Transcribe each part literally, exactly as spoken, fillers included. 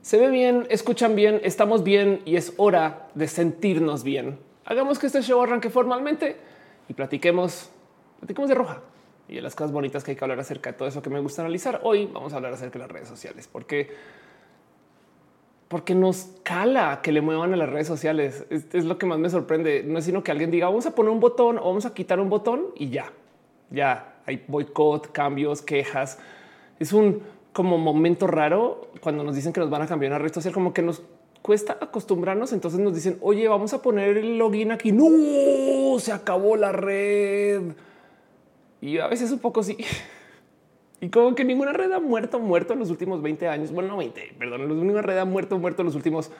Se ve bien, escuchan bien, estamos bien y es hora de sentirnos bien. Hagamos que este show arranque formalmente y platiquemos, platiquemos de Roja y de las cosas bonitas que hay que hablar acerca de todo eso que me gusta analizar. Hoy vamos a hablar acerca de las redes sociales, porque porque nos cala que le muevan a las redes sociales. Es, es lo que más me sorprende. No es sino que alguien diga vamos a poner un botón o vamos a quitar un botón y ya, ya hay boicot, cambios, quejas. Es un como momento raro cuando nos dicen que nos van a cambiar una red social, como que nos cuesta acostumbrarnos. Entonces nos dicen, oye, vamos a poner el login aquí. No, se acabó la red. Y a veces un poco sí. Y como que ninguna red ha muerto, muerto en los últimos veinte años. Bueno, no veinte, perdón. Ninguna red ha muerto, muerto en los últimos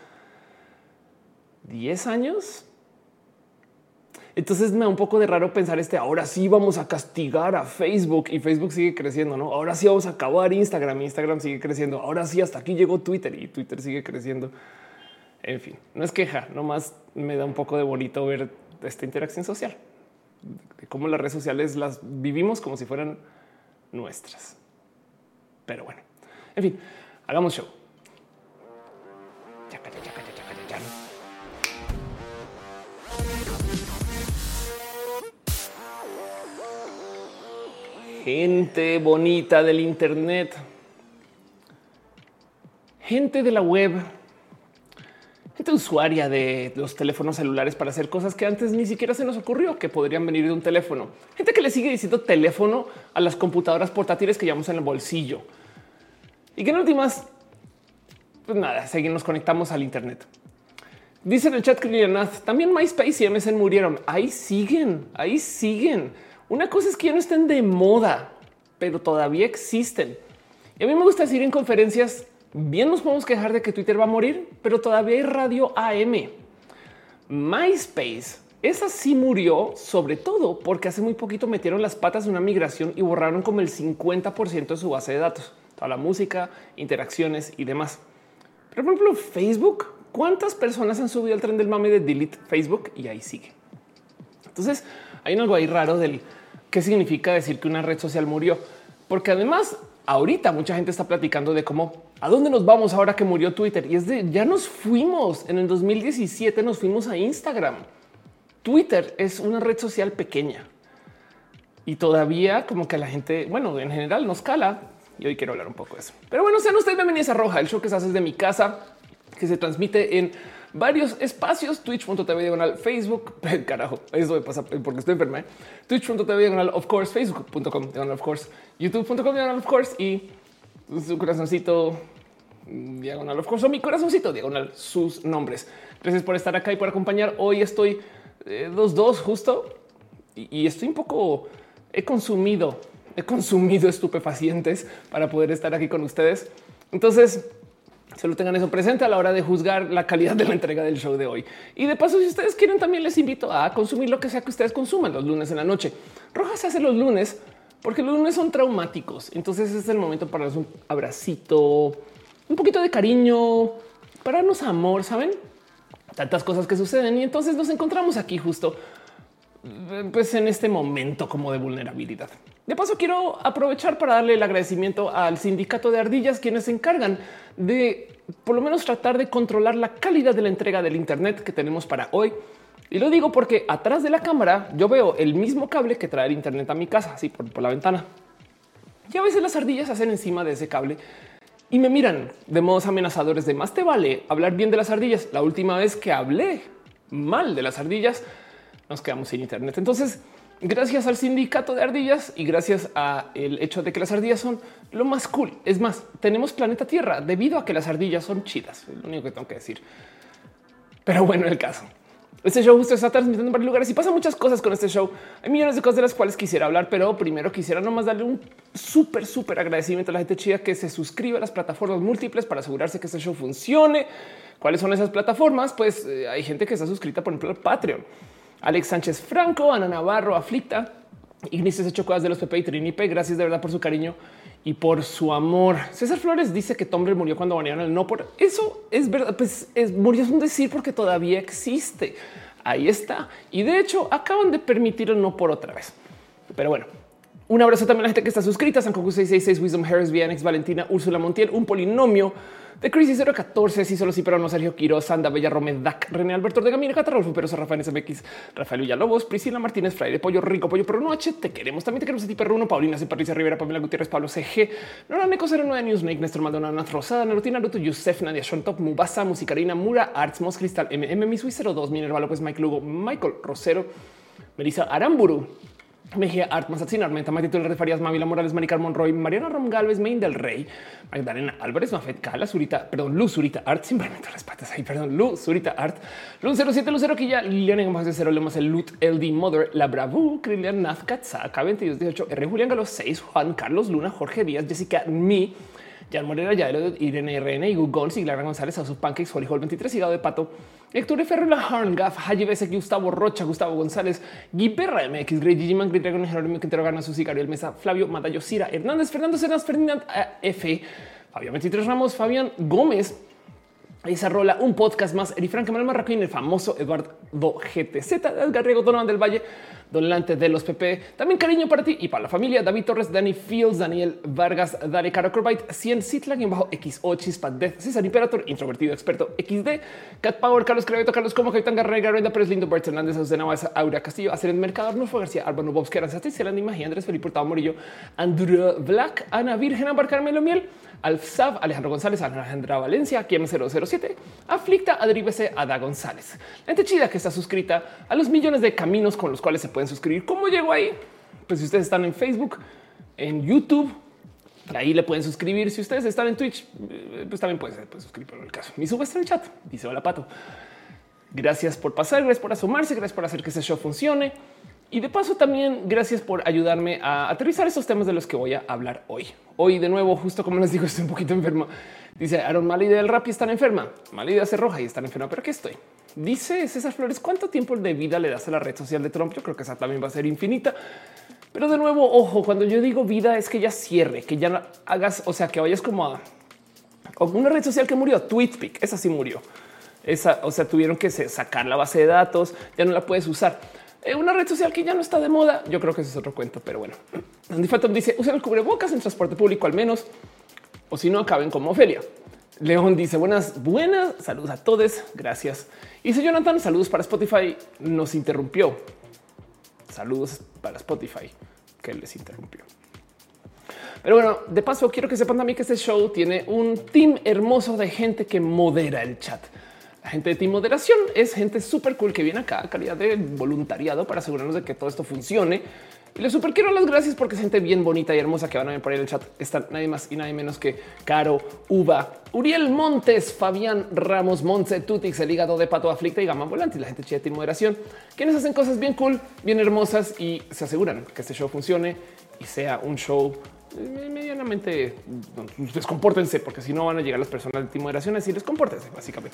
diez años. Entonces me da un poco de raro pensar este ahora sí vamos a castigar a Facebook y Facebook sigue creciendo, no? Ahora sí vamos a acabar Instagram, Instagram sigue creciendo. Ahora sí hasta aquí llegó Twitter y Twitter sigue creciendo. En fin, no es queja, nomás me da un poco de bonito ver esta interacción social, de cómo las redes sociales las vivimos como si fueran nuestras. Pero bueno, en fin, hagamos show. Yaca, yaca, yaca, yaca, yaca. Gente bonita del Internet, gente de la web, gente usuaria de los teléfonos celulares para hacer cosas que antes ni siquiera se nos ocurrió que podrían venir de un teléfono. Gente que le sigue diciendo teléfono a las computadoras portátiles que llevamos en el bolsillo y que en últimas, pues nada, seguimos, nos conectamos al Internet. Dice en el chat que también MySpace y M S N murieron. Ahí siguen, ahí siguen. Una cosa es que ya no estén de moda, pero todavía existen. Y a mí me gusta decir en conferencias, bien nos podemos quejar de que Twitter va a morir, pero todavía hay radio A M. MySpace, esa sí murió, sobre todo porque hace muy poquito metieron las patas en una migración y borraron como el cincuenta por ciento de su base de datos. Toda la música, interacciones y demás. Pero por ejemplo, Facebook, ¿cuántas personas han subido al tren del mame de delete Facebook? Y ahí sigue. Entonces hay algo ahí raro del qué significa decir que una red social murió, porque además ahorita mucha gente está platicando de cómo a dónde nos vamos ahora que murió Twitter. Y es de ya nos fuimos en el dos mil diecisiete, nos fuimos a Instagram. Twitter es una red social pequeña y todavía como que la gente, bueno, en general nos cala. Y hoy quiero hablar un poco de eso. Pero bueno, sean ustedes bienvenidos a Roja, el show que se hace desde mi casa, que se transmite en varios espacios, twitch punto tv diagonal Facebook, carajo, eso me pasa porque estoy enferma, ¿eh? twitch punto tv diagonal of course, facebook punto com diagonal of course, youtube punto com diagonal of course y su corazoncito diagonal of course o mi corazoncito diagonal sus nombres. Gracias por estar acá y por acompañar. Hoy estoy eh, dos dos justo y, y estoy un poco, he consumido, he consumido estupefacientes para poder estar aquí con ustedes. Entonces, solo tengan eso presente a la hora de juzgar la calidad de la entrega del show de hoy. Y de paso, si ustedes quieren, también les invito a consumir lo que sea que ustedes consuman los lunes en la noche. Roja se hace los lunes porque los lunes son traumáticos. Entonces es el momento para darnos un abracito, un poquito de cariño, para darnos amor, ¿saben? Tantas cosas que suceden y entonces nos encontramos aquí justo pues en este momento como de vulnerabilidad. De paso, quiero aprovechar para darle el agradecimiento al sindicato de ardillas, quienes se encargan de por lo menos tratar de controlar la calidad de la entrega del Internet que tenemos para hoy. Y lo digo porque atrás de la cámara yo veo el mismo cable que trae el Internet a mi casa, así por, por la ventana. Y a veces las ardillas hacen encima de ese cable y me miran de modos amenazadores de más te vale hablar bien de las ardillas. La última vez que hablé mal de las ardillas, nos quedamos sin Internet. Entonces, gracias al sindicato de ardillas y gracias a el hecho de que las ardillas son lo más cool. Es más, tenemos planeta Tierra debido a que las ardillas son chidas. Es lo único que tengo que decir. Pero bueno, el caso. Este show justo está transmitiendo en varios lugares y pasan muchas cosas con este show. Hay millones de cosas de las cuales quisiera hablar, pero primero quisiera nomás darle un súper, súper agradecimiento a la gente chida que se suscribe a las plataformas múltiples para asegurarse que este show funcione. ¿Cuáles son esas plataformas? Pues eh, hay gente que está suscrita, por ejemplo, al Patreon. Alex Sánchez Franco, Ana Navarro, Aflicta, Ignicio Hecho Cosas de los Pepe y Trinipe. Gracias de verdad por su cariño y por su amor. César Flores dice que Tumblr murió cuando banearon el no por. Eso es verdad. Pues es, murió es un decir porque todavía existe. Ahí está. Y de hecho acaban de permitir el no por otra vez. Pero bueno, un abrazo también a la gente que está suscrita: San Coco seiscientos sesenta y seis, Wisdom Harris, Vianix, Valentina, Úrsula Montiel, un polinomio, The Crisis cero catorce, sí, solo sí, pero no. Sergio Quiroz, Sanda Bella Romedac, René Alberto de Gamira, Catarrolfo, pero Rafael S M X, Rafael Villalobos, Priscila Martínez, Fraile Pollo Rico, Pollo Perruno H, te queremos, también te queremos a ti, Perruno, Paulina C. Patricia Rivera, Pamela Gutiérrez, Pablo C G, Nora Neco cero nueve, Newsnake, Néstor Maldonado, Nat Rosada, Narutina Naruto, Yusef, Nadia Shontop, Mubasa, Musicarina, Mura, Arts, Mos Cristal, M M, Misui cero dos, Minerva López, Mike Lugo, Michael Rosero, Melissa Aramburu, Mejía Art, Mazatzin, Armenta, Matito de Farias, Mavila Morales, Maricar Monroy, Mariana Rom Galvez, Main del Rey, Magdalena Álvarez, Mafet Cala, Zurita, perdón, Luz Zurita Art, simplemente las patas ahí, perdón, Luz Zurita Art, Luz cero siete, Luz cero Quilla, Liliana Más de cero, Lemas, el Lut, L D Mother, La Bravu, Krilian Nazcat, K veintidós dieciocho, R Julián Galo seis, Juan Carlos Luna, Jorge Díaz, Jessica Mi, Jan Morera, Yael, Irene R N, Igu Gon, Siglara González, Azu Pancakes, Holy Hall veintitrés, Hígado de Pato, Héctor Ferro, La Harn, Gaf, Haji B S, Gustavo Rocha, Gustavo González, Guiperra M X, Grey, Gigiman, Grey Dragon, Jerónimo Quintero, Gana, Susi, Gabriel Mesa, Flavio Madayo, Cira, Hernández, Fernando Cernas, Ferdinand F, Fabián veintitrés Ramos, Fabián Gómez, esa rola, un podcast más, Eri Frank, Manuel Marroquín, el famoso Eduardo G T Z, Edgar Riego, Donovan del Valle, Donante de los P P, también cariño para ti y para la familia, David Torres, Dani Fields, Daniel Vargas, Dare Caro Corbite, cien Citla, quien bajo X O, Chispa, Death, César Imperator, introvertido, experto, X D, Cat Power, Carlos Creveto, Carlos Como, Capitán Garrera, Garrenda Pérez, Lindo, Bert Hernández, Azucena Báez, Aura Castillo, Hacer el Mercado, Arnulfo García, Álvaro Bobs, Keranzati, Celandi Magia, Andrés Felipe Hurtado Morillo, Andrew Black, Ana Virgen, Ambar Carmelo Miel, Alfsav, Alejandro González, Alejandra Valencia, Kiem cero cero siete, Aflicta, Adri B C, Ada González. La gente chida que está suscrita a los millones de caminos con los cuales se pueden suscribir. ¿Cómo llego ahí? Pues si ustedes están en Facebook, en YouTube, ahí le pueden suscribir. Si ustedes están en Twitch, pues también pueden, pueden suscribir en el caso. Mi sube está en el chat, dice hola Pato. Gracias por pasar, gracias por asomarse, gracias por hacer que este show funcione. Y de paso también gracias por ayudarme a aterrizar esos temas de los que voy a hablar hoy. Hoy de nuevo, justo como les digo, estoy un poquito enferma. Dice Aaron, mala idea del rap y estar enferma. Mala idea ser roja y estar enferma, pero aquí estoy. Dice César Flores, ¿cuánto tiempo de vida le das a la red social de Trump? Yo creo que esa también va a ser infinita. Pero de nuevo, ojo, cuando yo digo vida es que ya cierre, que ya hagas, o sea, que vayas como a, a una red social que murió, TweetPic, esa sí murió. Esa, o sea, tuvieron que sacar la base de datos, ya no la puedes usar. Una red social que ya no está de moda. Yo creo que ese es otro cuento, pero bueno. Andy Phantom dice usen el cubrebocas en transporte público al menos, o si no acaben como Ofelia. León dice buenas, buenas, saludos a todos. Gracias. Y dice Jonathan, saludos para Spotify. Nos interrumpió. Saludos para Spotify que les interrumpió. Pero bueno, de paso quiero que sepan también que este show tiene un team hermoso de gente que modera el chat. La gente de Team Moderación es gente súper cool que viene acá a calidad de voluntariado para asegurarnos de que todo esto funcione. Y les súper quiero dar las gracias porque es gente bien bonita y hermosa que van a ver por ahí en el chat. Están nadie más y nadie menos que Caro, Uva, Uriel Montes, Fabián Ramos, Montse, Tutix, el hígado de Pato Aflicta y Gama Volante. La gente chida de Team Moderación, quienes hacen cosas bien cool, bien hermosas y se aseguran que este show funcione y sea un show medianamente. Descompórtense, porque si no van a llegar las personas de Team Moderación y les compórtense básicamente.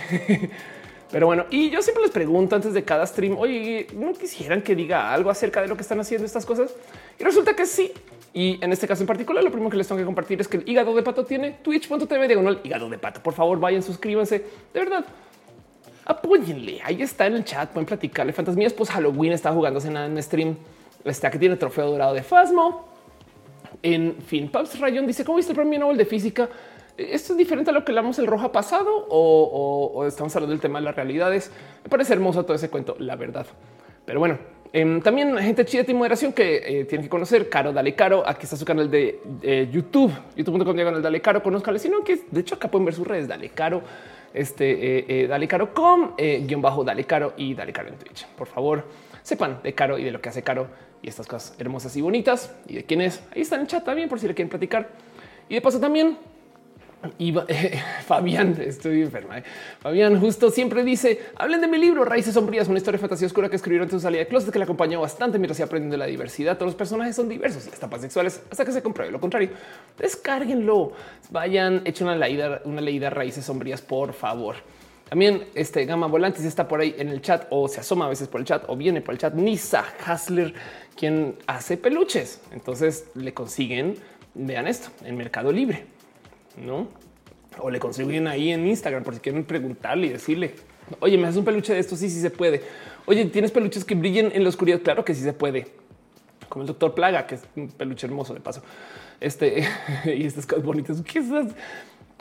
Pero bueno, y yo siempre les pregunto antes de cada stream, oye, ¿no quisieran que diga algo acerca de lo que están haciendo estas cosas? Y resulta que sí. Y en este caso en particular, lo primero que les tengo que compartir es que el hígado de Pato tiene twitch punto tv diagonal hígado de Pato. Por favor, vayan, suscríbanse. De verdad, apóyenle. Ahí está en el chat, pueden platicarle. Fantasmías post Halloween está jugándose nada en stream. Está que tiene trofeo dorado de Fasmo. En fin, Paps Rayon dice, ¿cómo viste el premio Nobel de física? ¿Esto es diferente a lo que hablamos el roja pasado o, o, o estamos hablando del tema de las realidades? Me parece hermoso todo ese cuento, la verdad. Pero bueno, eh, también gente chida de moderación que eh, tienen que conocer. Caro, Dale Caro. Aquí está su canal de eh, YouTube, youtube punto com diagonal Dale Caro. Conózcanle, sino que de hecho acá pueden ver sus redes. Dale Caro, este eh, eh, Dale Caro com, eh, guión bajo Dale Caro y Dale Caro en Twitch. Por favor, sepan de Caro y de lo que hace Caro y estas cosas hermosas y bonitas y de quién es. Ahí está en el chat también por si le quieren platicar. Y de paso también Y eh, Fabián, estoy enferma. Eh. Fabián justo siempre dice: hablen de mi libro Raíces Sombrías, una historia de fantasía oscura que escribieron ante su salida de closet, que le acompañó bastante mientras iba aprendiendo de la diversidad. Todos los personajes son diversos y las tapas sexuales hasta que se compruebe lo contrario. Descárguenlo, vayan, echen una leída, una leída Raíces Sombrías, por favor. También este Gama Volantis está por ahí en el chat o se asoma a veces por el chat o viene por el chat. Nisa Hasler, quien hace peluches. Entonces le consiguen, vean esto, en Mercado Libre, ¿no? O le consiguen ahí en Instagram por si quieren preguntarle y decirle: oye, ¿me haces un peluche de esto? Sí, sí se puede. Oye, ¿tienes peluches que brillen en la oscuridad? Claro que sí se puede. Como el doctor Plaga, que es un peluche hermoso de paso. Este y estas cosas bonitas. ¿Qué es?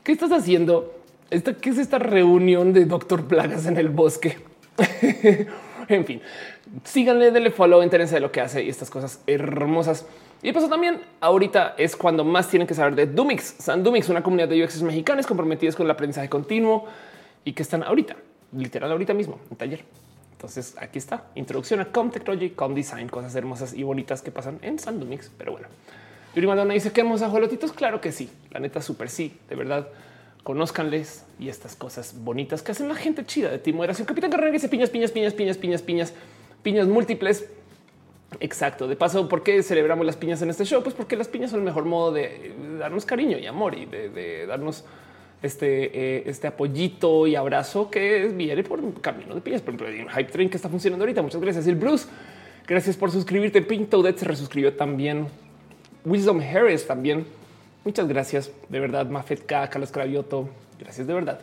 ¿Qué estás haciendo? ¿Esta, ¿Qué es esta reunión de Doctor Plagas en el bosque? En fin, síganle, denle follow, entérense de lo que hace y estas cosas hermosas. Y pues también ahorita es cuando más tienen que saber de Dumix. San Dumix, una comunidad de U X mexicanos comprometidos con el aprendizaje continuo y que están ahorita, literal ahorita mismo, en taller. Entonces aquí está, introducción a Com Technology, Com Design, cosas hermosas y bonitas que pasan en San Dumix. Pero bueno, Yuri Madonna dice que hemos a jolotitos. Claro que sí, la neta súper sí, de verdad. Conózcanles y estas cosas bonitas que hacen la gente chida de Team Moderación. Capitán Carrera dice piñas, piñas, piñas, piñas, piñas, piñas, piñas múltiples. Exacto. De paso, ¿por qué celebramos las piñas en este show? Pues porque las piñas son el mejor modo de darnos cariño y amor y de, de darnos este, eh, este apoyito y abrazo que viene por un camino de piñas. Por ejemplo, hay un Hype Train que está funcionando ahorita. Muchas gracias. Y el Bruce, gracias por suscribirte. Pink Toadette se resuscribió también. Wisdom Harris también. Muchas gracias. De verdad, Mafet K, Carlos Cravioto. Gracias de verdad.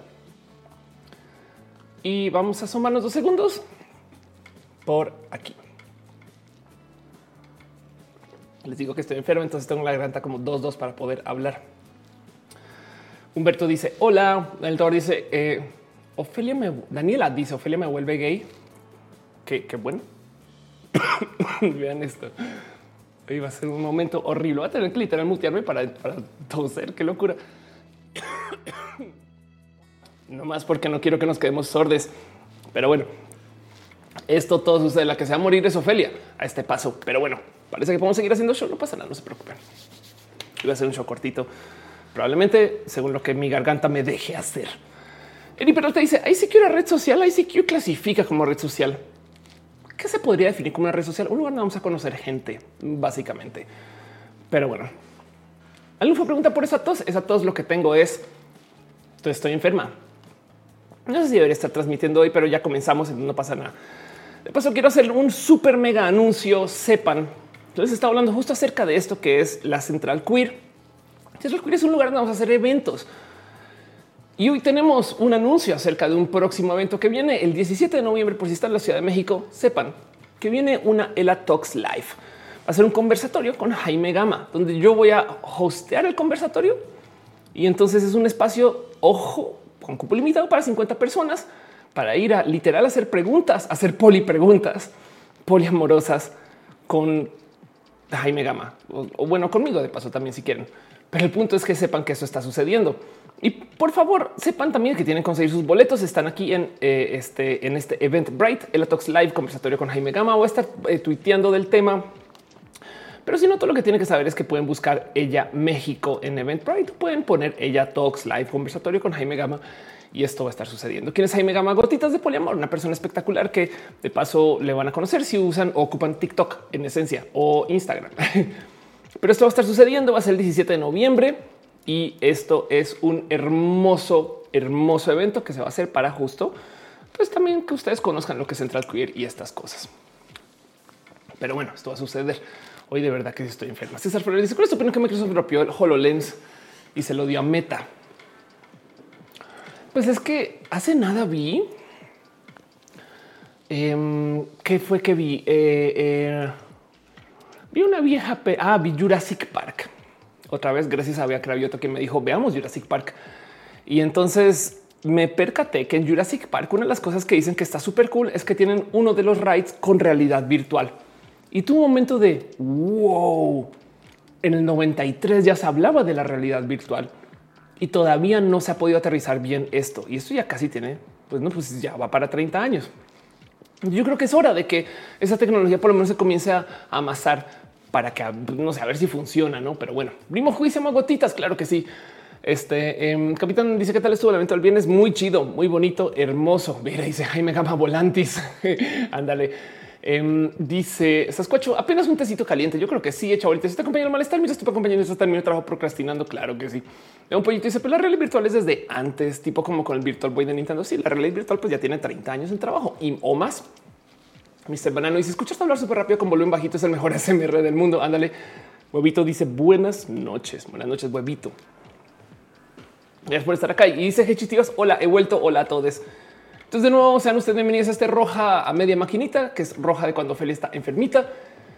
Y vamos a asomarnos dos segundos por aquí. Les digo que estoy enfermo, entonces tengo la garganta como dos, dos para poder hablar. Humberto dice hola. El Thor dice eh, Ofelia me, Daniela dice Ofelia me vuelve gay. Qué, qué bueno. Vean esto. Hoy va a ser un momento horrible. Voy a tener que literal mutearme para, para toser. Qué locura. No más porque no quiero que nos quedemos sordes. Pero bueno, esto todo sucede. La que se va a morir es Ofelia a este paso. Pero bueno, parece que podemos seguir haciendo show. No pasa nada, no se preocupen. Iba a hacer un show cortito, probablemente según lo que mi garganta me deje hacer. Eri Peralta dice I C Q era red social. I C Q clasifica como red social. ¿Qué se podría definir como una red social? Un lugar donde vamos a conocer gente, básicamente. Pero bueno, alguien fue pregunta por esa tos. Esa tos lo que tengo es estoy enferma. No sé si debería estar transmitiendo hoy, pero ya comenzamos y no pasa nada. De paso, quiero hacer un súper mega anuncio. Sepan. Entonces está hablando justo acerca de esto que es la Central Queer. Central Queer es un lugar donde vamos a hacer eventos. Y hoy tenemos un anuncio acerca de un próximo evento que viene el diecisiete de noviembre. Por si están en la Ciudad de México, sepan que viene una Ela Talks Live. Va a ser un conversatorio con Jaime Gama, donde yo voy a hostear el conversatorio. Y entonces es un espacio, ojo, con cupo limitado para cincuenta personas para ir a literal hacer preguntas, hacer polipreguntas, poliamorosas con Jaime Gama o, o bueno, conmigo de paso también si quieren. Pero el punto es que sepan que eso está sucediendo. Y por favor, sepan también que tienen que conseguir sus boletos. Están aquí en eh, este, en este Eventbrite, Ela Talks Live, conversatorio con Jaime Gama. Voy a estar eh, tuiteando del tema. Pero si no, todo lo que tienen que saber es que pueden buscar Ella México en Eventbrite. Pueden poner Ella Talks Live, conversatorio con Jaime Gama. Y esto va a estar sucediendo. ¿Quién es Jaime Gama? Gotitas de poliamor, una persona espectacular que de paso le van a conocer si usan o ocupan TikTok en esencia o Instagram. Pero esto va a estar sucediendo. Va a ser el diecisiete de noviembre. Y esto es un hermoso, hermoso evento que se va a hacer para justo, pues también que ustedes conozcan lo que es Central Queer y estas cosas. Pero bueno, esto va a suceder. Hoy de verdad que estoy enferma. César Flores dice, ¿cuál es tu opinión que Microsoft rompió el HoloLens y se lo dio a Meta? Pues es que hace nada vi. Eh, ¿Qué fue que vi? Eh, eh, vi una vieja... Pe ah, vi Jurassic Park. Otra vez, gracias a Bea Cravioto que me dijo, veamos Jurassic Park. Y entonces me percaté que en Jurassic Park una de las cosas que dicen que está súper cool es que tienen uno de los rides con realidad virtual. Y tuvo un momento de wow. En el noventa y tres ya se hablaba de la realidad virtual y todavía no se ha podido aterrizar bien esto. Y esto ya casi tiene, pues no, pues ya va para treinta años. Yo creo que es hora de que esa tecnología por lo menos se comience a amasar para que no sé, a ver si funciona, no? Pero bueno, primo juicio más gotitas. Claro que sí. Este eh, capitán dice qué tal estuvo el evento del viernes. Muy chido, muy bonito, hermoso. Mira, dice Jaime Gama Volantis. Ándale. Um, dice Sascuacho, apenas un tecito caliente. Yo creo que sí, hecho ahorita. Si te acompaña el malestar, mientras tu compañero está terminando trabajo procrastinando. Claro que sí. Un pollito dice, pero la realidad virtual es desde antes, tipo como con el Virtual Boy de Nintendo. Sí, la realidad virtual pues ya tiene treinta años en trabajo y o más. mister Banano dice, escuchas hablar súper rápido con volumen bajito, es el mejor S M R del mundo. Ándale. Huevito dice buenas noches. Buenas noches, Huevito. Gracias por estar acá. Y dice Hechitivas, hola, he vuelto. Hola a todos. Entonces, de nuevo, sean ustedes bienvenidos a este roja a media maquinita, que es roja de cuando Ophelia está enfermita.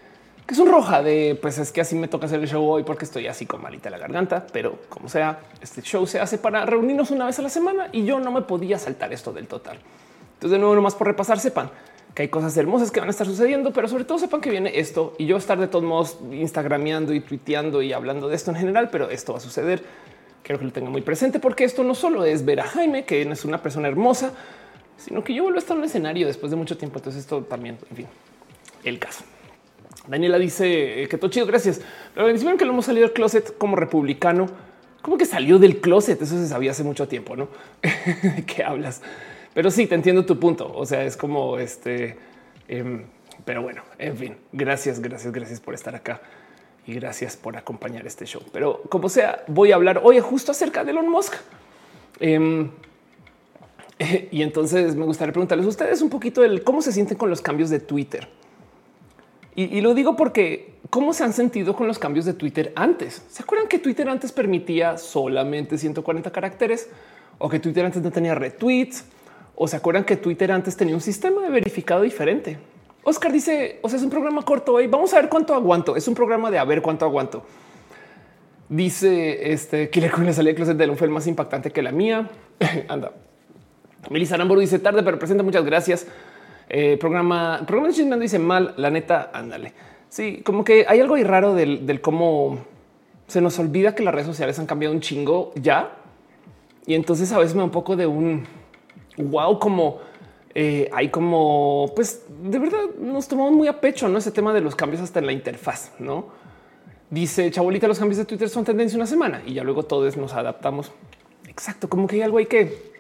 que es un roja de pues es que así me toca hacer el show hoy porque estoy así con malita la garganta, pero como sea, este show se hace para reunirnos una vez a la semana y yo no me podía saltar esto del total. Entonces, de nuevo, nomás por repasar, sepan que hay cosas hermosas que van a estar sucediendo, pero sobre todo sepan que viene esto y yo estar de todos modos instagrameando y tuiteando y hablando de esto en general, pero esto va a suceder. Quiero que lo tengan muy presente porque esto no solo es ver a Jaime, que es una persona hermosa, sino que yo vuelvo a estar en un escenario después de mucho tiempo. Entonces esto también, en fin, el caso. Daniela dice que todo chido, gracias. Pero mencionaron que lo hemos salido del closet como republicano. ¿Cómo que salió del closet? Eso se sabía hace mucho tiempo, ¿no? ¿De qué hablas? Pero sí, te entiendo tu punto. O sea, es como este... Eh, pero bueno, en fin, gracias, gracias, gracias por estar acá. Y gracias por acompañar este show. Pero como sea, voy a hablar hoy justo acerca de Elon Musk. Eh, y entonces me gustaría preguntarles a ustedes un poquito el cómo se sienten con los cambios de Twitter. Y, y lo digo porque cómo se han sentido con los cambios de Twitter antes. ¿Se acuerdan que Twitter antes permitía solamente ciento cuarenta caracteres o que Twitter antes no tenía retweets? ¿O se acuerdan que Twitter antes tenía un sistema de verificado diferente? Oscar dice, o sea, es un programa corto hoy. Vamos a ver cuánto aguanto. Es un programa de a ver cuánto aguanto. Dice este Killer Queen, la salida de closet de Elon fue el más impactante que la mía. Anda. Melissa Aramburu dice tarde, pero presente. Muchas gracias. Eh, programa, programa de chismeando dice mal. La neta, ándale. Sí, como que hay algo ahí raro del, del cómo se nos olvida que las redes sociales han cambiado un chingo ya. Y entonces a veces me da un poco de un wow, como eh, hay como pues de verdad nos tomamos muy a pecho, no ese tema de los cambios hasta en la interfaz, no? Dice Chabolita, los cambios de Twitter son tendencia una semana y ya luego todos nos adaptamos. Exacto, como que hay algo ahí que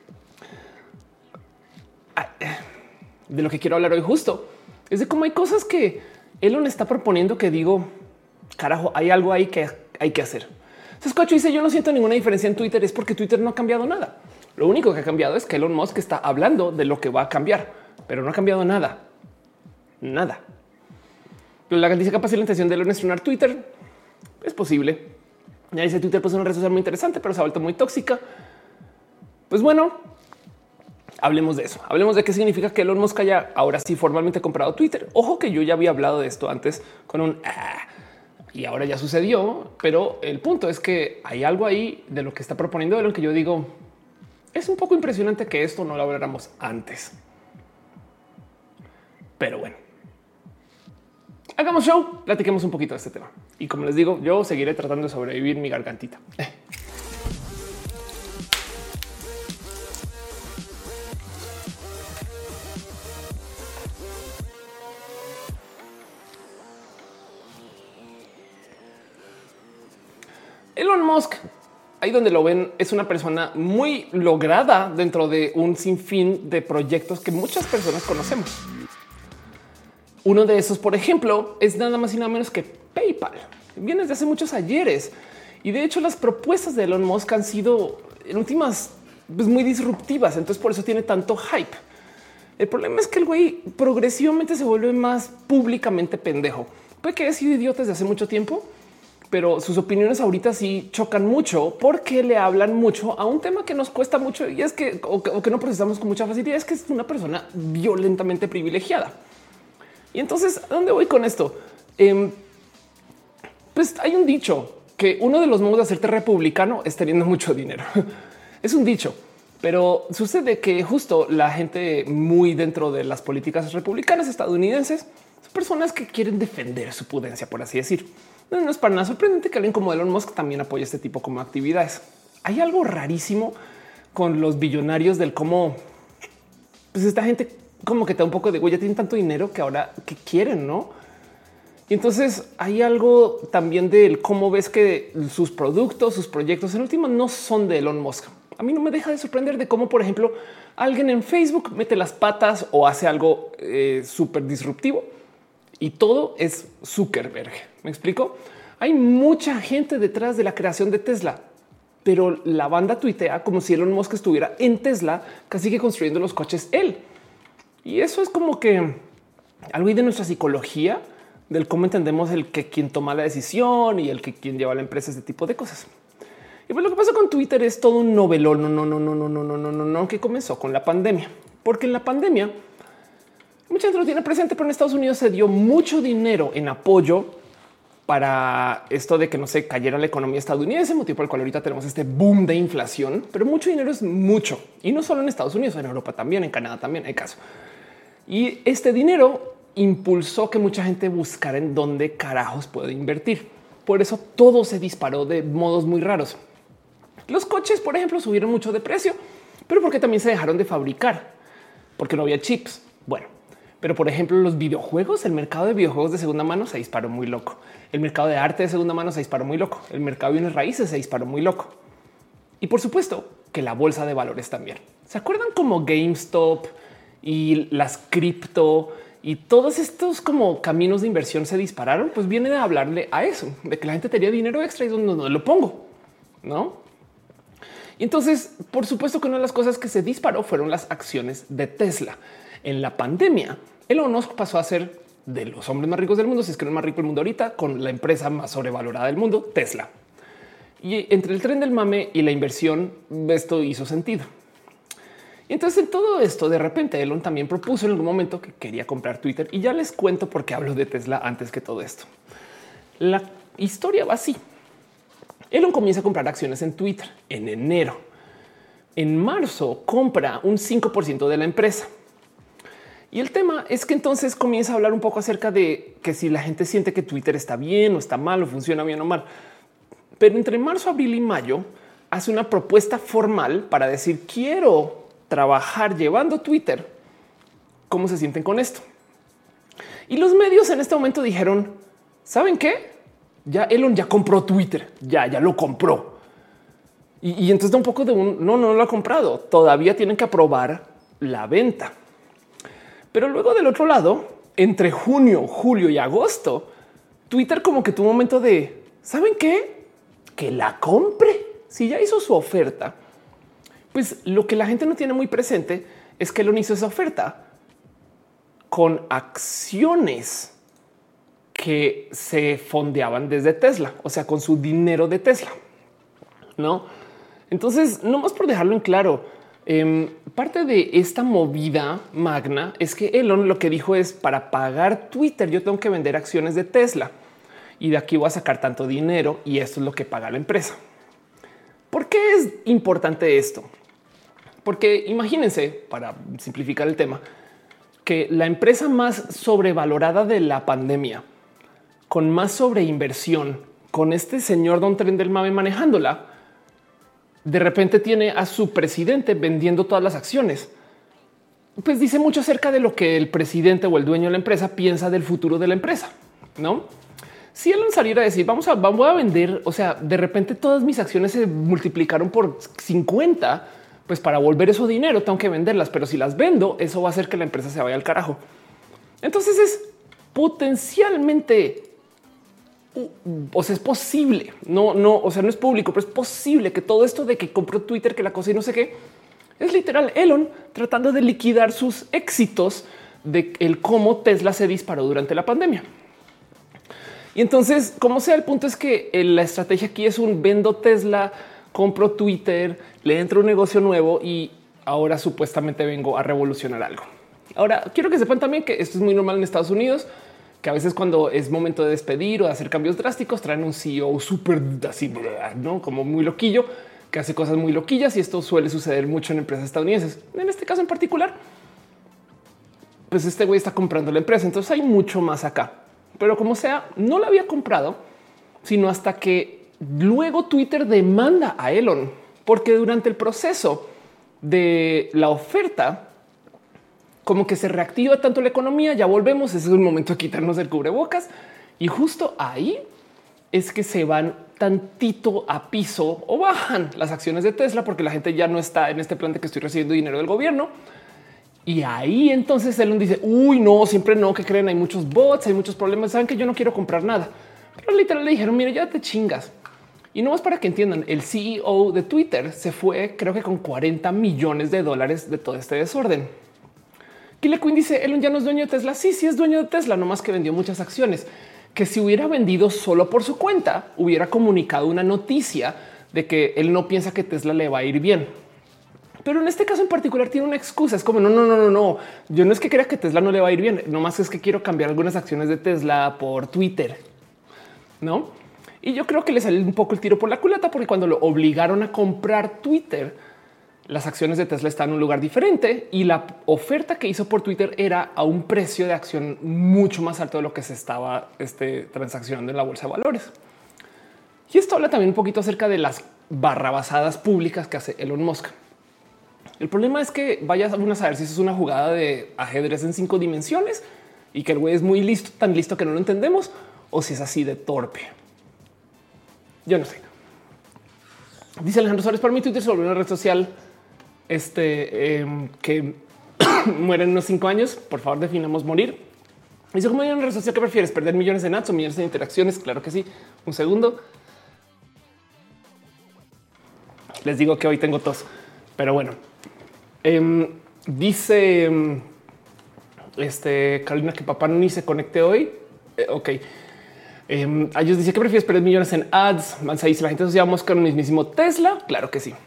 de lo que quiero hablar hoy justo es de cómo hay cosas que Elon está proponiendo que digo, carajo, hay algo ahí que hay que hacer. Entonces, Cocho dice, yo no siento ninguna diferencia en Twitter, es porque Twitter no ha cambiado nada. Lo único que ha cambiado es que Elon Musk está hablando de lo que va a cambiar, pero no ha cambiado nada. Nada. Pero la dice capaz la intención de Elon es estrenar Twitter. Es posible. Ya dice Twitter pues es una red social muy interesante, pero se ha vuelto muy tóxica. Pues bueno, hablemos de eso. Hablemos de qué significa que Elon Musk haya ahora sí formalmente comprado Twitter. Ojo que yo ya había hablado de esto antes con un ah, y ahora ya sucedió, pero el punto es que hay algo ahí de lo que está proponiendo Elon que yo digo es un poco impresionante que esto no lo habláramos antes. Pero bueno, hagamos show, platiquemos un poquito de este tema. Y como les digo, yo seguiré tratando de sobrevivir mi gargantita. Elon Musk, ahí donde lo ven, es una persona muy lograda dentro de un sinfín de proyectos que muchas personas conocemos. Uno de esos, por ejemplo, es nada más y nada menos que PayPal. Viene desde hace muchos ayeres y de hecho las propuestas de Elon Musk han sido en últimas pues, muy disruptivas. Entonces por eso tiene tanto hype. El problema es que el güey progresivamente se vuelve más públicamente pendejo. Puede que haya sido idiota desde hace mucho tiempo, pero sus opiniones ahorita sí chocan mucho porque le hablan mucho a un tema que nos cuesta mucho y es que o que, o que no procesamos con mucha facilidad. Es que es una persona violentamente privilegiada. Y entonces, ¿a dónde voy con esto? Eh, pues hay un dicho que uno de los modos de hacerte republicano es teniendo mucho dinero. Es un dicho, pero sucede que justo la gente muy dentro de las políticas republicanas estadounidenses son personas que quieren defender su pudencia, por así decir. No, no es para nada sorprendente que alguien como Elon Musk también apoye este tipo como actividades. Hay algo rarísimo con los billonarios del cómo pues esta gente como que te da un poco de güey, ya tienen tanto dinero que ahora que quieren, no? Y entonces hay algo también del cómo ves que sus productos, sus proyectos en última no son de Elon Musk. A mí no me deja de sorprender de cómo, por ejemplo, alguien en Facebook mete las patas o hace algo eh, súper disruptivo y todo es Zuckerberg. ¿Me explico? Hay mucha gente detrás de la creación de Tesla, pero la banda tuitea como si Elon Musk estuviera en Tesla, casi que construyendo los coches él. Y eso es como que algo de nuestra psicología, del cómo entendemos el que quien toma la decisión y el que quien lleva a la empresa, este tipo de cosas. Y pues lo que pasa con Twitter es todo un novelón, no, no, no, no, no, no, no, no, no, no, que comenzó con la pandemia, porque en la pandemia Mucha gente lo tiene presente, pero en Estados Unidos se dio mucho dinero en apoyo para esto de que no se cayera la economía estadounidense, motivo por el cual ahorita tenemos este boom de inflación, pero mucho dinero es mucho. Y no solo en Estados Unidos, en Europa también, en Canadá también hay caso. Y este dinero impulsó que mucha gente buscara en dónde carajos puede invertir. Por eso todo se disparó de modos muy raros. Los coches, por ejemplo, subieron mucho de precio, pero porque también se dejaron de fabricar, porque no había chips. Bueno, pero por ejemplo, los videojuegos, el mercado de videojuegos de segunda mano se disparó muy loco. El mercado de arte de segunda mano se disparó muy loco. El mercado de bienes raíces se disparó muy loco. Y por supuesto que la bolsa de valores también. ¿Se acuerdan como GameStop y las cripto y todos estos como caminos de inversión se dispararon? Pues viene de hablarle a eso, de que la gente tenía dinero extra y donde no lo pongo, ¿no? Y entonces, por supuesto que una de las cosas que se disparó fueron las acciones de Tesla. En la pandemia, Elon Musk pasó a ser de los hombres más ricos del mundo, si es que no es más rico del mundo ahorita, con la empresa más sobrevalorada del mundo, Tesla. Y entre el tren del mame y la inversión, esto hizo sentido. Y entonces en todo esto, de repente Elon también propuso en algún momento que quería comprar Twitter. Y ya les cuento por qué hablo de Tesla antes que todo esto. La historia va así. Elon comienza a comprar acciones en Twitter en enero. En marzo compra un cinco por ciento de la empresa. Y el tema es que entonces comienza a hablar un poco acerca de que si la gente siente que Twitter está bien o está mal o funciona bien o mal. Pero entre marzo, abril y mayo hace una propuesta formal para decir quiero trabajar llevando Twitter. ¿Cómo se sienten con esto? Y los medios en este momento dijeron, ¿saben qué? Ya Elon ya compró Twitter, ya, ya lo compró. Y, y entonces da un poco de un no, no lo ha comprado. Todavía tienen que aprobar la venta. Pero luego del otro lado, entre junio, julio y agosto, Twitter como que tuvo un momento de ¿saben qué? Que la compre. Si ya hizo su oferta, pues lo que la gente no tiene muy presente es que Elon hizo esa oferta con acciones que se fondeaban desde Tesla, o sea, con su dinero de Tesla, ¿no? Entonces, no más por dejarlo en claro, eh, parte de esta movida magna es que Elon lo que dijo es para pagar Twitter yo tengo que vender acciones de Tesla y de aquí voy a sacar tanto dinero y esto es lo que paga la empresa. ¿Por qué es importante esto? Porque imagínense, para simplificar el tema, que la empresa más sobrevalorada de la pandemia, con más sobreinversión, con este señor Don Tren del Mame manejándola, de repente tiene a su presidente vendiendo todas las acciones. Pues dice mucho acerca de lo que el presidente o el dueño de la empresa piensa del futuro de la empresa, ¿no? Si Elon saliera a decir vamos a, vamos a vender, o sea, de repente todas mis acciones se multiplicaron por cincuenta, pues para volver eso dinero tengo que venderlas, pero si las vendo, eso va a hacer que la empresa se vaya al carajo. Entonces es potencialmente, o sea, es posible, no, no, o sea, no es público, pero es posible que todo esto de que compró Twitter, que la cosa y no sé qué, es literal Elon tratando de liquidar sus éxitos de el cómo Tesla se disparó durante la pandemia. Y entonces, como sea, el punto es que la estrategia aquí es un vendo Tesla, compro Twitter, le entro un negocio nuevo y ahora supuestamente vengo a revolucionar algo. Ahora, quiero que sepan también que esto es muy normal en Estados Unidos, que a veces cuando es momento de despedir o de hacer cambios drásticos, traen un C E O súper así, ¿no? Como muy loquillo, que hace cosas muy loquillas y esto suele suceder mucho en empresas estadounidenses. En este caso en particular, pues este güey está comprando la empresa, entonces hay mucho más acá. Pero como sea, no la había comprado, sino hasta que luego Twitter demanda a Elon, porque durante el proceso de la oferta, como que se reactiva tanto la economía, ya volvemos, ese es el momento de quitarnos el cubrebocas y justo ahí es que se van tantito a piso o bajan las acciones de Tesla porque la gente ya no está en este plan de que estoy recibiendo dinero del gobierno. Y ahí entonces Elon dice, uy, no, siempre no, que creen, hay muchos bots, hay muchos problemas, saben que yo no quiero comprar nada. Pero literal le dijeron, mira, ya te chingas. Y no es para que entiendan, el C E O de Twitter se fue, creo que con cuarenta millones de dólares de todo este desorden. Killer Queen dice, Elon ya no es dueño de Tesla. Sí, sí es dueño de Tesla, nomás que vendió muchas acciones. Que si hubiera vendido solo por su cuenta, hubiera comunicado una noticia de que él no piensa que Tesla le va a ir bien. Pero en este caso en particular tiene una excusa. Es como no, no, no, no, no. Yo no es que crea que Tesla no le va a ir bien. Nomás es que quiero cambiar algunas acciones de Tesla por Twitter, no? Y yo creo que le salió un poco el tiro por la culata, porque cuando lo obligaron a comprar Twitter, las acciones de Tesla están en un lugar diferente y la oferta que hizo por Twitter era a un precio de acción mucho más alto de lo que se estaba este, transaccionando en la bolsa de valores. Y esto habla también un poquito acerca de las barrabasadas públicas que hace Elon Musk. El problema es que vayas a saber si eso es una jugada de ajedrez en cinco dimensiones y que el güey es muy listo, tan listo que no lo entendemos, o si es así de torpe. Yo no sé. Dice Alejandro Suárez, para mí Twitter sobre una red social este, eh, que muere en unos cinco años. Por favor, definamos morir. Dice, ¿cómo hay una red social que prefieres? ¿Perder millones en ads o millones de interacciones? Claro que sí. Un segundo. Les digo que hoy tengo tos, pero bueno. Eh, dice um, este Carolina que papá ni se conecte hoy. Eh, ok. Eh, ellos dicen que prefieres perder millones en ads. Mansa dice la gente asociamos con el mismísimo Tesla. Claro que sí.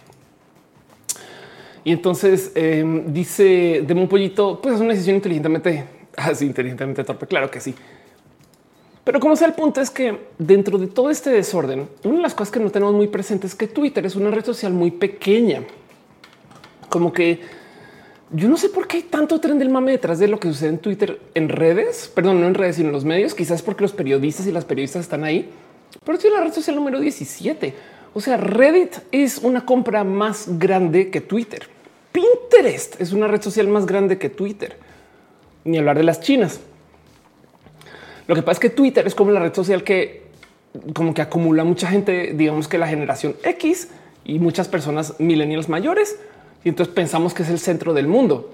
Y entonces eh, dice Demo un pollito, pues es una decisión inteligentemente así, inteligentemente torpe. Claro que sí. Pero como sea, el punto es que dentro de todo este desorden, una de las cosas que no tenemos muy presentes es que Twitter es una red social muy pequeña. Como que yo no sé por qué hay tanto tren del mame detrás de lo que sucede en Twitter, en redes, perdón, no en redes, sino en los medios. Quizás porque los periodistas y las periodistas están ahí, pero es la red social número diecisiete. O sea, Reddit es una compra más grande que Twitter. Pinterest es una red social más grande que Twitter. Ni hablar de las chinas. Lo que pasa es que Twitter es como la red social que como que acumula mucha gente, digamos que la generación X y muchas personas millennials mayores. Y entonces pensamos que es el centro del mundo.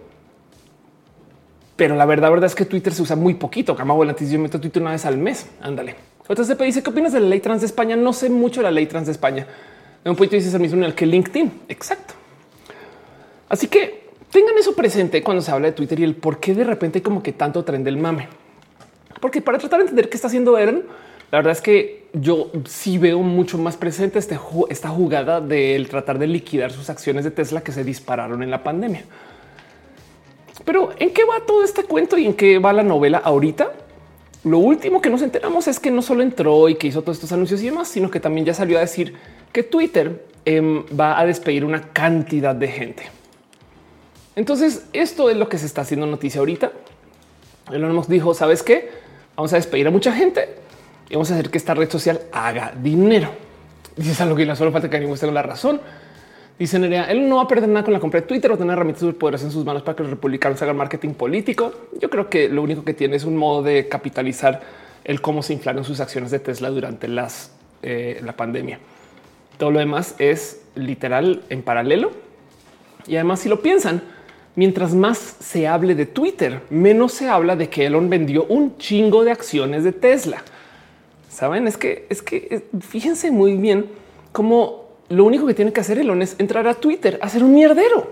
Pero la verdad, verdad es que Twitter se usa muy poquito. Cama volantis, yo meto Twitter una vez al mes. Ándale. Entonces se dice, ¿qué opinas de la ley trans de España? No sé mucho de la ley trans de España. De un punto dice el mismo nivel que LinkedIn. Exacto. Así que tengan eso presente cuando se habla de Twitter y el por qué de repente hay como que tanto tren del mame. Porque para tratar de entender qué está haciendo Elon, la verdad es que yo sí veo mucho más presente este, esta jugada del tratar de liquidar sus acciones de Tesla que se dispararon en la pandemia. Pero ¿en qué va todo este cuento y en qué va la novela ahorita? Lo último que nos enteramos es que no solo entró y que hizo todos estos anuncios y demás, sino que también ya salió a decir que Twitter eh, va a despedir una cantidad de gente. Entonces esto es lo que se está haciendo noticia ahorita. Elon Musk dijo, ¿sabes qué? Vamos a despedir a mucha gente y vamos a hacer que esta red social haga dinero. Dices algo que le solo falta que alguien muestre la razón. Dice Nerea, él no va a perder nada con la compra de Twitter o tener herramientas superpoderosas en sus manos para que los republicanos hagan marketing político. Yo creo que lo único que tiene es un modo de capitalizar el cómo se inflaron sus acciones de Tesla durante las, eh, la pandemia. Todo lo demás es literal en paralelo. Y además, si lo piensan, mientras más se hable de Twitter, menos se habla de que Elon vendió un chingo de acciones de Tesla. Saben, es que es que fíjense muy bien cómo lo único que tiene que hacer Elon es entrar a Twitter, hacer un mierdero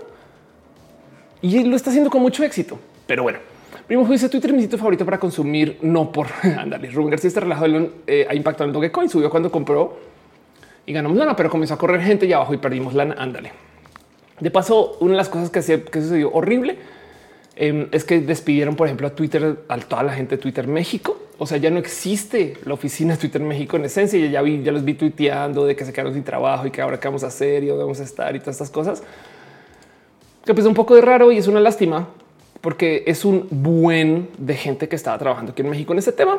y lo está haciendo con mucho éxito. Pero bueno, Primo dice Twitter es mi sitio favorito para consumir, no por ándale. Rubén García, este relajo de Elon eh, ha impactado en Dogecoin, subió cuando compró y ganamos lana, pero comenzó a correr gente y abajo y perdimos lana. Ándale. De paso, una de las cosas que, se, que sucedió horrible eh, es que despidieron, por ejemplo, a Twitter, a toda la gente de Twitter México. O sea, ya no existe la oficina de Twitter México en esencia. Y ya vi, ya los vi tuiteando de que se quedaron sin trabajo y que ahora qué vamos a hacer y dónde vamos a estar y todas estas cosas. Que pues un poco de raro y es una lástima porque es un buen de gente que estaba trabajando aquí en México en ese tema.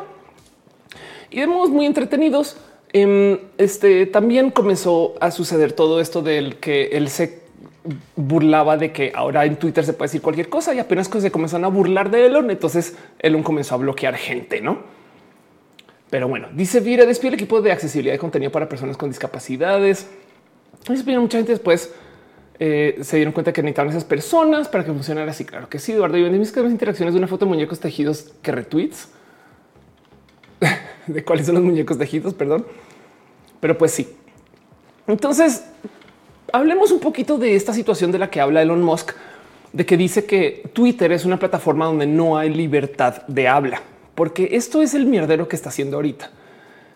Y de modos muy entretenidos, eh, este también comenzó a suceder todo esto del que él se burlaba de que ahora en Twitter se puede decir cualquier cosa y apenas que se comenzaron a burlar de Elon, entonces Elon comenzó a bloquear gente, ¿no? Pero bueno, dice Vira, despide el equipo de accesibilidad de contenido para personas con discapacidades. Despidieron mucha gente después. Eh, se dieron cuenta que necesitaban esas personas para que funcionara así. Claro que sí, Eduardo. Y vendí mis interacciones de una foto de muñecos tejidos que retweets. ¿De cuáles son los muñecos tejidos? Perdón. Pero pues sí. Entonces, hablemos un poquito de esta situación de la que habla Elon Musk, de que dice que Twitter es una plataforma donde no hay libertad de habla, porque esto es el mierdero que está haciendo ahorita.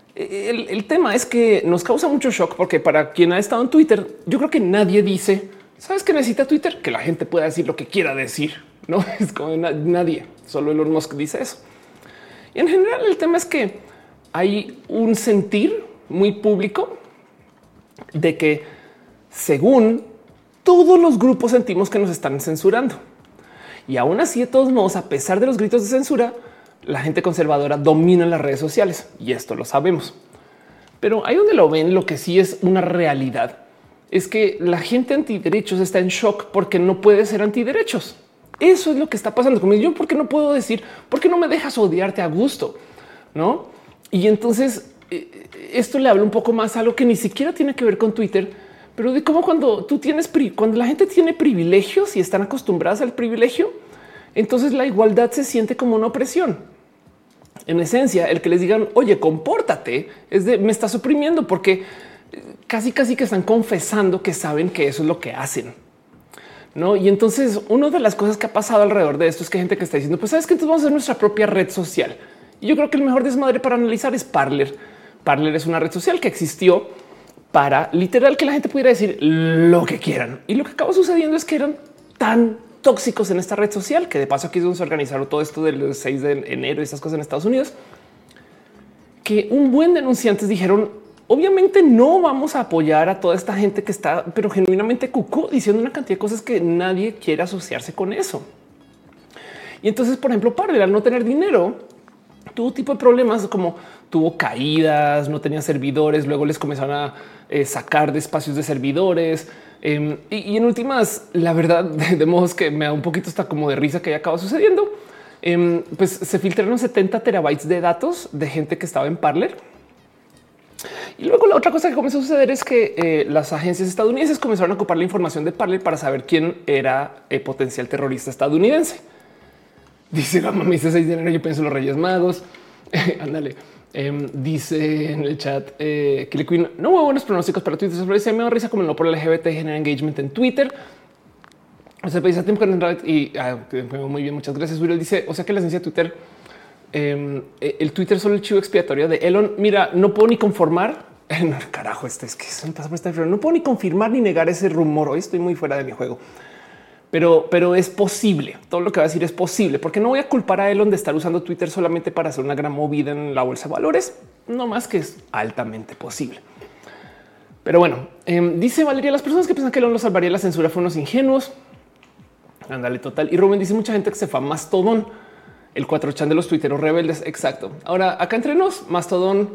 El, el tema es que nos causa mucho shock porque para quien ha estado en Twitter, yo creo que nadie dice ¿Sabes qué necesita Twitter? Que la gente pueda decir lo que quiera decir. No es como na- nadie, solo Elon Musk dice eso. Y en general el tema es que hay un sentir muy público de que según todos los grupos sentimos que nos están censurando. Y aún así, de todos modos, a pesar de los gritos de censura, la gente conservadora domina las redes sociales y esto lo sabemos. Pero ahí donde lo ven, lo que sí es una realidad es que la gente antiderechos está en shock porque no puede ser antiderechos. Eso es lo que está pasando conmigo. Yo, ¿por qué no puedo decir por qué no me dejas odiarte a gusto? No? Y entonces esto le habla un poco más a algo que ni siquiera tiene que ver con Twitter, pero de cómo cuando tú tienes, cuando la gente tiene privilegios y están acostumbradas al privilegio, entonces la igualdad se siente como una opresión. En esencia, el que les digan, oye, compórtate, es de me estás oprimiendo porque casi, casi que están confesando que saben que eso es lo que hacen. No, y entonces una de las cosas que ha pasado alrededor de esto es que hay gente que está diciendo, pues sabes que entonces vamos a hacer nuestra propia red social. Y yo creo que el mejor desmadre para analizar es Parler. Parler es una red social que existió para literal que la gente pudiera decir lo que quieran. Y lo que acabó sucediendo es que eran tan tóxicos en esta red social, que de paso aquí es donde se organizaron todo esto del seis de enero y estas cosas en Estados Unidos, que un buen denunciantes dijeron, obviamente no vamos a apoyar a toda esta gente que está, pero genuinamente cucú, diciendo una cantidad de cosas que nadie quiere asociarse con eso. Y entonces, por ejemplo, Parler, al no tener dinero, tuvo tipo de problemas como tuvo caídas, no tenía servidores, luego les comenzaron a eh, sacar de espacios de servidores. Eh, y, y en últimas, la verdad, de, de modos que me da un poquito hasta como de risa que ya acaba sucediendo, eh, pues se filtraron setenta terabytes de datos de gente que estaba en Parler. Y luego la otra cosa que comenzó a suceder es que eh, las agencias estadounidenses comenzaron a ocupar la información de Parler para saber quién era el potencial terrorista estadounidense. Dice la mami, dice seis de enero, yo pienso en los Reyes Magos. Ándale. Eh, dice en el chat eh, que Queen no hubo buenos pronósticos para Twitter. Se me da risa como no por el L G B T genera engagement en Twitter. O sea, pedís a tiempo y ah, muy bien. Muchas gracias. Will dice, o sea que la esencia de Twitter, eh, el Twitter solo el chivo expiatorio de Elon. Mira, no puedo ni conformar. No, carajo, este es que pasa por esta. No puedo ni confirmar ni negar ese rumor. Hoy estoy muy fuera de mi juego. Pero, pero es posible. Todo lo que va a decir es posible, porque no voy a culpar a Elon de estar usando Twitter solamente para hacer una gran movida en la bolsa de valores, no más que es altamente posible. Pero bueno, eh, dice Valeria, las personas que piensan que Elon lo salvaría de la censura fueron unos ingenuos. Ándale, total. Y Rubén dice mucha gente que se fue a Mastodon, el cuatro chan de los tuiteros rebeldes. Exacto. Ahora acá entre nos, Mastodon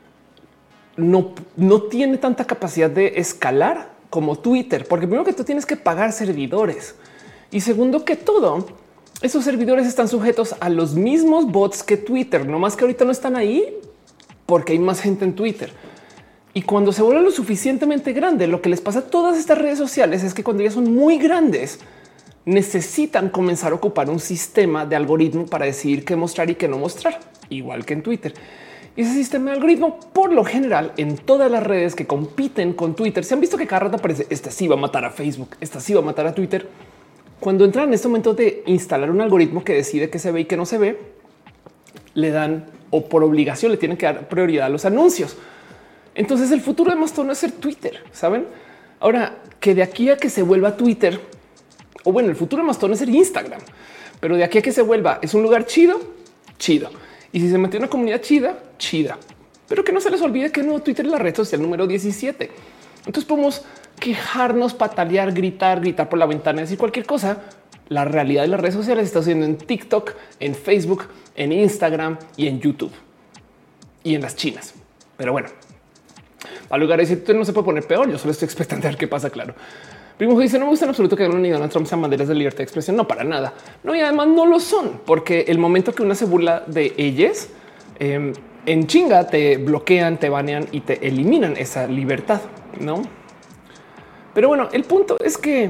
no, no tiene tanta capacidad de escalar como Twitter, porque primero que tú tienes que pagar servidores y segundo que todo, esos servidores están sujetos a los mismos bots que Twitter, no más que ahorita no están ahí porque hay más gente en Twitter. Y cuando se vuelve lo suficientemente grande, lo que les pasa a todas estas redes sociales es que cuando ya son muy grandes, necesitan comenzar a ocupar un sistema de algoritmo para decidir qué mostrar y qué no mostrar, igual que en Twitter. Y ese sistema de algoritmo, por lo general, en todas las redes que compiten con Twitter, se han visto que cada rato aparece esta sí va a matar a Facebook, esta sí va a matar a Twitter. Cuando entran en este momento de instalar un algoritmo que decide qué se ve y qué no se ve, le dan o por obligación le tienen que dar prioridad a los anuncios. Entonces el futuro de Mastodon es ser Twitter, ¿saben? Ahora, que de aquí a que se vuelva Twitter, o bueno, el futuro de Mastodon es ser Instagram, pero de aquí a que se vuelva es un lugar chido, chido. Y si se metió una comunidad chida, chida, pero que no se les olvide que no, Twitter es la red social número diecisiete. Entonces podemos quejarnos, patalear, gritar, gritar por la ventana, decir cualquier cosa. La realidad de las redes sociales está sucediendo en TikTok, en Facebook, en Instagram y en YouTube y en las chinas. Pero bueno, al lugar de Twitter no se puede poner peor. Yo solo estoy expectante a ver qué pasa. Claro. Primo dice no me gusta en absoluto que ni Donald Trump sean banderas de libertad de expresión. No, para nada. No, y además no lo son, porque el momento que una se burla de ellas eh, en chinga te bloquean, te banean y te eliminan esa libertad, no? Pero bueno, el punto es que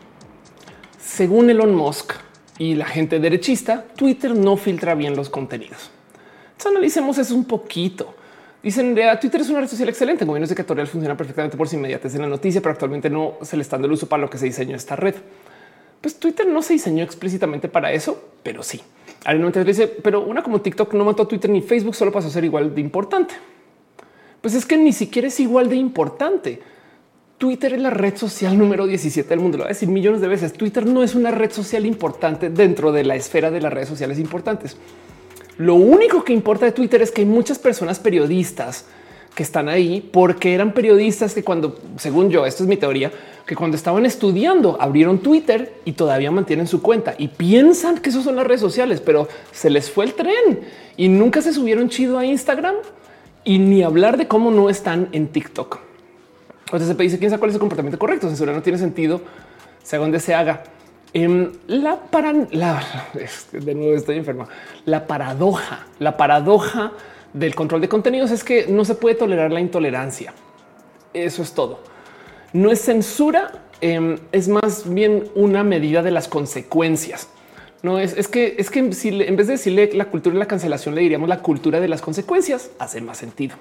según Elon Musk y la gente derechista, Twitter no filtra bien los contenidos. Entonces analicemos eso un poquito. Dicen de Twitter es una red social excelente. Gobiernos dictatorial funciona perfectamente por su inmediatez en la noticia, pero actualmente no se le está dando el uso para lo que se diseñó esta red. Pues Twitter no se diseñó explícitamente para eso, pero sí. Alguien dice, pero una como TikTok no mató a Twitter ni Facebook, solo pasó a ser igual de importante. Pues es que ni siquiera es igual de importante. Twitter es la red social número diecisiete del mundo. Lo voy a decir millones de veces. Twitter no es una red social importante dentro de la esfera de las redes sociales importantes. Lo único que importa de Twitter es que hay muchas personas periodistas que están ahí porque eran periodistas que cuando, según yo, esto es mi teoría, que cuando estaban estudiando abrieron Twitter y todavía mantienen su cuenta y piensan que esos son las redes sociales, pero se les fue el tren y nunca se subieron chido a Instagram y ni hablar de cómo no están en TikTok. Entonces se dice quién sabe cuál es el comportamiento correcto. Censura no tiene sentido según donde se haga. Eh, la para la de nuevo estoy enferma. La paradoja, la paradoja del control de contenidos es que no se puede tolerar la intolerancia. Eso es todo. No es censura, eh, es más bien una medida de las consecuencias. No es, es que es que si le, en vez de decirle la cultura de la cancelación, le diríamos la cultura de las consecuencias. Hace más sentido.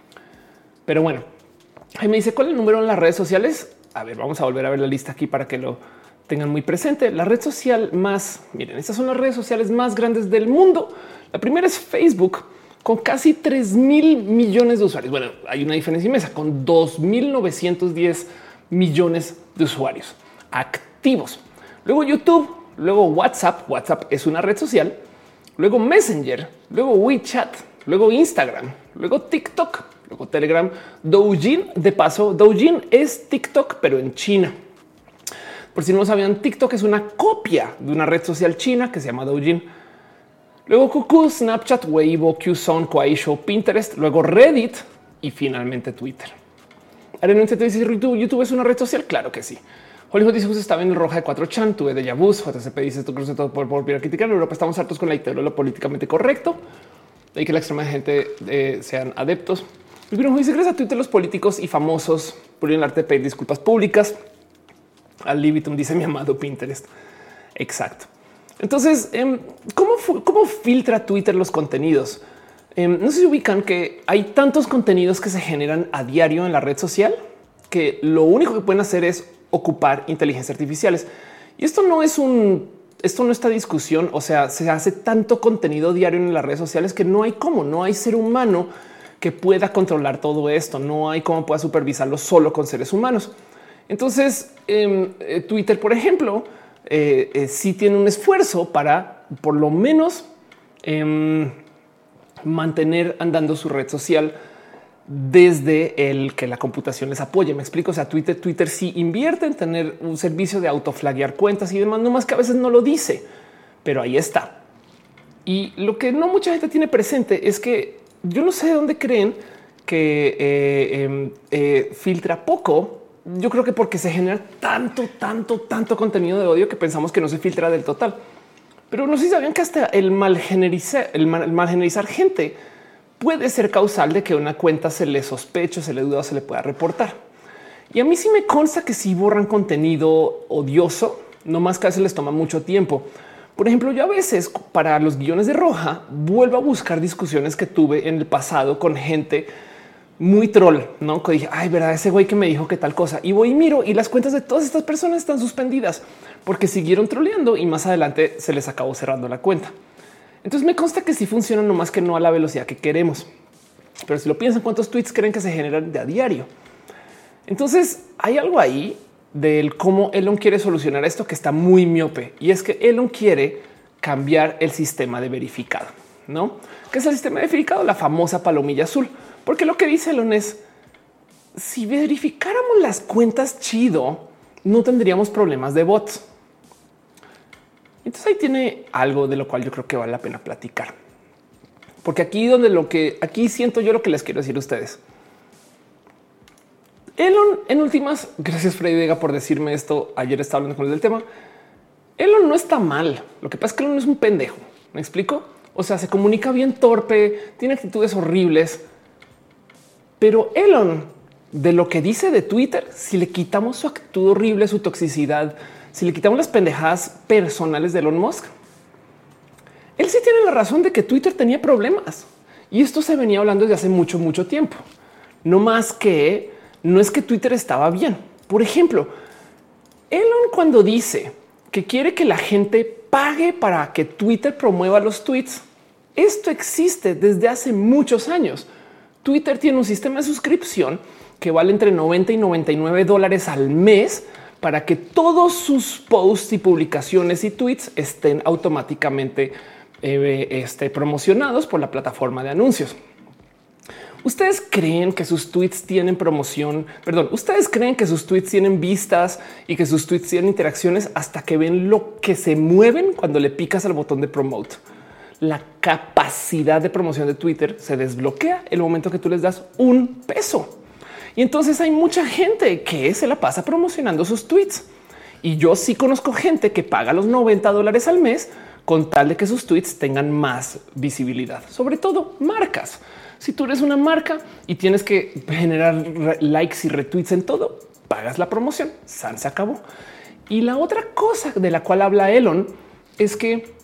Pero bueno, ahí me dice cuál es el número en las redes sociales. A ver, vamos a volver a ver la lista aquí para que lo tengan muy presente. La red social más, miren, estas son las redes sociales más grandes del mundo. La primera es Facebook con casi tres mil millones de usuarios. Bueno, hay una diferencia inmensa con dos mil novecientos diez millones de usuarios activos. Luego YouTube, luego WhatsApp. WhatsApp es una red social. Luego Messenger, luego WeChat, luego Instagram, luego TikTok, luego Telegram, Douyin. De paso, Douyin es TikTok, pero en China. Por si no lo sabían, TikTok es una copia de una red social china que se llama Douyin. Luego Kuku, Snapchat, Weibo, Qzone, Kuaishou, Pinterest, luego Reddit y finalmente Twitter. Arena te dice YouTube, YouTube es una red social. Claro que sí. Hollywood dice justo estaba en el roja de cuatro chan, tuve de Yabus, J C P dice tu cruce todo por, por, por criticar. En Europa estamos hartos con la idea de lo políticamente correcto y que la extrema gente eh, sean adeptos. Y bueno, dice gracias a Twitter los políticos y famosos por el arte de pedir disculpas públicas. Al libitum dice mi amado Pinterest. Exacto. Entonces, ¿cómo, cómo filtra Twitter los contenidos? No sé si ubican que hay tantos contenidos que se generan a diario en la red social que lo único que pueden hacer es ocupar inteligencias artificiales. Y esto no es un, esto no está discusión. O sea, se hace tanto contenido diario en las redes sociales que no hay cómo, no hay ser humano que pueda controlar todo esto. No hay cómo pueda supervisarlo solo con seres humanos. Entonces, eh, Twitter, por ejemplo, eh, eh, sí tiene un esfuerzo para por lo menos eh, mantener andando su red social desde el que la computación les apoye. Me explico. O sea, Twitter, Twitter sí invierte en tener un servicio de autoflaguear cuentas y demás, no más que a veces no lo dice, pero ahí está. Y lo que no mucha gente tiene presente es que yo no sé de dónde creen que eh, eh, eh, filtra poco. Yo creo que porque se genera tanto, tanto, tanto contenido de odio que pensamos que no se filtra del total. Pero no sé si sabían que hasta el mal generizar, el mal, el mal generizar gente puede ser causal de que una cuenta se le sospeche, se le duda o se le pueda reportar. Y a mí sí me consta que si borran contenido odioso, no más que a veces les toma mucho tiempo. Por ejemplo, yo a veces para los guiones de Roja vuelvo a buscar discusiones que tuve en el pasado con gente muy troll, no? Que dije, ay, verdad, ese güey que me dijo que tal cosa, y voy y miro y las cuentas de todas estas personas están suspendidas porque siguieron troleando y más adelante se les acabó cerrando la cuenta. Entonces me consta que sí funciona, no más que no a la velocidad que queremos. Pero si lo piensan, ¿cuántos tweets creen que se generan de a diario? Entonces hay algo ahí del cómo Elon quiere solucionar esto que está muy miope, y es que Elon quiere cambiar el sistema de verificado, ¿no? ¿Qué es el sistema de verificado? La famosa palomilla azul. Porque lo que dice Elon es, si verificáramos las cuentas chido, no tendríamos problemas de bots. Entonces ahí tiene algo de lo cual yo creo que vale la pena platicar. Porque aquí donde lo que aquí siento yo lo que les quiero decir a ustedes. Elon, en últimas, gracias Freddy Vega por decirme esto. Ayer estaba hablando con él del tema. Elon no está mal. Lo que pasa es que Elon es un pendejo. ¿Me explico? O sea, se comunica bien torpe, tiene actitudes horribles. Pero Elon, de lo que dice de Twitter, si le quitamos su actitud horrible, su toxicidad, si le quitamos las pendejadas personales de Elon Musk, él sí tiene la razón de que Twitter tenía problemas. Y esto se venía hablando desde hace mucho, mucho tiempo. No más que no es que Twitter estaba bien. Por ejemplo, Elon cuando dice que quiere que la gente pague para que Twitter promueva los tweets, esto existe desde hace muchos años. Twitter tiene un sistema de suscripción que vale entre noventa y noventa y nueve dólares al mes para que todos sus posts y publicaciones y tweets estén automáticamente eh, este, promocionados por la plataforma de anuncios. ¿Ustedes creen que sus tweets tienen promoción? Perdón, ¿ustedes creen que sus tweets tienen vistas y que sus tweets tienen interacciones hasta que ven lo que se mueven cuando le picas al botón de promote? La capacidad de promoción de Twitter se desbloquea el momento que tú les das un peso. Y entonces hay mucha gente que se la pasa promocionando sus tweets. Y yo sí conozco gente que paga los noventa dólares al mes con tal de que sus tweets tengan más visibilidad, sobre todo marcas. Si tú eres una marca y tienes que generar likes y retweets en todo, pagas la promoción. San se acabó. Y la otra cosa de la cual habla Elon es que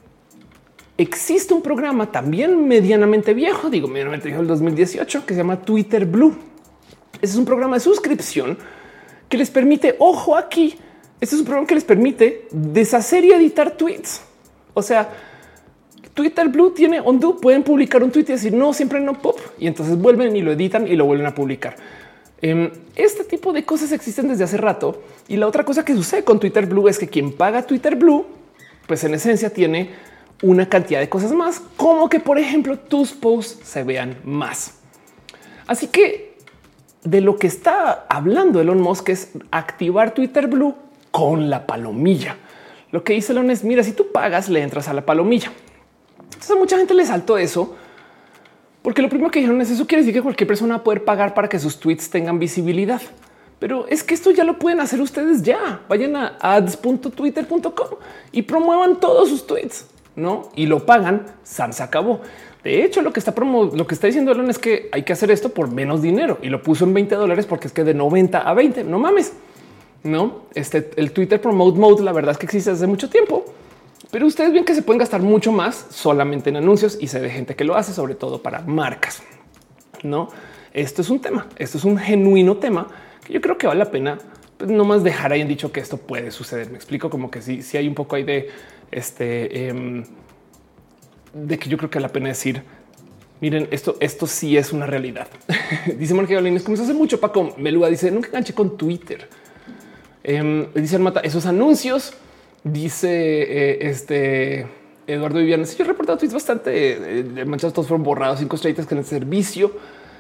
existe un programa también medianamente viejo, digo medianamente viejo, el dos mil dieciocho, que se llama Twitter Blue. Ese es un programa de suscripción que les permite, ojo aquí, este es un programa que les permite deshacer y editar tweets. O sea, Twitter Blue tiene undo, pueden publicar un tweet y decir no, siempre no pop, y entonces vuelven y lo editan y lo vuelven a publicar. Um, este tipo de cosas existen desde hace rato. Y la otra cosa que sucede con Twitter Blue es que quien paga Twitter Blue, pues en esencia tiene una cantidad de cosas más, como que por ejemplo tus posts se vean más. Así que de lo que está hablando Elon Musk es activar Twitter Blue con la palomilla. Lo que dice Elon es mira, si tú pagas, le entras a la palomilla. Entonces a mucha gente le saltó eso, porque lo primero que dijeron es eso quiere decir que cualquier persona va a poder pagar para que sus tweets tengan visibilidad. Pero es que esto ya lo pueden hacer ustedes ya. Vayan a ads punto twitter punto com y promuevan todos sus tweets, ¿no? Y lo pagan, San se acabó. De hecho, lo que está promo lo que está diciendo Elon es que hay que hacer esto por menos dinero y lo puso en veinte dólares porque es que de noventa a veinte, no mames. No, este el Twitter Promote Mode, la verdad es que existe desde mucho tiempo. Pero ustedes ven que se pueden gastar mucho más solamente en anuncios y se ve gente que lo hace, sobre todo para marcas. No, esto es un tema, esto es un genuino tema que yo creo que vale la pena pues, no más dejar ahí en dicho que esto puede suceder. Me explico como que sí, sí hay un poco ahí de este, eh, de que yo creo que vale la pena decir, miren, esto, esto sí es una realidad. Dice Mónica Galines, como se hace mucho. Paco Melúa dice nunca enganché con Twitter. Eh, dice Mata esos anuncios. Dice eh, este Eduardo Viviano. Si yo he reportado tweets bastante eh, manchados, todos fueron borrados, cinco estrellitas que en el servicio.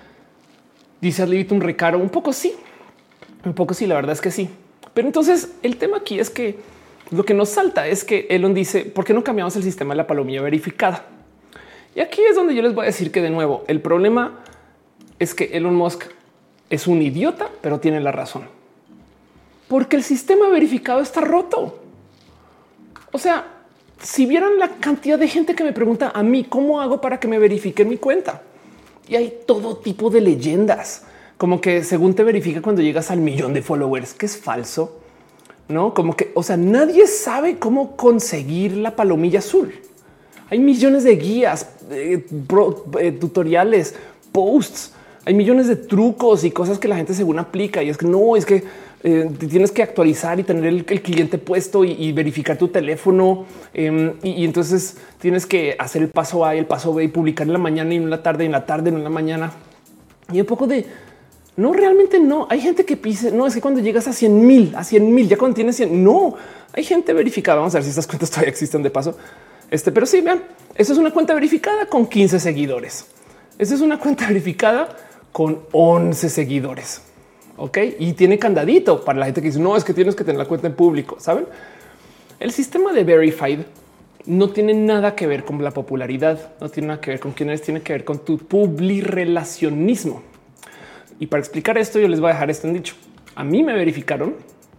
Dice Adlibitum Recaro. Un poco sí, un poco sí. La verdad es que sí. Pero entonces el tema aquí es que lo que nos salta es que Elon dice por qué no cambiamos el sistema de la palomilla verificada. Y aquí es donde yo les voy a decir que de nuevo el problema es que Elon Musk es un idiota, pero tiene la razón, porque el sistema verificado está roto. O sea, si vieran la cantidad de gente que me pregunta a mí cómo hago para que me verifiquen mi cuenta, y hay todo tipo de leyendas, como que según te verifica cuando llegas al millón de followers, que es falso, no como que, o sea, nadie sabe cómo conseguir la palomilla azul. Hay millones de guías, eh, pro, eh, tutoriales, posts, hay millones de trucos y cosas que la gente según aplica. Y es que no es que eh, tienes que actualizar y tener el, el cliente puesto y, y verificar tu teléfono. Eh, y, y entonces tienes que hacer el paso A y el paso B y publicar en la mañana y en la tarde, en la tarde, en la mañana. Y un poco de no, realmente no. Hay gente que pise. No es que cuando llegas a cien mil, a cien mil, ya cuando tienes cien, no hay gente verificada. Vamos a ver si estas cuentas todavía existen de paso. Este, pero sí, vean, eso es una cuenta verificada con quince seguidores. Esa es una cuenta verificada con once seguidores. Ok, y tiene candadito para la gente que dice no, es que tienes que tener la cuenta en público. Saben, el sistema de verified no tiene nada que ver con la popularidad, no tiene nada que ver con quién eres, tiene que ver con tu publirelacionismo. Y para explicar esto, yo les voy a dejar esto en dicho. A mí me verificaron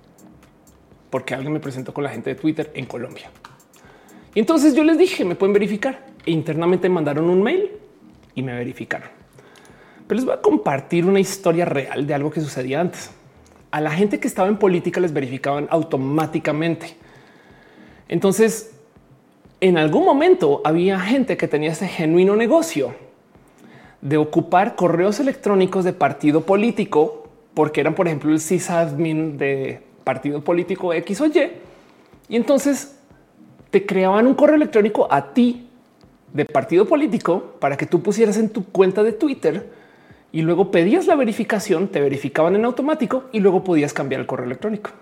porque alguien me presentó con la gente de Twitter en Colombia. Y entonces yo les dije, me pueden verificar. E internamente mandaron un mail y me verificaron. Pero les voy a compartir una historia real de algo que sucedía antes. A la gente que estaba en política les verificaban automáticamente. Entonces, en algún momento había gente que tenía ese genuino negocio de ocupar correos electrónicos de partido político, porque eran, por ejemplo, el sysadmin de partido político X o Y. Y entonces te creaban un correo electrónico a ti de partido político para que tú pusieras en tu cuenta de Twitter y luego pedías la verificación, te verificaban en automático y luego podías cambiar el correo electrónico.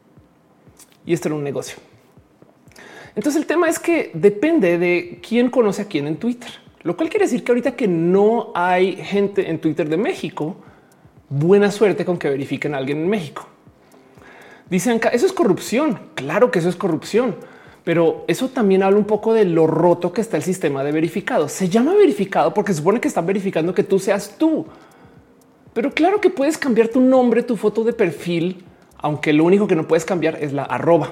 Y esto era un negocio. Entonces el tema es que depende de quién conoce a quién en Twitter, lo cual quiere decir que ahorita que no hay gente en Twitter de México, buena suerte con que verifiquen a alguien en México. Dicen que eso es corrupción. Claro que eso es corrupción, pero eso también habla un poco de lo roto que está el sistema de verificado. Se llama verificado porque se supone que están verificando que tú seas tú. Pero claro que puedes cambiar tu nombre, tu foto de perfil, aunque lo único que no puedes cambiar es la arroba.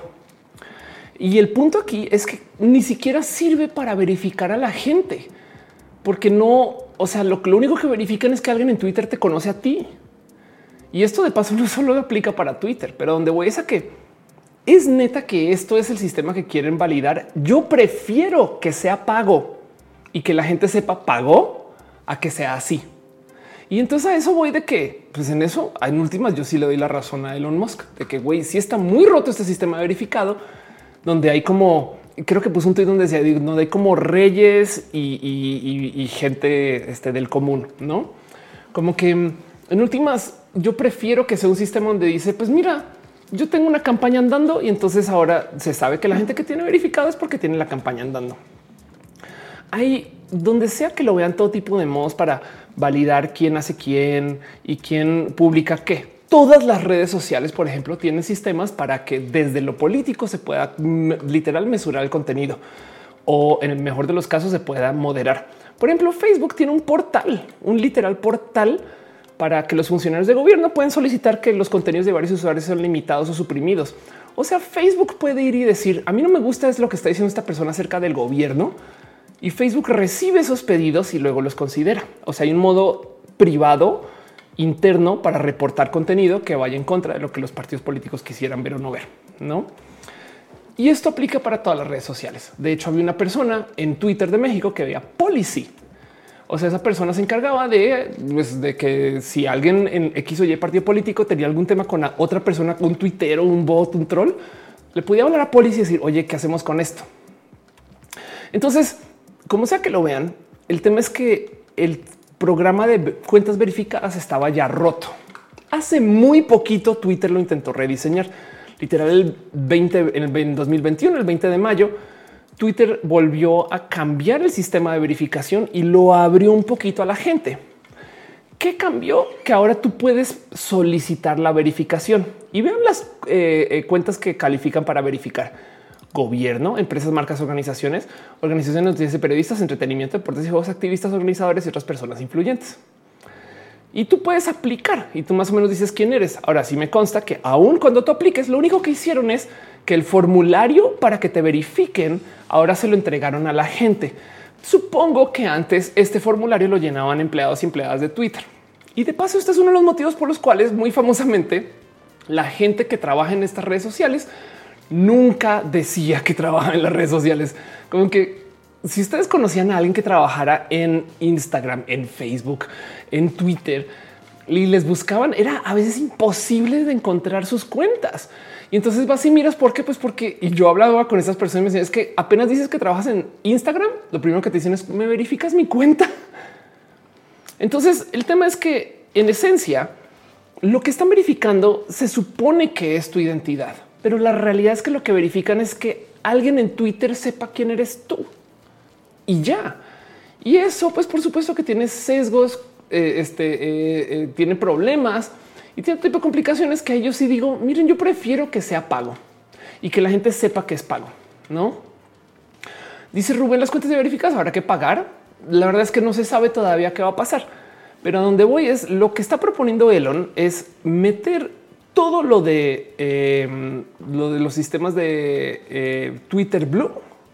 Y el punto aquí es que ni siquiera sirve para verificar a la gente, porque no, o sea, lo, lo único que verifican es que alguien en Twitter te conoce a ti. Y esto de paso no solo aplica para Twitter, pero donde voy es a que es neta que esto es el sistema que quieren validar. Yo prefiero que sea pago y que la gente sepa pagó a que sea así. Y entonces a eso voy de que, pues en eso, en últimas, yo sí le doy la razón a Elon Musk de que güey, sí está muy roto este sistema verificado, donde hay como, creo que puso un tweet donde decía, donde hay como reyes y, y, y, y gente este, del común, no como que en últimas, yo prefiero que sea un sistema donde dice, pues mira, yo tengo una campaña andando y entonces ahora se sabe que la gente que tiene verificado es porque tiene la campaña andando. Hay donde sea que lo vean todo tipo de modos para validar quién hace quién y quién publica qué. Todas las redes sociales, por ejemplo, tienen sistemas para que desde lo político se pueda literal mesurar el contenido o en el mejor de los casos se pueda moderar. Por ejemplo, Facebook tiene un portal, un literal portal para que los funcionarios de gobierno puedan solicitar que los contenidos de varios usuarios sean limitados o suprimidos. O sea, Facebook puede ir y decir, a mí no me gusta es lo que está diciendo esta persona acerca del gobierno, y Facebook recibe esos pedidos y luego los considera. O sea, hay un modo privado interno para reportar contenido que vaya en contra de lo que los partidos políticos quisieran ver o no ver, ¿no? Y esto aplica para todas las redes sociales. De hecho, había una persona en Twitter de México que veía policy. O sea, esa persona se encargaba de, pues, de que si alguien en X o Y partido político tenía algún tema con otra persona, un tuitero, un bot, un troll, le podía hablar a policy y decir, oye, ¿qué hacemos con esto? Entonces, como sea que lo vean, el tema es que el programa de cuentas verificadas estaba ya roto. Hace muy poquito Twitter lo intentó rediseñar. Literal el veinte, en el dos mil veintiuno, el veinte de mayo, Twitter volvió a cambiar el sistema de verificación y lo abrió un poquito a la gente. ¿Qué cambió? Que ahora tú puedes solicitar la verificación y vean las eh, eh, cuentas que califican para verificar. Gobierno, empresas, marcas, organizaciones, organizaciones de noticias, periodistas, entretenimiento, deportes y juegos, activistas, organizadores y otras personas influyentes. Y tú puedes aplicar y tú más o menos dices quién eres. Ahora sí me consta que aún cuando tú apliques, lo único que hicieron es que el formulario para que te verifiquen ahora se lo entregaron a la gente. Supongo que antes este formulario lo llenaban empleados y empleadas de Twitter. Y de paso, este es uno de los motivos por los cuales muy famosamente la gente que trabaja en estas redes sociales nunca decía que trabaja en las redes sociales. Como que si ustedes conocían a alguien que trabajara en Instagram, en Facebook, en Twitter y les buscaban, era a veces imposible de encontrar sus cuentas. Y entonces vas y miras por qué, pues porque y yo hablaba con esas personas y me decían, es que apenas dices que trabajas en Instagram, lo primero que te dicen es me verificas mi cuenta. Entonces el tema es que en esencia lo que están verificando se supone que es tu identidad, pero la realidad es que lo que verifican es que alguien en Twitter sepa quién eres tú y ya. Y eso, pues por supuesto que tiene sesgos, eh, este, eh, eh, tiene problemas y tiene tipo de complicaciones que yo sí digo, miren, yo prefiero que sea pago y que la gente sepa que es pago, ¿no? Dice Rubén, las cuentas de verificadas habrá que pagar. La verdad es que no se sabe todavía qué va a pasar, pero a donde voy es lo que está proponiendo Elon es meter todo lo de eh, lo de los sistemas de eh, Twitter Blue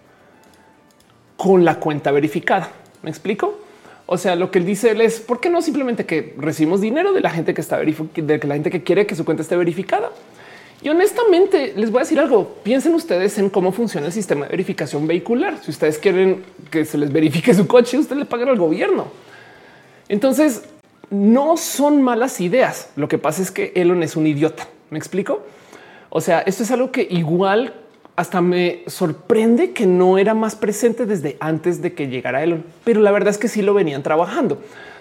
con la cuenta verificada. ¿Me explico? O sea, lo que él dice él es por qué no simplemente que recibimos dinero de la gente que está verificada, de la gente que quiere que su cuenta esté verificada. Y honestamente les voy a decir algo. Piensen ustedes en cómo funciona el sistema de verificación vehicular. Si ustedes quieren que se les verifique su coche, ustedes le pagan al gobierno. Entonces, no son malas ideas. Lo que pasa es que Elon es un idiota. ¿Me explico? O sea, esto es algo que igual hasta me sorprende que no era más presente desde antes de que llegara Elon, pero la verdad es que sí lo venían trabajando.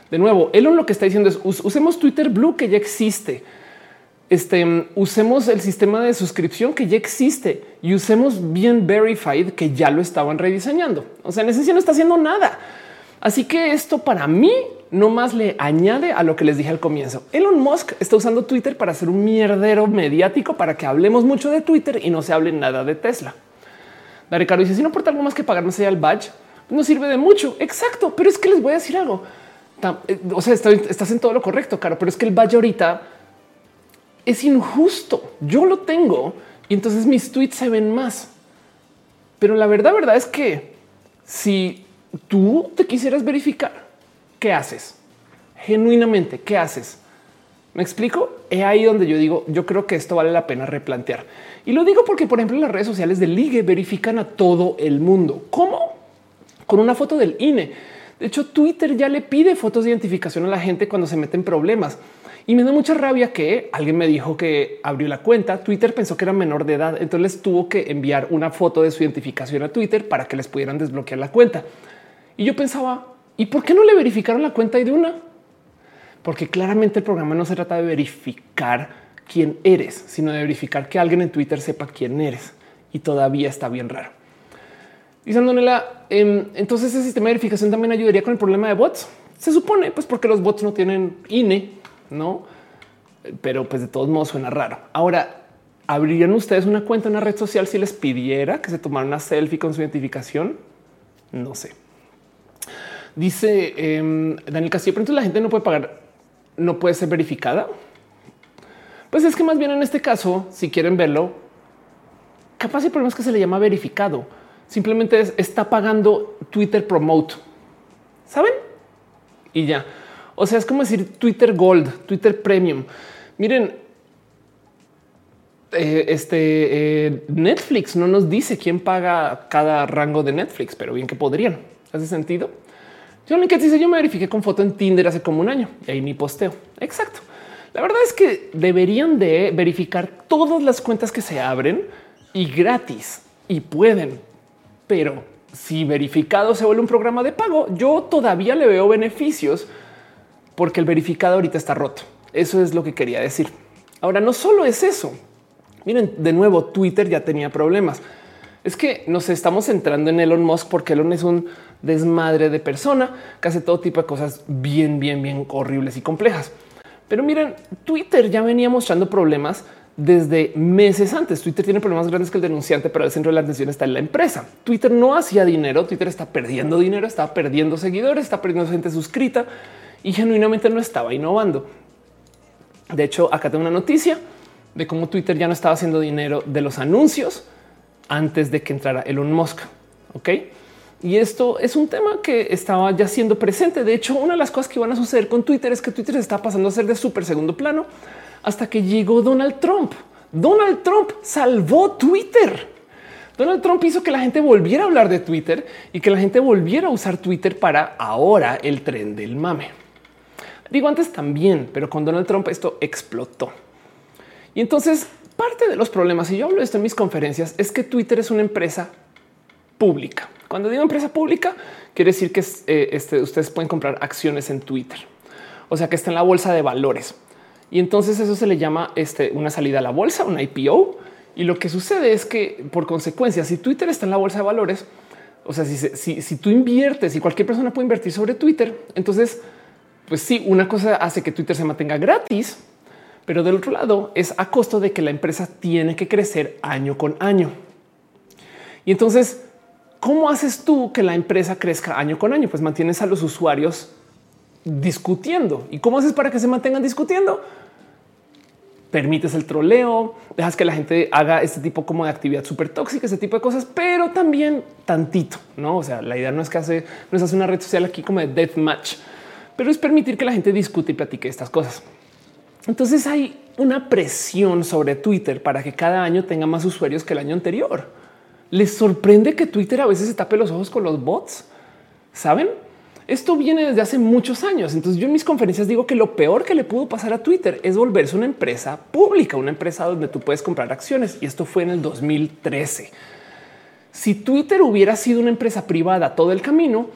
De nuevo, Elon lo que está diciendo es us usemos Twitter Blue, que ya existe. Este, usemos el sistema de suscripción que ya existe y usemos bien Verified, que ya lo estaban rediseñando. O sea, en esencia no está haciendo nada. Así que esto para mí no más le añade a lo que les dije al comienzo. Elon Musk está usando Twitter para hacer un mierdero mediático para que hablemos mucho de Twitter y no se hable nada de Tesla. La Ricardo dice: si no importa algo más que pagar más allá el badge, no sirve de mucho. Exacto, pero es que les voy a decir algo. O sea, estás en todo lo correcto, Caro, pero es que el badge ahorita es injusto. Yo lo tengo y entonces mis tweets se ven más. Pero la verdad, verdad es que si tú te quisieras verificar, ¿qué haces? Genuinamente, ¿qué haces? ¿Me explico? Es ahí donde yo digo, yo creo que esto vale la pena replantear. Y lo digo porque, por ejemplo, las redes sociales de Ligue verifican a todo el mundo. ¿Cómo? Con una foto del I N E. De hecho, Twitter ya le pide fotos de identificación a la gente cuando se meten problemas. Y me da mucha rabia que alguien me dijo que abrió la cuenta. Twitter pensó que era menor de edad, entonces les tuvo que enviar una foto de su identificación a Twitter para que les pudieran desbloquear la cuenta. Y yo pensaba, ¿y por qué no le verificaron la cuenta y de una? Porque claramente el programa no se trata de verificar quién eres, sino de verificar que alguien en Twitter sepa quién eres. Y todavía está bien raro. Dice Andonela, eh, entonces ese sistema de verificación también ayudaría con el problema de bots. Se supone, pues porque los bots no tienen I N E, no, pero pues de todos modos suena raro. Ahora, ¿abrirían ustedes una cuenta en una red social si les pidiera que se tomara una selfie con su identificación? No sé. Dice eh, Daniel Castillo, pero entonces la gente no puede pagar, no puede ser verificada. Pues es que más bien en este caso, si quieren verlo, capaz el problema es que se le llama verificado. Simplemente es, está pagando Twitter Promote, ¿saben? Y ya. O sea, es como decir Twitter Gold, Twitter Premium. Miren, eh, este eh, Netflix no nos dice quién paga cada rango de Netflix, pero bien que podrían. ¿Hace sentido? Johnny que dice: yo me verifiqué con foto en Tinder hace como un año y ahí ni posteo. Exacto. La verdad es que deberían de verificar todas las cuentas que se abren y gratis y pueden. Pero si verificado se vuelve un programa de pago, yo todavía le veo beneficios porque el verificado ahorita está roto. Eso es lo que quería decir. Ahora, no solo es eso. Miren, de nuevo, Twitter ya tenía problemas. Es que nos estamos centrando en Elon Musk porque Elon es un desmadre de persona que hace todo tipo de cosas bien, bien, bien horribles y complejas. Pero miren, Twitter ya venía mostrando problemas desde meses antes. Twitter tiene problemas grandes que el denunciante, pero el centro de la atención está en la empresa. Twitter no hacía dinero. Twitter está perdiendo dinero, está perdiendo seguidores, está perdiendo gente suscrita y genuinamente no estaba innovando. De hecho, acá tengo una noticia de cómo Twitter ya no estaba haciendo dinero de los anuncios antes de que entrara Elon Musk. Ok. Y esto es un tema que estaba ya siendo presente. De hecho, una de las cosas que van a suceder con Twitter es que Twitter se está pasando a ser de súper segundo plano hasta que llegó Donald Trump. Donald Trump salvó Twitter. Donald Trump hizo que la gente volviera a hablar de Twitter y que la gente volviera a usar Twitter para ahora el tren del mame. Digo antes también, pero con Donald Trump esto explotó. Y entonces parte de los problemas, y yo hablo de esto en mis conferencias, es que Twitter es una empresa pública. Cuando digo empresa pública, quiere decir que eh, este, ustedes pueden comprar acciones en Twitter. O sea que está en la bolsa de valores. Y entonces eso se le llama este, una salida a la bolsa, un I P O. Y lo que sucede es que por consecuencia, si Twitter está en la bolsa de valores, o sea, si, si, si tú inviertes y cualquier persona puede invertir sobre Twitter, entonces, pues sí, una cosa hace que Twitter se mantenga gratis, pero del otro lado es a costo de que la empresa tiene que crecer año con año. Y entonces, ¿cómo haces tú que la empresa crezca año con año? Pues mantienes a los usuarios discutiendo. ¿Y cómo haces para que se mantengan discutiendo? Permites el troleo, dejas que la gente haga este tipo como de actividad súper tóxica, ese tipo de cosas, pero también tantito, ¿no? O sea, la idea no es que hace, no es hacer una red social aquí como de deathmatch, pero es permitir que la gente discute y platique estas cosas. Entonces hay una presión sobre Twitter para que cada año tenga más usuarios que el año anterior. ¿Les sorprende que Twitter a veces se tape los ojos con los bots? ¿Saben? Esto viene desde hace muchos años. Entonces yo en mis conferencias digo que lo peor que le pudo pasar a Twitter es volverse una empresa pública, una empresa donde tú puedes comprar acciones. Y esto fue en el dos mil trece. Si Twitter hubiera sido una empresa privada todo el camino,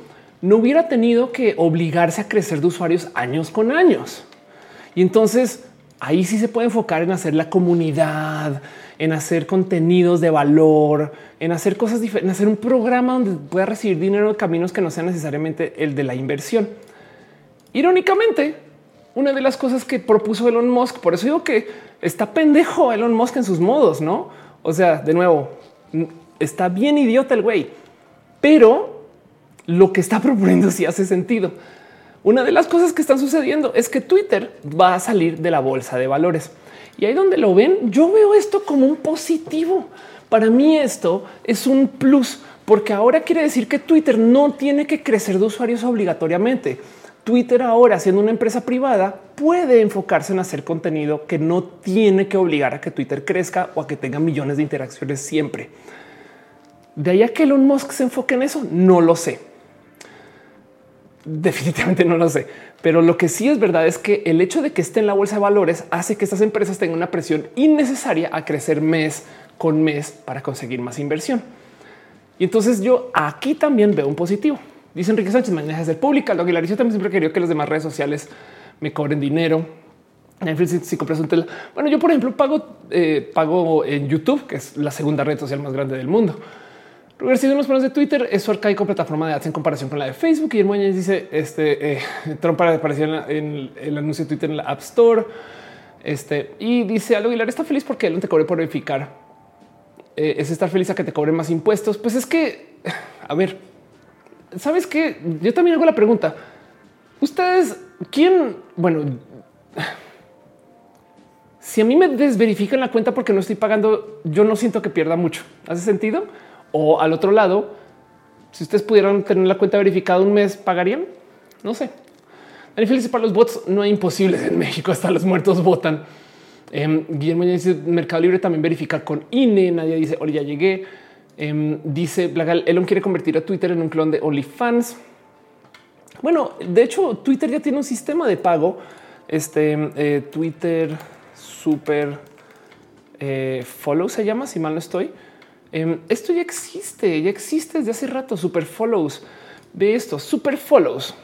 no hubiera tenido que obligarse a crecer de usuarios años con años. Y entonces ahí sí se puede enfocar en hacer la comunidad, en hacer contenidos de valor, en hacer cosas diferentes, en hacer un programa donde pueda recibir dinero de caminos que no sean necesariamente el de la inversión. Irónicamente, una de las cosas que propuso Elon Musk, por eso digo que está pendejo Elon Musk en sus modos, ¿no? O sea, de nuevo, está bien idiota el güey, pero lo que está proponiendo sí hace sentido. Una de las cosas que están sucediendo es que Twitter va a salir de la bolsa de valores. Y ahí donde lo ven, yo veo esto como un positivo. Para mí esto es un plus, porque ahora quiere decir que Twitter no tiene que crecer de usuarios obligatoriamente. Twitter ahora, siendo una empresa privada, puede enfocarse en hacer contenido que no tiene que obligar a que Twitter crezca o a que tenga millones de interacciones siempre. De ahí a que Elon Musk se enfoque en eso, no lo sé. Definitivamente no lo sé, pero lo que sí es verdad es que el hecho de que esté en la bolsa de valores hace que estas empresas tengan una presión innecesaria a crecer mes con mes para conseguir más inversión. Y entonces yo aquí también veo un positivo. Dice Enrique Sánchez, mañana es ser pública. Lo Aguilar, yo también siempre he querido que las demás redes sociales me cobren dinero. Si, si compras un tel... Bueno, yo por ejemplo pago, eh, pago en YouTube, que es la segunda red social más grande del mundo. Reciben los planes de Twitter, es su arcaico plataforma de ads en comparación con la de Facebook. Y el Muñoz dice este eh, Trump apareció en, en el anuncio de Twitter en la App Store. Este y dice Aldo Aguilar está feliz porque él no te cobre por verificar. Eh, es estar feliz a que te cobren más impuestos. Pues es que, a ver, sabes que yo también hago la pregunta. Ustedes, quién? Bueno, si a mí me desverifican la cuenta porque no estoy pagando, yo no siento que pierda mucho. ¿Hace sentido? O al otro lado, si ustedes pudieran tener la cuenta verificada un mes, ¿pagarían? No sé. Dani Feliz, para los bots no hay imposibles en México, hasta los muertos votan. Eh, Guillermo dice Mercado Libre también verifica con I N E. Nadie dice hola, ya llegué. Eh, dice Blagal, Elon quiere convertir a Twitter en un clon de OnlyFans. Bueno, de hecho, Twitter ya tiene un sistema de pago. Este eh, Twitter Super eh, Follow se llama, si mal no estoy. Um, esto ya existe, ya existe desde hace rato. Super Follows. Ve esto, Super Follows.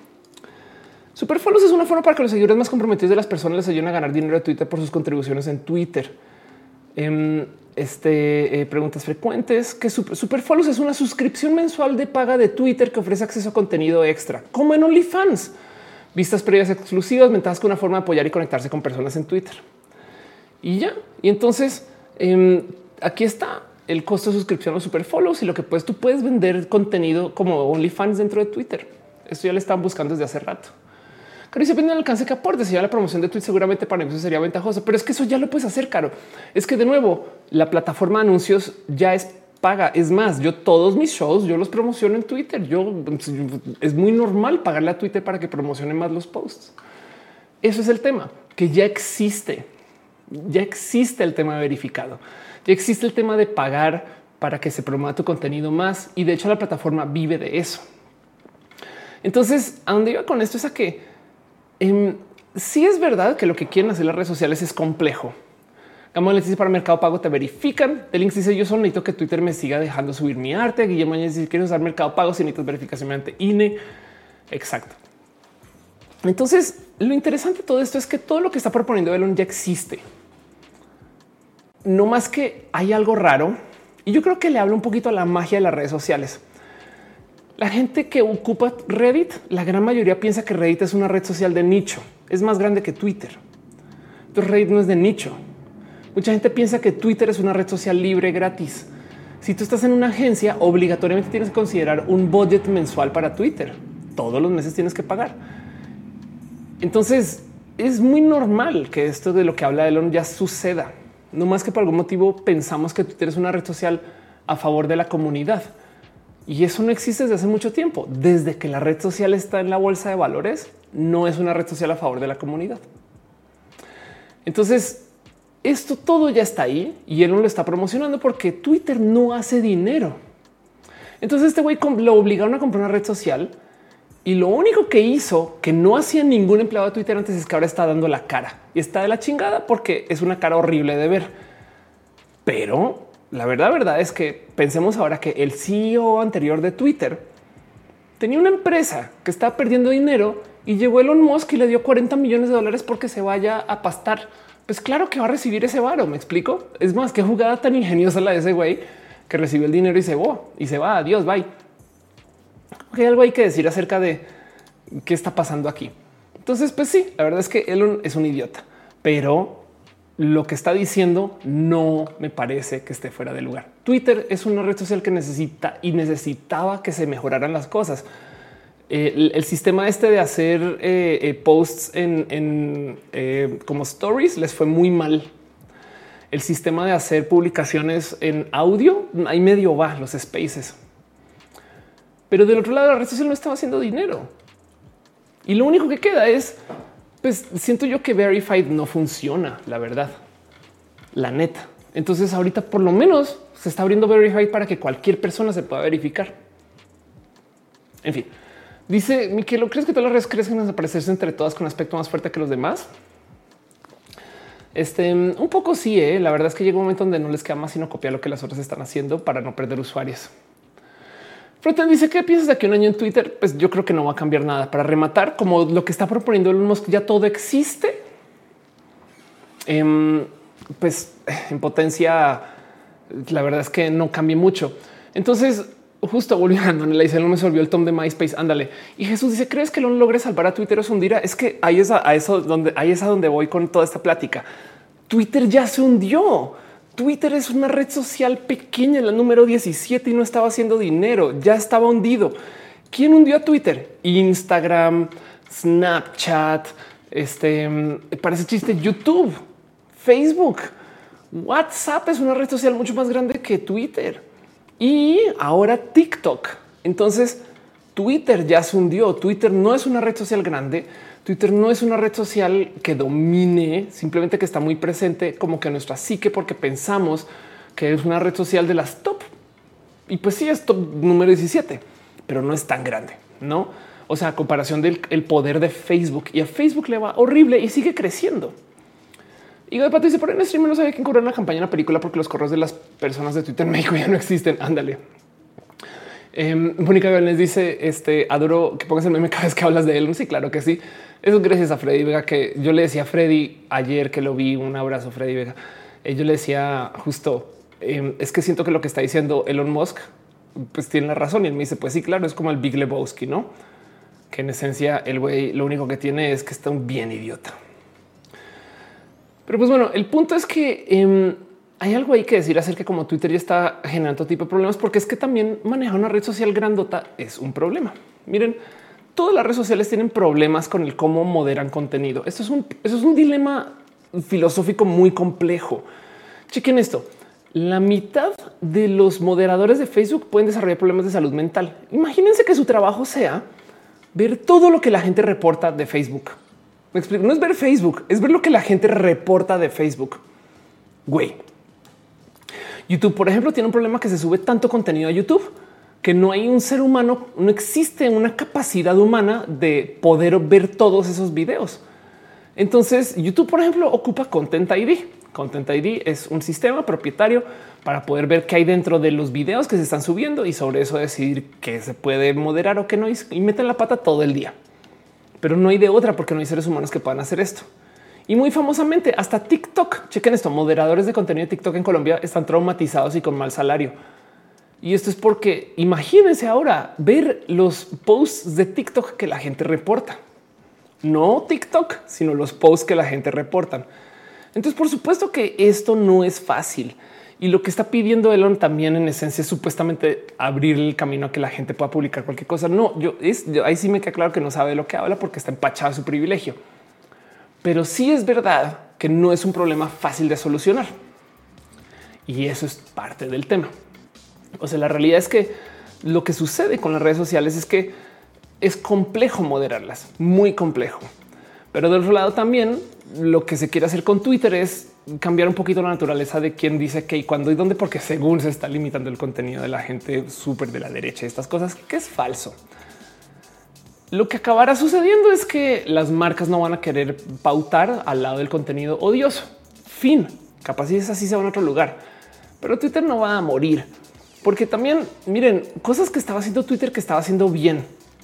Super Follows es una forma para que los seguidores más comprometidos de las personas les ayuden a ganar dinero de Twitter por sus contribuciones en Twitter. Um, este eh, preguntas frecuentes que Super, Super Follows es una suscripción mensual de paga de Twitter que ofrece acceso a contenido extra, como en OnlyFans, vistas previas exclusivas, ventajas con una forma de apoyar y conectarse con personas en Twitter. Y ya. Y entonces um, aquí está el costo de suscripción a los Super Follows y lo que puedes, tú puedes vender contenido como OnlyFans dentro de Twitter. Esto ya le están buscando desde hace rato. Caro, dice depende del alcance que aporte. Si ya la promoción de Twitter seguramente para negocios sería ventajoso, pero es que eso ya lo puedes hacer, Caro. Es que de nuevo la plataforma de anuncios ya es paga. Es más, yo todos mis shows yo los promociono en Twitter. Yo es muy normal pagarle a Twitter para que promocione más los posts. Eso es el tema que ya existe. Ya existe el tema verificado. Ya existe el tema de pagar para que se promueva tu contenido más. Y de hecho la plataforma vive de eso. Entonces, a dónde iba con esto es a que eh, sí es verdad que lo que quieren hacer las redes sociales es complejo. Gamo les dice para Mercado Pago te verifican. The Links dice yo solo necesito que Twitter me siga dejando subir mi arte. Guillermo dice si quieres usar Mercado Pago si necesitas verificación mediante I N E. Exacto. Entonces, lo interesante de todo esto es que todo lo que está proponiendo Elon ya existe. No más que hay algo raro y yo creo que le habla un poquito a la magia de las redes sociales. La gente que ocupa Reddit, la gran mayoría piensa que Reddit es una red social de nicho, es más grande que Twitter. Entonces Reddit no es de nicho. Mucha gente piensa que Twitter es una red social libre, gratis. Si tú estás en una agencia, obligatoriamente tienes que considerar un budget mensual para Twitter. Todos los meses tienes que pagar. Entonces es muy normal que esto de lo que habla Elon ya suceda. No más que por algún motivo pensamos que Twitter es una red social a favor de la comunidad. Y eso no existe desde hace mucho tiempo. Desde que la red social está en la bolsa de valores, no es una red social a favor de la comunidad. Entonces, esto todo ya está ahí y él no lo está promocionando porque Twitter no hace dinero. Entonces este güey lo obligaron a comprar una red social y lo único que hizo que no hacía ningún empleado de Twitter antes es que ahora está dando la cara y está de la chingada porque es una cara horrible de ver. Pero la verdad, verdad es que pensemos ahora que el C E O anterior de Twitter tenía una empresa que estaba perdiendo dinero y llegó Elon Musk y le dio cuarenta millones de dólares porque se vaya a pastar. Pues claro que va a recibir ese varo. Me explico. Es más, qué jugada tan ingeniosa la de ese güey que recibió el dinero y se va y se va. Adiós, bye. Hay algo hay que decir acerca de qué está pasando aquí. Entonces, pues sí, la verdad es que Elon es un idiota, pero lo que está diciendo no me parece que esté fuera de lugar. Twitter es una red social que necesita y necesitaba que se mejoraran las cosas. Eh, el, el sistema este de hacer eh, eh, posts en, en eh, como stories les fue muy mal. El sistema de hacer publicaciones en audio ahí medio va, los spaces. Pero del otro lado la red social no estaba haciendo dinero. Y lo único que queda es, pues siento yo que Verified no funciona, la verdad, la neta. Entonces ahorita por lo menos se está abriendo Verified para que cualquier persona se pueda verificar. En fin, dice Miquel, ¿crees que todas las redes crecen a desaparecerse entre todas con aspecto más fuerte que los demás? Este un poco sí, ¿eh? La verdad es que llega un momento donde no les queda más sino copiar lo que las otras están haciendo para no perder usuarios. Froten dice, ¿qué piensas de aquí un año en Twitter? Pues yo creo que no va a cambiar nada. Para rematar, como lo que está proponiendo Elon Musk, ya todo existe. Eh, pues en potencia, la verdad es que no cambia mucho. Entonces, justo volviendo, le dice, no me solvió el tom de MySpace. Ándale. Y Jesús dice, ¿crees que lo logre salvar a Twitter o se hundirá? Es que ahí es a, a eso donde ahí es a donde voy con toda esta plática. Twitter ya se hundió. Twitter es una red social pequeña, la número diecisiete, y no estaba haciendo dinero, ya estaba hundido. ¿Quién hundió a Twitter? Instagram, Snapchat, este, parece chiste, YouTube, Facebook, WhatsApp es una red social mucho más grande que Twitter. Y ahora TikTok. Entonces, Twitter ya se hundió. Twitter no es una red social grande. Twitter no es una red social que domine, simplemente que está muy presente como que en nuestra psique porque pensamos que es una red social de las top. Y pues sí, es top número diecisiete, pero no es tan grande, ¿no? O sea, a comparación del el poder de Facebook, y a Facebook le va horrible y sigue creciendo. Y de Pato dice, por ahí en stream no sabía quién cobrar una campaña en una película porque los correos de las personas de Twitter en México ya no existen. Ándale. Eh, Mónica Belén dice, este, adoro que pongas el meme cada vez que hablas de él. Sí, claro que sí. Eso gracias a Freddy Vega, que yo le decía a Freddy ayer que lo vi, un abrazo Freddy Vega. Eh, yo le decía justo, eh, es que siento que lo que está diciendo Elon Musk, pues tiene la razón. Y él me dice, pues sí, claro, es como el Big Lebowski, ¿no? Que en esencia el güey lo único que tiene es que está un bien idiota. Pero pues bueno, el punto es que eh, hay algo ahí que decir acerca de cómo Twitter ya está generando todo tipo de problemas, porque es que también manejar una red social grandota es un problema. Miren, todas las redes sociales tienen problemas con el cómo moderan contenido. Esto es un, eso es un dilema filosófico muy complejo. Chequen esto. La mitad de los moderadores de Facebook pueden desarrollar problemas de salud mental. Imagínense que su trabajo sea ver todo lo que la gente reporta de Facebook. Me explico. No es ver Facebook, es ver lo que la gente reporta de Facebook. Güey. YouTube, por ejemplo, tiene un problema que se sube tanto contenido a YouTube que no hay un ser humano, no existe una capacidad humana de poder ver todos esos videos. Entonces, YouTube, por ejemplo, ocupa Content I D. Content I D es un sistema propietario para poder ver qué hay dentro de los videos que se están subiendo y sobre eso decidir qué se puede moderar o qué no, y meten la pata todo el día. Pero no hay de otra porque no hay seres humanos que puedan hacer esto. Y muy famosamente, hasta TikTok. Chequen esto. Moderadores de contenido de TikTok en Colombia están traumatizados y con mal salario. Y esto es porque imagínense ahora ver los posts de TikTok que la gente reporta. No TikTok, sino los posts que la gente reportan. Entonces, por supuesto que esto no es fácil. Y lo que está pidiendo Elon también en esencia es supuestamente abrir el camino a que la gente pueda publicar cualquier cosa. No, yo, es, yo ahí sí me queda claro que no sabe de lo que habla porque está empachado de su privilegio. Pero sí es verdad que no es un problema fácil de solucionar. Y eso es parte del tema. O sea, la realidad es que lo que sucede con las redes sociales es que es complejo moderarlas, muy complejo. Pero del otro lado también lo que se quiere hacer con Twitter es cambiar un poquito la naturaleza de quién dice qué y cuándo y dónde, porque según se está limitando el contenido de la gente súper de la derecha, estas cosas, que es falso. Lo que acabará sucediendo es que las marcas no van a querer pautar al lado del contenido odioso. Fin. Capaz si es así, se va a otro lugar, pero Twitter no va a morir, porque también miren cosas que estaba haciendo Twitter que estaba haciendo bien.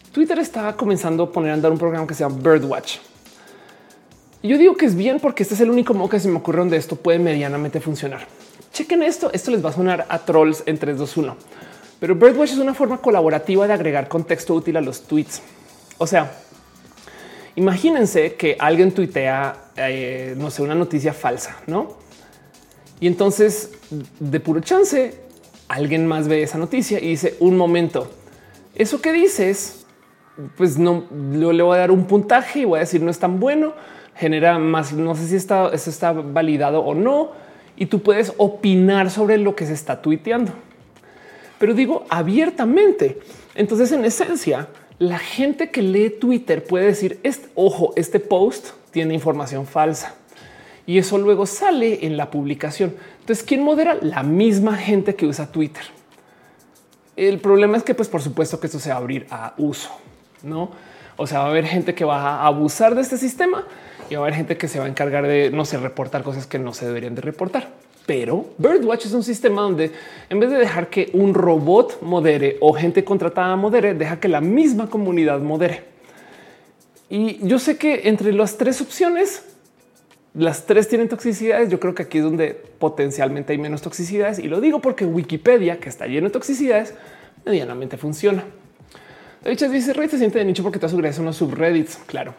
Twitter está comenzando a poner a andar un programa que se llama Birdwatch. Y yo digo que es bien porque este es el único modo que se me ocurre donde esto puede medianamente funcionar. Chequen esto. Esto les va a sonar a trolls en tres, dos, uno. Pero Birdwatch es una forma colaborativa de agregar contexto útil a los tweets. O sea, imagínense que alguien tuitea, eh, no sé, una noticia falsa, ¿no? Y entonces, de puro chance, alguien más ve esa noticia y dice, un momento, eso que dices, pues no yo le voy a dar un puntaje y voy a decir no es tan bueno, genera más, no sé si está, eso está validado o no, y tú puedes opinar sobre lo que se está tuiteando. Pero digo abiertamente. Entonces, en esencia, la gente que lee Twitter puede decir, este, ojo, este post tiene información falsa. Y eso luego sale en la publicación. Entonces, ¿quién modera? La misma gente que usa Twitter. El problema es que, pues, por supuesto que esto se va a abrir a uso, ¿no? O sea, va a haber gente que va a abusar de este sistema y va a haber gente que se va a encargar de, no sé, reportar cosas que no se deberían de reportar. Pero Birdwatch es un sistema donde en vez de dejar que un robot modere o gente contratada modere, deja que la misma comunidad modere. Y yo sé que entre las tres opciones, las tres tienen toxicidades. Yo creo que aquí es donde potencialmente hay menos toxicidades. Y lo digo porque Wikipedia, que está lleno de toxicidades, medianamente funciona. De hecho, dice Reddit se siente de nicho porque todas sus gracias son los subreddits. Claro.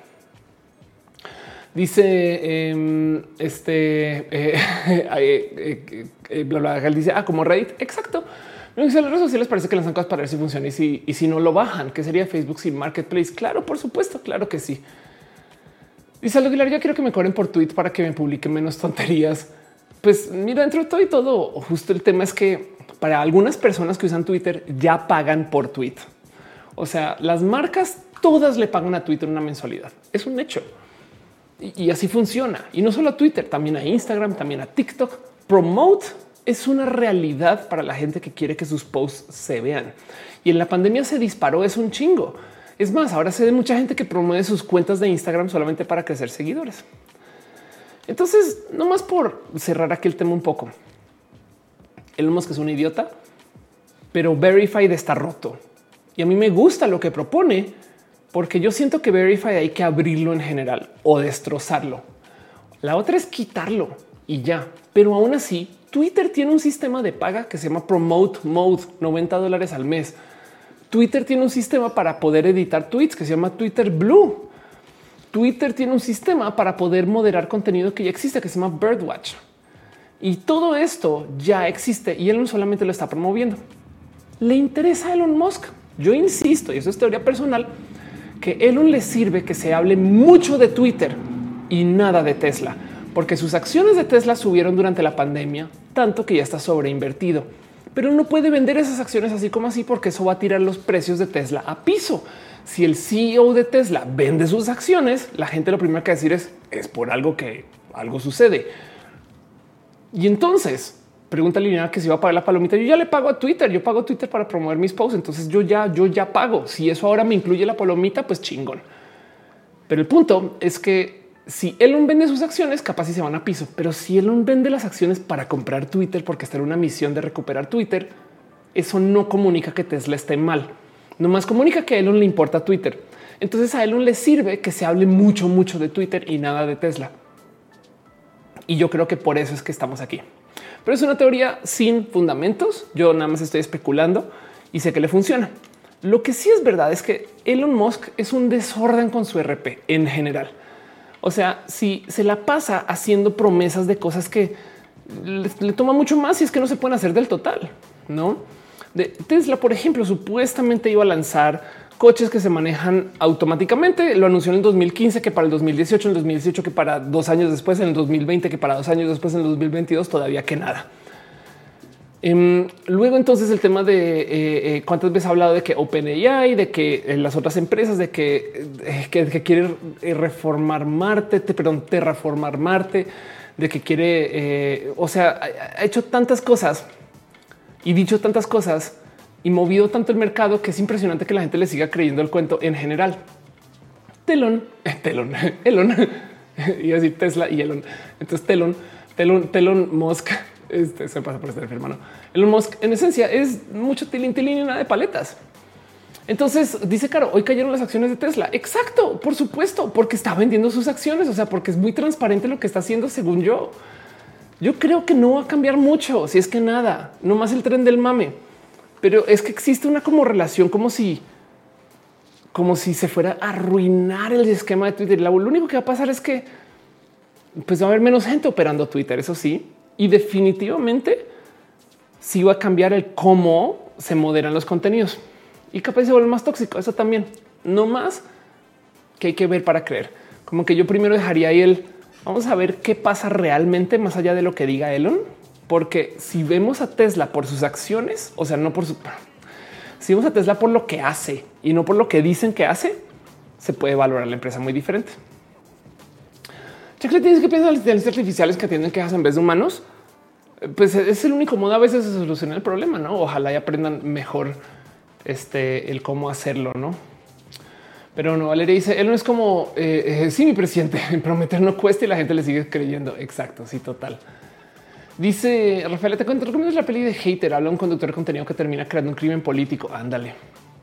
Dice eh, este eh, eh, eh, bla, bla, bla, dice ah, como Reddit. Exacto. Las redes sociales parece que lanzan cosas para ver si funciona y si, y si no lo bajan, que sería Facebook sin Marketplace. Claro, por supuesto. Claro que sí. Dice Aldo Aguilar, yo quiero que me cobren por tweet para que me publiquen menos tonterías. Pues mira, dentro de todo y todo, justo el tema es que para algunas personas que usan Twitter ya pagan por tweet. O sea, las marcas todas le pagan a Twitter una mensualidad. Es un hecho. Y, y así funciona. Y no solo a Twitter, también a Instagram, también a TikTok. Promote es una realidad para la gente que quiere que sus posts se vean. Y en la pandemia se disparó, es un chingo. Es más, ahora se ve mucha gente que promueve sus cuentas de Instagram solamente para crecer seguidores. Entonces, nomás por cerrar aquí el tema un poco. Elon Musk es un idiota, pero Verified está roto. Y a mí me gusta lo que propone, porque yo siento que Verified hay que abrirlo en general o destrozarlo. La otra es quitarlo y ya. Pero aún así, Twitter tiene un sistema de paga que se llama Promote Mode, noventa dólares al mes. Twitter tiene un sistema para poder editar tweets que se llama Twitter Blue. Twitter tiene un sistema para poder moderar contenido que ya existe, que se llama Birdwatch. Y todo esto ya existe y él solamente lo está promoviendo. ¿Le interesa a Elon Musk? Yo insisto, y eso es teoría personal, que Elon le sirve que se hable mucho de Twitter y nada de Tesla, porque sus acciones de Tesla subieron durante la pandemia, tanto que ya está sobreinvertido. Pero no puede vender esas acciones así como así, porque eso va a tirar los precios de Tesla a piso. Si el C E O de Tesla vende sus acciones, la gente lo primero que va a decir es es por algo que algo sucede. Y entonces pregunta Liliana que si va a pagar la palomita. Yo ya le pago a Twitter. Yo pago Twitter para promover mis posts. Entonces yo ya, yo ya pago. Si eso ahora me incluye la palomita, pues chingón. Pero el punto es que si Elon vende sus acciones, capaz si se van a piso. Pero si Elon vende las acciones para comprar Twitter, porque está en una misión de recuperar Twitter, eso no comunica que Tesla esté mal. Nomás comunica que a Elon le importa Twitter. Entonces a Elon le sirve que se hable mucho, mucho de Twitter y nada de Tesla. Y yo creo que por eso es que estamos aquí. Pero es una teoría sin fundamentos. Yo nada más estoy especulando y sé que le funciona. Lo que sí es verdad es que Elon Musk es un desorden con su R P en general. O sea, si se la pasa haciendo promesas de cosas que le, le toma mucho más si es que no se pueden hacer del total, ¿no? De Tesla, por ejemplo, supuestamente iba a lanzar coches que se manejan automáticamente. Lo anunció en el dos mil quince, que para el dos mil dieciocho, en el dos mil dieciocho, que para dos años después, en el dos mil veinte, que para dos años después, en el dos mil veintidós, todavía que nada. Um, luego entonces el tema de eh, eh, cuántas veces ha hablado de que OpenAI, de que eh, las otras empresas, de que, eh, que, que quiere reformar Marte, te, perdón, terraformar Marte, de que quiere, eh, o sea, ha, ha hecho tantas cosas y dicho tantas cosas y movido tanto el mercado que es impresionante que la gente le siga creyendo el cuento en general. Telón, eh, Telón, Elon, iba a decir Tesla y Elon. Entonces Telón, Telón, Telón Musk. Este se pasa por este hermano. Elon Musk en esencia es mucho tilín tilín y nada de paletas. Entonces dice Caro, hoy cayeron las acciones de Tesla. Exacto, por supuesto, porque está vendiendo sus acciones. O sea, porque es muy transparente lo que está haciendo, según yo. Yo creo que no va a cambiar mucho, si es que nada, no más el tren del mame. Pero es que existe una como relación, como si, como si se fuera a arruinar el esquema de Twitter. Lo único que va a pasar es que pues va a haber menos gente operando Twitter, eso sí, y definitivamente sí va a cambiar el cómo se moderan los contenidos y capaz se vuelve más tóxico. Eso también, no más que hay que ver para creer. Como que yo primero dejaría ahí el vamos a ver qué pasa realmente más allá de lo que diga Elon, porque si vemos a Tesla por sus acciones, o sea, no por su, si vemos a Tesla por lo que hace y no por lo que dicen que hace, se puede valorar la empresa muy diferente. Checle, tienes que pensar en las inteligencias artificiales que atienden quejas en vez de humanos. Pues es el único modo a veces de solucionar el problema, ¿no? Ojalá y aprendan mejor este, el cómo hacerlo, ¿no? Pero no, Valeria dice, él no es como, eh, eh, sí, mi presidente, prometer no cuesta y la gente le sigue creyendo. Exacto, sí, total. Dice Rafael, te cuento, recomiendas la peli de Hater, habla un conductor de contenido que termina creando un crimen político. Ándale.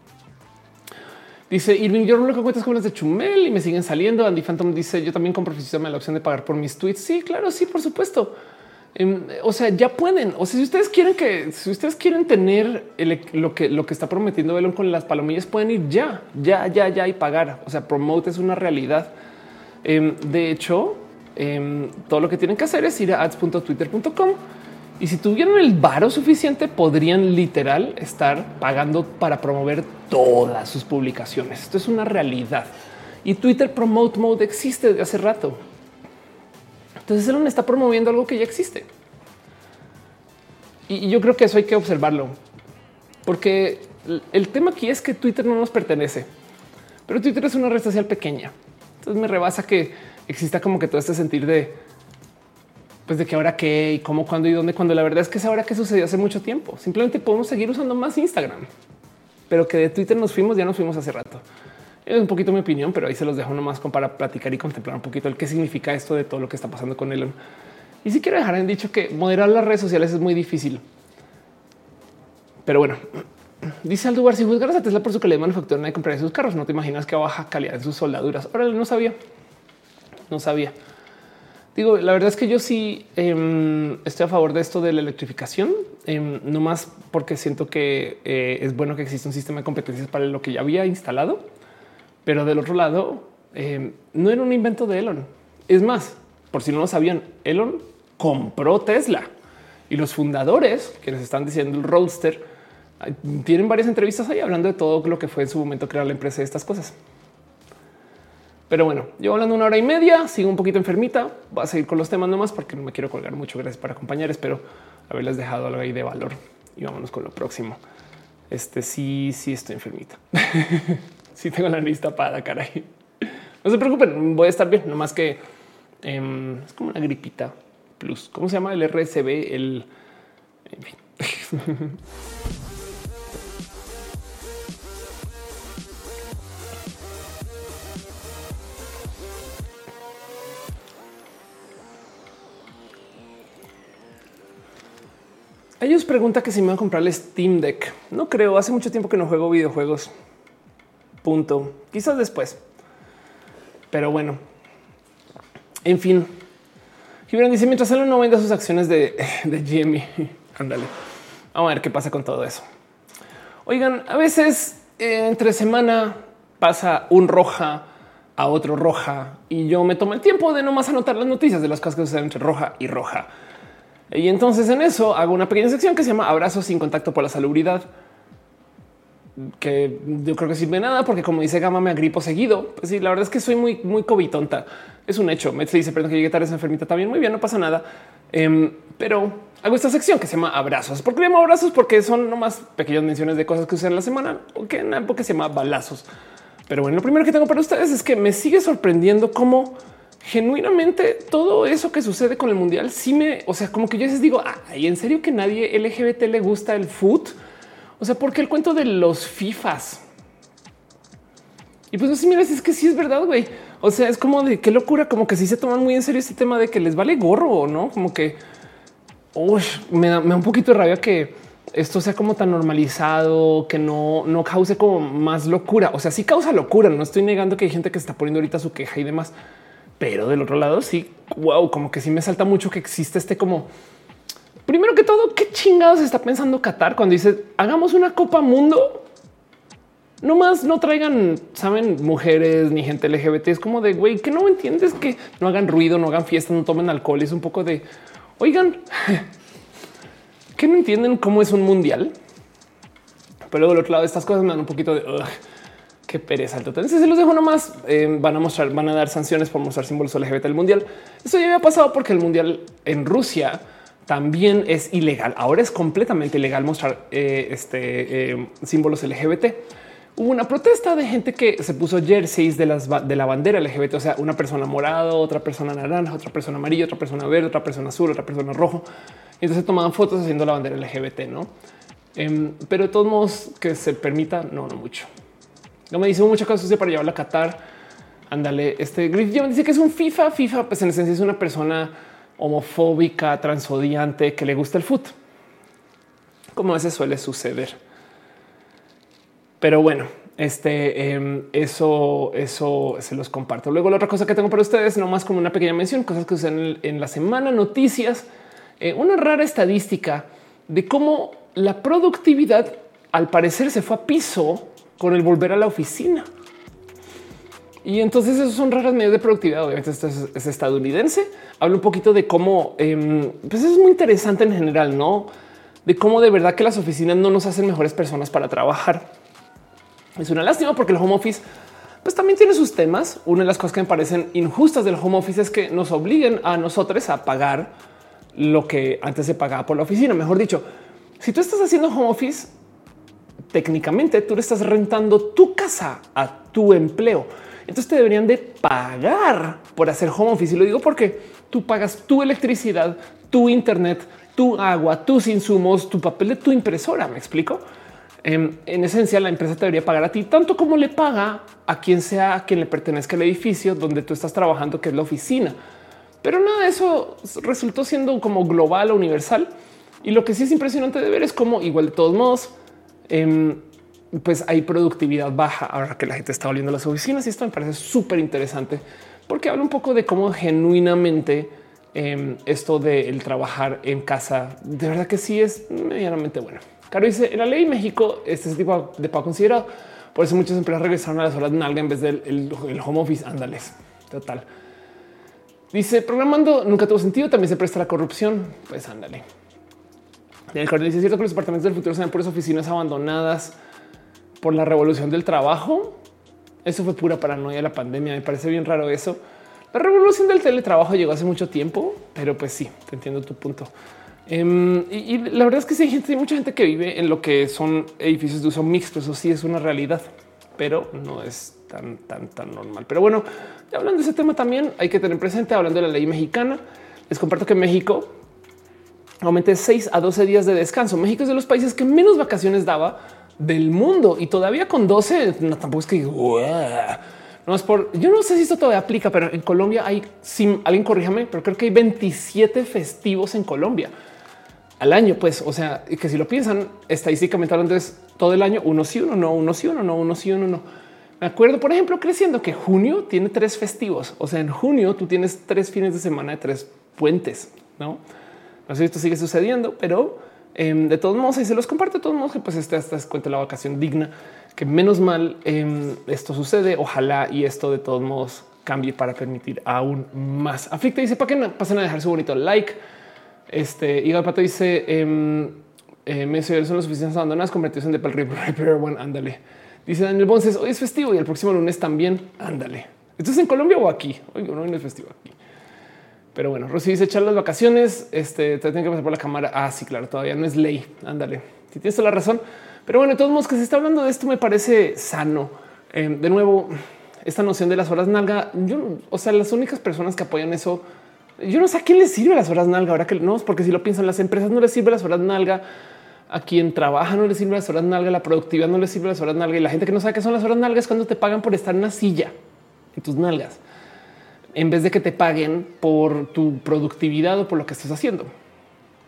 Dice Irving, yo lo que cuentas con las de Chumel y me siguen saliendo. Andy Phantom dice, yo también compro oficialmente la opción de pagar por mis tweets. Sí, claro, sí, por supuesto. O sea, ya pueden. O sea, si ustedes quieren que si ustedes quieren tener el, lo que lo que está prometiendo Elon con las palomillas, pueden ir ya, ya, ya, ya y pagar. O sea, Promote es una realidad. Eh, de hecho, eh, todo lo que tienen que hacer es ir a ads punto twitter punto com y si tuvieran el varo suficiente, podrían literal estar pagando para promover todas sus publicaciones. Esto es una realidad y Twitter Promote Mode existe desde hace rato. Entonces Elon está promoviendo algo que ya existe. Y yo creo que eso hay que observarlo, porque el tema aquí es que Twitter no nos pertenece, pero Twitter es una red social pequeña. Entonces me rebasa que exista como que todo este sentir de pues de que ahora qué y cómo, cuándo y dónde, cuando la verdad es que es ahora que sucedió hace mucho tiempo. Simplemente podemos seguir usando más Instagram, pero que de Twitter nos fuimos, ya nos fuimos hace rato. Es un poquito mi opinión, pero ahí se los dejo nomás para platicar y contemplar un poquito el qué significa esto de todo lo que está pasando con Elon. Y si quiero dejar en dicho que moderar las redes sociales es muy difícil. Pero bueno, dice Aldubar, si juzgaras a Tesla por su calidad de manufactura, nadie compraría sus carros. No te imaginas que baja calidad en sus soldaduras. Ahora no sabía, no sabía. Digo, la verdad es que yo sí eh, estoy a favor de esto de la electrificación, eh, no más porque siento que eh, es bueno que exista un sistema de competencias para lo que ya había instalado. Pero del otro lado, eh, no era un invento de Elon. Es más, por si no lo sabían, Elon compró Tesla y los fundadores que les están diciendo el Roadster tienen varias entrevistas ahí hablando de todo lo que fue en su momento crear la empresa de estas cosas. Pero bueno, yo hablando una hora y media, sigo un poquito enfermita. Voy a seguir con los temas nomás porque no me quiero colgar mucho. Gracias por acompañar. Espero haberles dejado algo ahí de valor y vámonos con lo próximo. Este sí, sí estoy enfermita. Sí tengo la nariz tapada, caray. No se preocupen, voy a estar bien. No más que eh, es como una gripita plus. ¿Cómo se llama el R S V? El en fin. Ellos preguntan que si me van a comprar el Steam Deck. No creo. Hace mucho tiempo que no juego videojuegos. Punto. Quizás después. Pero bueno. En fin. Gibran dice, mientras Elon no venda sus acciones de, de G M E. Ándale. Vamos a ver qué pasa con todo eso. Oigan, a veces eh, entre semana pasa un roja a otro roja y yo me tomo el tiempo de nomás anotar las noticias de las cosas que suceden entre roja y roja. Y entonces en eso hago una pequeña sección que se llama Abrazos sin contacto por la salubridad, que yo creo que sirve de nada porque como dice Gama me agripo seguido. Pues sí, la verdad es que soy muy, muy COVID tonta. Es un hecho. Me dice, perdón que llegué tarde, esa enfermita también. Muy bien, no pasa nada. Um, pero hago esta sección que se llama Abrazos. ¿Por qué le llamo abrazos? Porque son nomás pequeñas menciones de cosas que suceden en la semana o que en la época se llama balazos. Pero bueno, lo primero que tengo para ustedes es que me sigue sorprendiendo cómo genuinamente todo eso que sucede con el mundial sí me, o sea, como que yo les digo, ay, en serio que nadie L G B T le gusta el foot. O sea, porque el cuento de los FIFAs. Y pues no sé, mira, es que sí es verdad, güey. O sea, es como de qué locura, como que sí se toman muy en serio este tema de que les vale gorro, ¿no? Como que uy, me, da, me da un poquito de rabia que esto sea como tan normalizado, que no, no cause como más locura. O sea, sí causa locura. No estoy negando que hay gente que está poniendo ahorita su queja y demás, pero del otro lado sí, wow, como que sí me salta mucho que existe este como, primero que todo, qué chingados está pensando Qatar cuando dice hagamos una Copa Mundo. No más no traigan, saben, mujeres ni gente L G B T. Es como de güey, que no entiendes, que no hagan ruido, no hagan fiestas, no tomen alcohol. Es un poco de oigan, que no entienden cómo es un mundial. Pero luego del otro lado, estas cosas me dan un poquito de ugh, qué pereza. Entonces se los dejo nomás. Eh, van a mostrar, van a dar sanciones por mostrar símbolos L G B T del mundial. Eso ya había pasado porque el mundial en Rusia también es ilegal. Ahora es completamente ilegal mostrar eh, este eh, símbolos L G B T. Hubo una protesta de gente que se puso jerseys de, las, de la bandera L G B T, o sea, una persona morado, otra persona naranja, otra persona amarilla, otra persona verde, otra persona azul, otra persona rojo. Y entonces tomaban fotos haciendo la bandera L G B T, ¿no? Um, pero de todos modos que se permita, no, no mucho. No me dice muchas cosas para llevarla a Qatar. Ándale, este Griff me dice que es un FIFA. FIFA, pues en esencia es una persona homofóbica, transodiante, que le gusta el fútbol, como a veces suele suceder. Pero bueno, este eh, eso, eso se los comparto. Luego la otra cosa que tengo para ustedes, nomás como una pequeña mención, cosas que suceden en, en la semana, noticias, eh, una rara estadística de cómo la productividad al parecer se fue a piso con el volver a la oficina. Y entonces esos son raras medidas de productividad. Obviamente esto es, es estadounidense. Hablo un poquito de cómo, eh, pues es muy interesante en general, ¿no? De cómo de verdad que las oficinas no nos hacen mejores personas para trabajar. Es una lástima porque el home office pues también tiene sus temas. Una de las cosas que me parecen injustas del home office es que nos obliguen a nosotros a pagar lo que antes se pagaba por la oficina. Mejor dicho, si tú estás haciendo home office, técnicamente tú le estás rentando tu casa a tu empleo. Entonces te deberían de pagar por hacer home office. Y lo digo porque tú pagas tu electricidad, tu internet, tu agua, tus insumos, tu papel de tu impresora. ¿Me explico? En esencia, la empresa te debería pagar a ti tanto como le paga a quien sea a quien le pertenezca el edificio donde tú estás trabajando, que es la oficina. Pero nada de eso resultó siendo como global o universal. Y lo que sí es impresionante de ver es cómo igual de todos modos, eh, pues hay productividad baja ahora que la gente está volviendo a las oficinas. Y esto me parece súper interesante porque habla un poco de cómo genuinamente eh, esto del trabajar en casa de verdad que sí es medianamente bueno. Caro dice en la ley México este tipo de pago considerado. Por eso muchas empresas regresaron a las horas nalga en vez del el, el home office. Ándales, total. Dice programando nunca tuvo sentido. También se presta la corrupción. Pues ándale. El Cardinal dice cierto que los departamentos del futuro sean puras oficinas abandonadas por la revolución del trabajo. Eso fue pura paranoia de la pandemia. Me parece bien raro eso. La revolución del teletrabajo llegó hace mucho tiempo, pero pues sí, te entiendo tu punto. Um, y, y la verdad es que sí hay gente, hay mucha gente que vive en lo que son edificios de uso mixto. Eso sí es una realidad, pero no es tan, tan, tan normal. Pero bueno, ya hablando de ese tema también hay que tener presente, hablando de la ley mexicana, les comparto que México aumente seis a doce días de descanso. México es de los países que menos vacaciones daba del mundo y todavía con doce no, tampoco es que no es por, yo no sé si esto todavía aplica, pero en Colombia hay, sin alguien corríjame, pero creo que hay veintisiete festivos en Colombia al año. Pues, o sea, que si lo piensan estadísticamente hablando es todo el año, uno sí, uno no, uno sí, uno no, uno sí, uno no. Me acuerdo, por ejemplo, creciendo que junio tiene tres festivos. O sea, en junio tú tienes tres fines de semana de tres puentes, no? No sé si esto sigue sucediendo, pero eh, de todos modos, ahí se los comparto de todos modos que pues esta es cuenta la vacación digna, que menos mal eh, esto sucede. Ojalá y esto de todos modos cambie para permitir aún más. Aflicta dice para que no pasen a dejar su bonito like. Este Igal Pato dice eh, eh, me son las oficinas abandonadas convertidos en de pero bueno, ándale. Dice Daniel Bonces, hoy es festivo y el próximo lunes también. Ándale. ¿Esto es en Colombia o aquí? Hoy no, no es festivo aquí. Pero bueno, Rosy dice echar las vacaciones. Este te tienen que pasar por la cámara. Ah, sí, claro, todavía no es ley. Ándale. Si tienes toda la razón. Pero bueno, de todos modos que se está hablando de esto me parece sano. Eh, de nuevo, esta noción de las horas nalga. Yo, o sea, las únicas personas que apoyan eso, yo no sé a quién les sirve las horas nalga ahora que no, porque si lo piensan, las empresas no les sirve las horas nalga. A quien trabaja no le sirve las horas nalga, la productividad no le sirve las horas nalga y la gente que no sabe qué son las horas nalgas es cuando te pagan por estar en una silla en tus nalgas en vez de que te paguen por tu productividad o por lo que estás haciendo.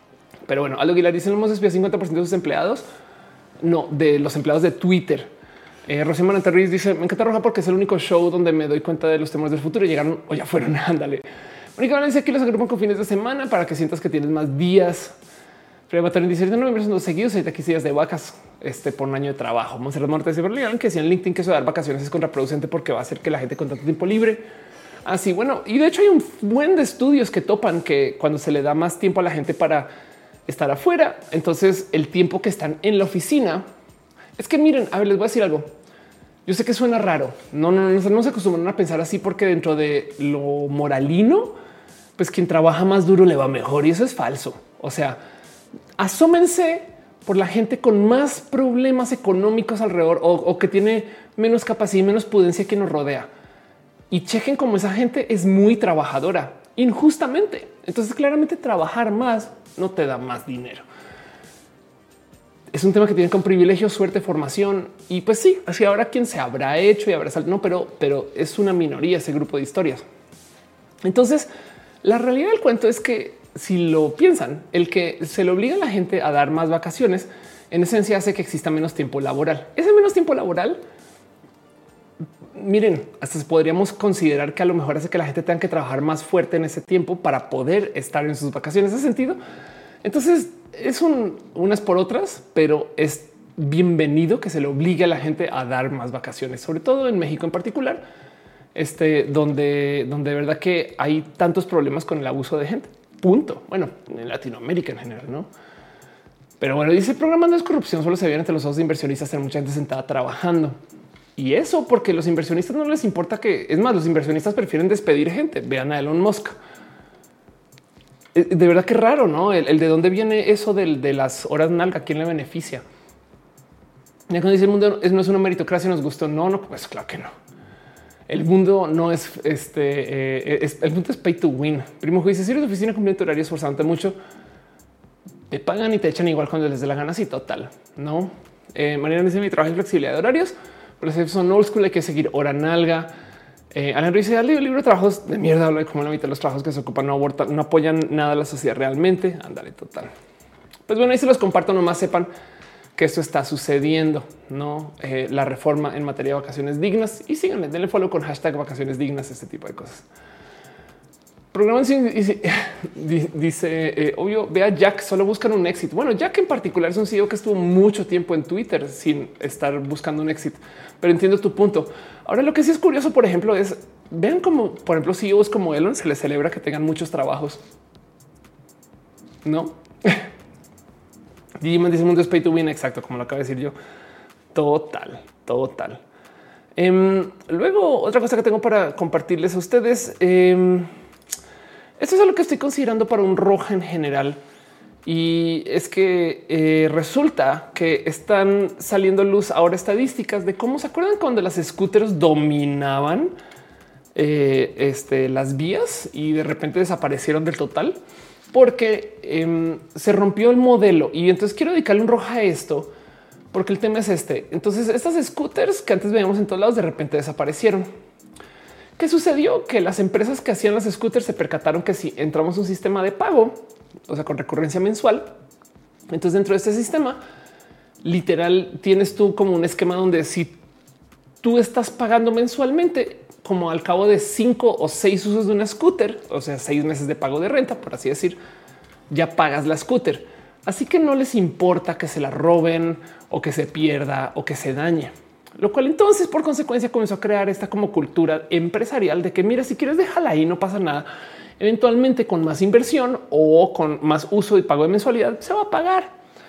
Pero bueno, Aldo Aguilar dice: no hemos despedido cincuenta por ciento de sus empleados. No, de los empleados de Twitter. Eh, Rocío Mananterriz dice: me encanta Roja porque es el único show donde me doy cuenta de los temas del futuro y llegaron o ya fueron. Ándale. Mónica Valencia: aquí los agrupan con fines de semana para que sientas que tienes más días. Freya Batarín dice: no noviembre son dos seguidos. Ahorita aquí días de vacas este, por un año de trabajo. Monserrat Morte dice: pero legal que decían en LinkedIn que eso de dar vacaciones es contraproducente porque va a hacer que la gente con tanto tiempo libre. Así, bueno, y de hecho hay un buen de estudios que topan que cuando se le da más tiempo a la gente para estar afuera, entonces el tiempo que están en la oficina es que miren, a ver, les voy a decir algo. Yo sé que suena raro. No, no, no, no se acostumbran a pensar así porque dentro de lo moralino, pues quien trabaja más duro le va mejor y eso es falso. O sea, asómense por la gente con más problemas económicos alrededor o, o que tiene menos capacidad y menos prudencia que nos rodea y chequen cómo esa gente es muy trabajadora injustamente. Entonces, claramente trabajar más no te da más dinero. Es un tema que tiene con privilegio, suerte, formación y pues sí, así ahora quién se habrá hecho y habrá salido, no, pero, pero es una minoría ese grupo de historias. Entonces, la realidad del cuento es que si lo piensan, el que se le obliga a la gente a dar más vacaciones, en esencia hace que exista menos tiempo laboral. Ese menos tiempo laboral, miren, hasta podríamos considerar que a lo mejor hace que la gente tenga que trabajar más fuerte en ese tiempo para poder estar en sus vacaciones. ¿Ese sentido? Entonces es un, unas por otras, pero es bienvenido que se le obligue a la gente a dar más vacaciones, sobre todo en México en particular, este, donde, donde de verdad que hay tantos problemas con el abuso de gente. Punto. Bueno, en Latinoamérica en general, no? Pero bueno, dice: programando es corrupción, solo se ve entre los ojos de inversionistas, tener mucha gente sentada trabajando. Y eso porque los inversionistas no les importa que, es más, los inversionistas prefieren despedir gente. Vean a Elon Musk. De verdad que raro, ¿no? El, el de dónde viene eso del, de las horas nalga, ¿a quién le beneficia? Ya cuando dice el mundo es, no es una meritocracia, nos gustó. No, no, pues claro que no. El mundo no es este, eh, es, el mundo es pay to win. Primo dice: si eres de oficina cumpliendo horario esforzándote mucho, te pagan y te echan igual cuando les dé la gana. Sí, total. No. Eh, Mariana dice: mi trabajo y flexibilidad de horarios, pero si son old school, hay que seguir hora nalga. Eh, Alan Ruiz dice: el libro de trabajos de mierda, habla de cómo la mitad de los trabajos que se ocupan no abortan, no apoyan nada a la sociedad realmente. Ándale, total. Pues bueno, ahí se los comparto, nomás sepan que esto está sucediendo, no eh, la reforma en materia de vacaciones dignas y síganle, denle follow con hashtag vacaciones dignas, este tipo de cosas. Programan dice, eh, obvio, ve a Jack, solo buscan un éxito. Bueno, Jack en particular es un C E O que estuvo mucho tiempo en Twitter sin estar buscando un éxito, pero entiendo tu punto. Ahora, lo que sí es curioso, por ejemplo, es vean como, por ejemplo, C E Os como Elon se les celebra que tengan muchos trabajos. No. Digimon dice: mundo es pay to win. Exacto, como lo acabo de decir yo. Total, total. Um, luego, otra cosa que tengo para compartirles a ustedes. Um, esto es algo que estoy considerando para un Roja en general. Y es que eh, resulta que están saliendo a luz ahora estadísticas de cómo se acuerdan cuando las scooters dominaban eh, este, las vías y de repente desaparecieron del total porque eh, se rompió el modelo. Y entonces quiero dedicarle un Roja a esto porque el tema es este. Entonces estas scooters que antes veíamos en todos lados de repente desaparecieron. ¿Qué sucedió? Que las empresas que hacían las scooters se percataron que si entramos un sistema de pago, o sea, con recurrencia mensual, entonces dentro de este sistema literal tienes tú como un esquema donde si tú estás pagando mensualmente, como al cabo de cinco o seis usos de una scooter, o sea, seis meses de pago de renta, por así decir, ya pagas la scooter. Así que no les importa que se la roben o que se pierda o que se dañe. Lo cual entonces por consecuencia comenzó a crear esta como cultura empresarial de que mira, si quieres déjala ahí, no pasa nada. Eventualmente con más inversión o con más uso y pago de mensualidad se va a pagar.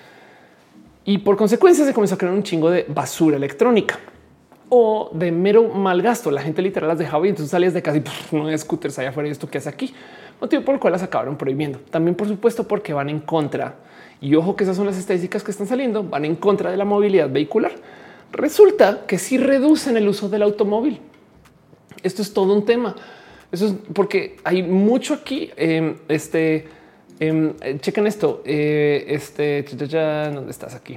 Y por consecuencia se comenzó a crear un chingo de basura electrónica o de mero mal gasto. La gente literal las dejaba y entonces salías de casi no scooters allá afuera y esto que hace aquí, motivo por el cual las acabaron prohibiendo. También por supuesto porque van en contra, y ojo que esas son las estadísticas que están saliendo, van en contra de la movilidad vehicular. Resulta que sí reducen el uso del automóvil. Esto es todo un tema. Eso es porque hay mucho aquí. Eh, este eh, chequen esto. Eh, este ¿dónde estás aquí?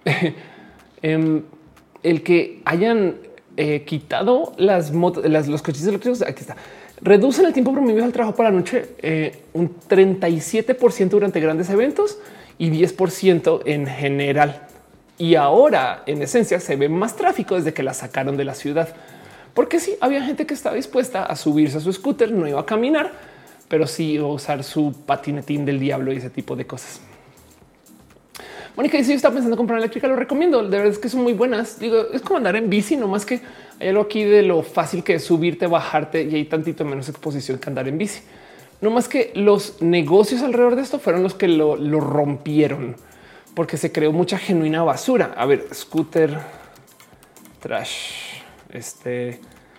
eh, el que hayan eh, quitado las motos, las, los coches eléctricos. Aquí está. Reducen el tiempo promedio al trabajo para la noche eh, un treinta y siete por ciento durante grandes eventos y diez por ciento en general. Y ahora, en esencia, se ve más tráfico desde que la sacaron de la ciudad. Porque sí, había gente que estaba dispuesta a subirse a su scooter, no iba a caminar, pero sí iba a usar su patinetín del diablo y ese tipo de cosas. Mónica dice: yo estaba pensando en comprar eléctrica, lo recomiendo. De verdad es que son muy buenas. Digo, es como andar en bici, no más que hay algo aquí de lo fácil que es subirte, bajarte y hay tantito menos exposición que andar en bici. No más que los negocios alrededor de esto fueron los que lo, lo rompieron, porque se creó mucha genuina basura. A ver, scooter trash, este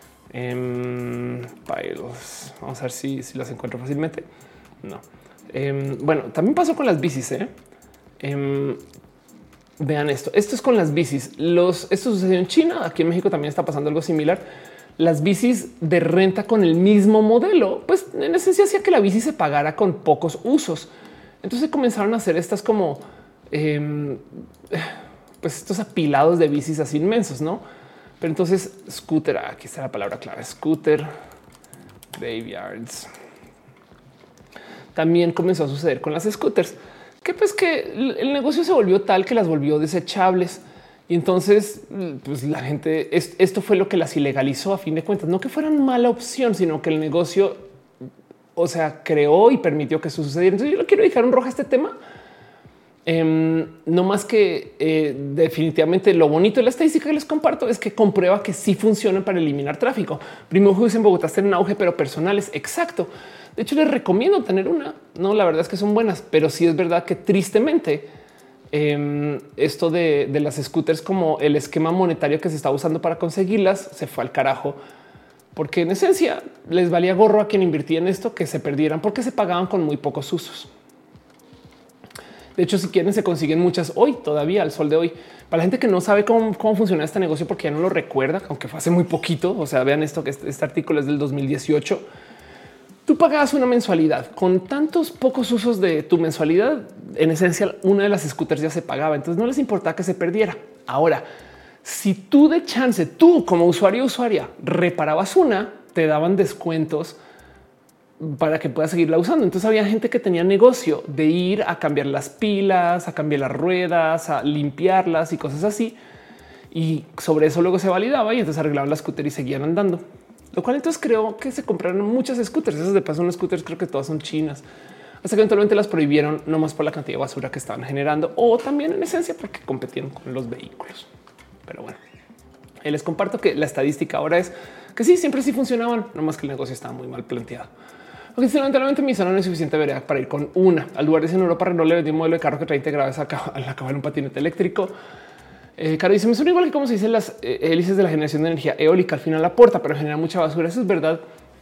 um, piles. Vamos a ver si, si las encuentro fácilmente. No. Um, bueno, también pasó con las bicis. ¿eh? Um, vean esto. Esto es con las bicis. Los, esto sucedió en China. Aquí en México también está pasando algo similar. Las bicis de renta con el mismo modelo, pues en esencia hacía que la bici se pagara con pocos usos. Entonces comenzaron a hacer estas como eh, pues estos apilados de bicis así inmensos, no? Pero entonces scooter, aquí está la palabra clave, scooter graveyards. También comenzó a suceder con las scooters, que pues que el negocio se volvió tal que las volvió desechables. Y entonces, pues la gente, esto fue lo que las ilegalizó a fin de cuentas. No que fueran mala opción, sino que el negocio, o sea, creó y permitió que eso sucediera. Entonces yo lo quiero dejar en roja este tema. Eh, no más que eh, definitivamente lo bonito de la estadística que les comparto es que comprueba que sí funcionan para eliminar tráfico. Primo Juicio en Bogotá está en auge, pero personales. Exacto. De hecho, les recomiendo tener una. No, la verdad es que son buenas, pero sí es verdad que tristemente eh, esto de, de las scooters, como el esquema monetario que se está usando para conseguirlas, se fue al carajo, porque en esencia les valía gorro a quien invertía en esto que se perdieran porque se pagaban con muy pocos usos. De hecho, si quieren, se consiguen muchas hoy todavía al sol de hoy. Para la gente que no sabe cómo, cómo funciona este negocio, porque ya no lo recuerda, aunque fue hace muy poquito. O sea, vean esto, que este, este artículo es del dos mil dieciocho. Tú pagabas una mensualidad con tantos pocos usos de tu mensualidad. En esencia, una de las scooters ya se pagaba, entonces no les importaba que se perdiera. Ahora, si tú de chance, tú como usuario o usuaria reparabas una, te daban descuentos para que puedas seguirla usando. Entonces había gente que tenía negocio de ir a cambiar las pilas, a cambiar las ruedas, a limpiarlas y cosas así. Y sobre eso luego se validaba y entonces arreglaban la scooter y seguían andando. Lo cual entonces creo que se compraron muchas scooters. Esas de paso, unas scooters creo que todas son chinas. Hasta que eventualmente las prohibieron, no más por la cantidad de basura que estaban generando o también en esencia porque competían con los vehículos. Pero bueno, ahí les comparto que la estadística ahora es que sí, siempre sí funcionaban, no más que el negocio estaba muy mal planteado. Aunque si lamentablemente mi zona no es suficiente vereda para ir con una. Al lugar de en Europa Renault le vendí un modelo de carro que trae integrado esa al acabar un patinete eléctrico. Eh, Caro dice: me suena igual que como se dicen las eh, hélices de la generación de energía eólica. Al final aporta, pero genera mucha basura. Eso es verdad.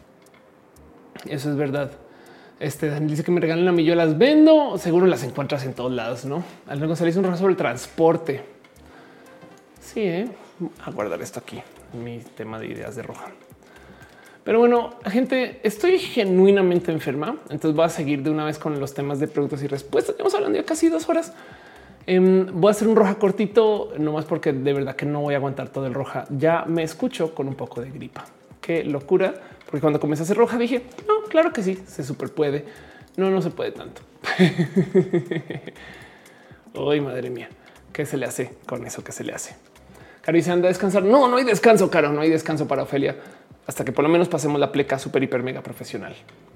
Eso es verdad. Este Daniel dice que me regalen a mí, yo las vendo. Seguro las encuentras en todos lados, ¿no? Algo González un rato sobre el transporte. Sí, ¿eh? A guardar esto aquí, mi tema de ideas de roja. Pero bueno, gente, estoy genuinamente enferma, entonces voy a seguir de una vez con los temas de preguntas y respuestas. Estamos hablando ya casi dos horas. Eh, voy a hacer un roja cortito, nomás porque de verdad que no voy a aguantar todo el roja. Ya me escucho con un poco de gripa. Qué locura, porque cuando comencé a hacer roja dije, no, claro que sí, se super puede. No, no se puede tanto. Ay, madre mía, ¿qué se le hace con eso que se le hace? Caro dice: anda a descansar. No, no hay descanso, Caro, no hay descanso para Ofelia hasta que por lo menos pasemos la pleca super hiper mega profesional.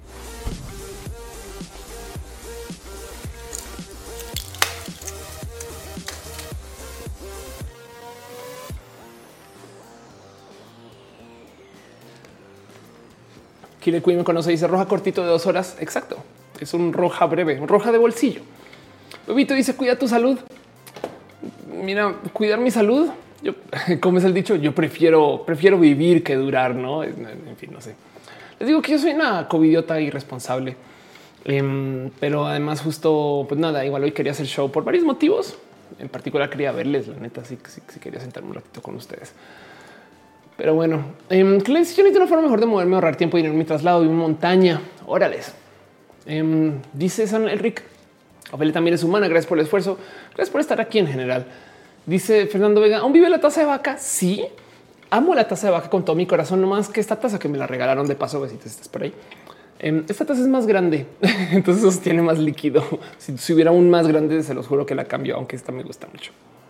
Kile Queen me conoce, dice roja cortito de dos horas. Exacto. Es un roja breve, un roja de bolsillo. Bebito dice: cuida tu salud. Mira, cuidar mi salud. Yo, como es el dicho, yo prefiero, prefiero vivir que durar, no? En fin, no sé. Les digo que yo soy una covidiota irresponsable, um, pero además, justo pues nada, igual hoy quería hacer show por varios motivos. En particular, quería verles, la neta, sí, sí, sí quería sentarme un ratito con ustedes. Pero bueno, eh, yo necesito una forma mejor de moverme, ahorrar tiempo y dinero en mi traslado y montaña. Órales. Eh, dice San Enrique. Ofelia también es humana. Gracias por el esfuerzo. Gracias por estar aquí en general. Dice Fernando Vega: ¿aún vive la taza de vaca? Sí, amo la taza de vaca con todo mi corazón, no más que esta taza que me la regalaron de paso. Besitos, estás por ahí. Eh, esta taza es más grande, entonces sostiene más líquido. Si, si hubiera un más grande, se los juro que la cambio, aunque esta me gusta mucho.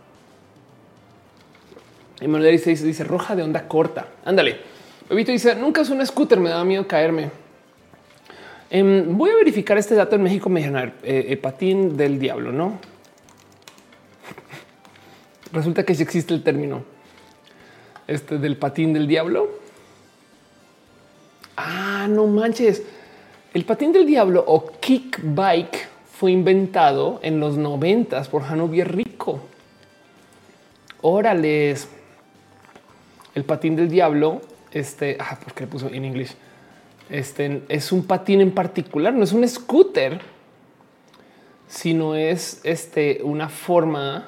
Emanuel dice, dice, dice roja de onda corta. Ándale. Bebito dice nunca es un scooter, me daba miedo caerme. Eh, voy a verificar este dato en México. Me dijeron eh, eh, patín del diablo, no? Resulta que sí existe el término este del patín del diablo. Ah, no manches. El patín del diablo o kick bike fue inventado en los noventas por Jano Rico. Órales. El patín del diablo, este, ah, porque le puso en inglés. Este es un patín en particular, no es un scooter, sino es este una forma.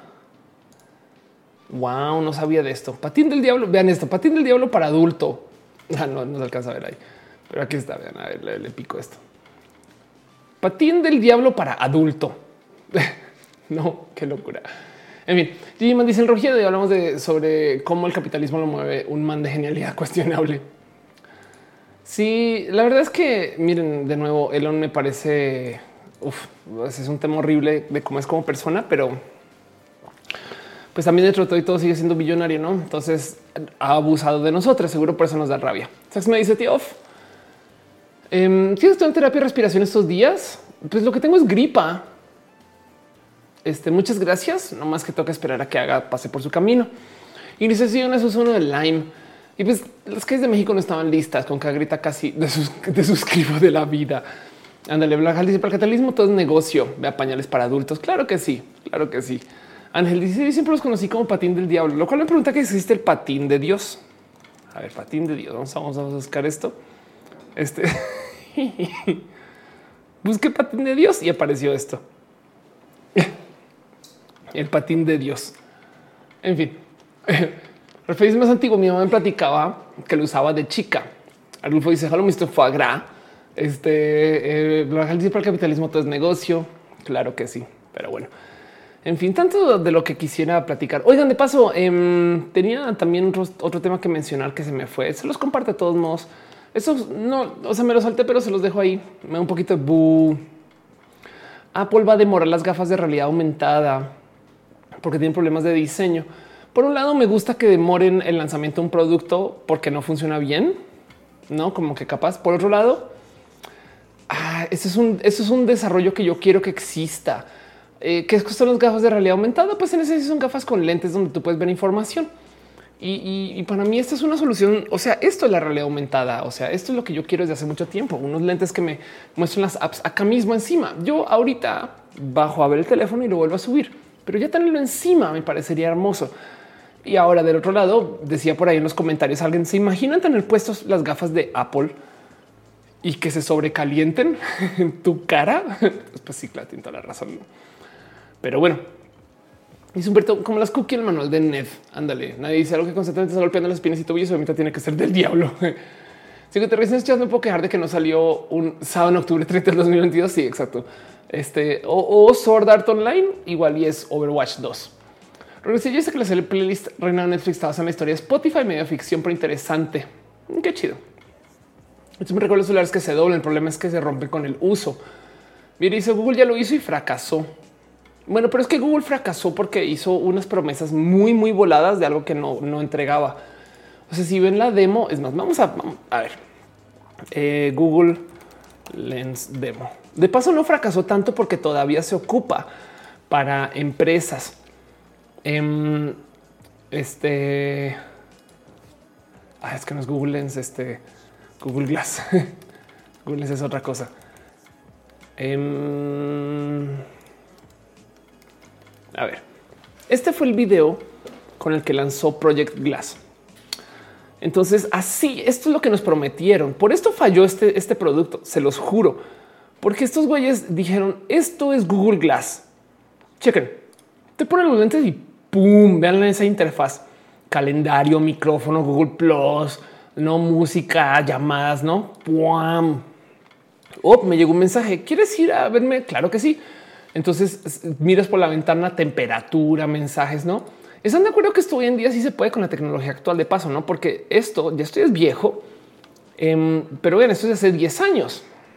Wow, no sabía de esto. Patín del diablo. Vean esto, patín del diablo para adulto. Ah, no, no se alcanza a ver ahí, pero aquí está. Vean, a ver, le, le pico esto. Patín del diablo para adulto. No, qué locura. En fin, Gigi Man dice el Rogier y hablamos de sobre cómo el capitalismo lo mueve un man de genialidad cuestionable. Sí, la verdad es que miren, de nuevo, Elon me parece uf, es un tema horrible de cómo es como persona, pero pues también dentro de todo y todo sigue siendo billonario, no? Entonces ha abusado de nosotros. Seguro por eso nos da rabia. Sex me dice tío, eh, ¿tienes estoy en terapia de respiración estos días? Pues lo que tengo es gripa. Este, muchas gracias. No más que toca esperar a que haga pase por su camino. Y dice: sí, eso es uno de Lyme. Y pues las calles de México no estaban listas con que grita casi de, sus, de suscribo de la vida. Ándale, Black dice: para el capitalismo todo es negocio. Vea pañales para adultos. Claro que sí, claro que sí. Ángel dice: yo siempre los conocí como patín del diablo, lo cual me pregunta que existe el patín de Dios. A ver, patín de Dios. Vamos, vamos a buscar esto. Este busqué patín de Dios y apareció esto. El patín de Dios. En fin, el más antiguo. Mi mamá me platicaba que lo usaba de chica. Arnulfo dice: hello, mister Foie Gras. Este eh, dice: para el capitalismo todo es negocio. Claro que sí, pero bueno. En fin, tanto de lo que quisiera platicar. Oigan, de paso, eh, tenía también otro, otro tema que mencionar que se me fue. Se los comparto de todos modos. Eso no, o sea, me lo salté, pero se los dejo ahí. Me da un poquito de bu. Apple va a demorar las gafas de realidad aumentada porque tienen problemas de diseño. Por un lado, me gusta que demoren el lanzamiento de un producto porque no funciona bien, no como que capaz. Por otro lado, ah, ese es un, eso es un desarrollo que yo quiero que exista. Eh, ¿Qué son las gafas de realidad aumentada? Pues en ese son gafas con lentes donde tú puedes ver información. Y, y, y para mí esta es una solución. O sea, esto es la realidad aumentada. O sea, esto es lo que yo quiero desde hace mucho tiempo. Unos lentes que me muestran las apps acá mismo encima. Yo ahorita bajo a ver el teléfono y lo vuelvo a subir, pero ya tenerlo encima me parecería hermoso. Y ahora del otro lado, decía por ahí en los comentarios alguien: ¿se imaginan tener puestos las gafas de Apple y que se sobrecalienten en tu cara? Pues sí, claro, tiene toda la razón. Pero bueno, dice Humberto: como las cookies, el manual de Ned. Ándale, nadie dice algo que constantemente está golpeando las espinas y tobillos. Obviamente tiene que ser del diablo. Si que te recién escuchas, me puedo quejar de que no salió un sábado en octubre treinta del dos mil veintidós. Sí, exacto. Este o, o Sword Art Online, igual y es Overwatch dos. Regresé. Yo sé que la serie playlist reina de Netflix está basada en la historia de Spotify, medio ficción, pero interesante. Qué chido. Esto me recuerda los celulares que se doblan. El problema es que se rompen con el uso. Mira, dice Google ya lo hizo y fracasó. Bueno, pero es que Google fracasó porque hizo unas promesas muy, muy voladas de algo que no, no entregaba. O sea, si ven la demo, es más, vamos a, vamos a ver eh, Google Lens demo. De paso, no fracasó tanto porque todavía se ocupa para empresas. Eh, este ah, es que no es Google Lens, este Google Glass. Google Lens es otra cosa. Eh, A ver, este fue el video con el que lanzó Project Glass. Entonces, así, esto es lo que nos prometieron. Por esto falló este, este producto, se los juro. Porque estos güeyes dijeron: esto es Google Glass. Chequen, te ponen los lentes y pum, vean esa interfaz. Calendario, micrófono, Google Plus, no música, llamadas, no. ¡Pum! Oh, me llegó un mensaje. ¿Quieres ir a verme? Claro que sí. Entonces miras por la ventana, temperatura, mensajes, ¿no? ¿Están de acuerdo que esto hoy en día sí se puede con la tecnología actual de paso? No, porque esto ya estoy es viejo, eh, pero bien, esto es de hace diez años.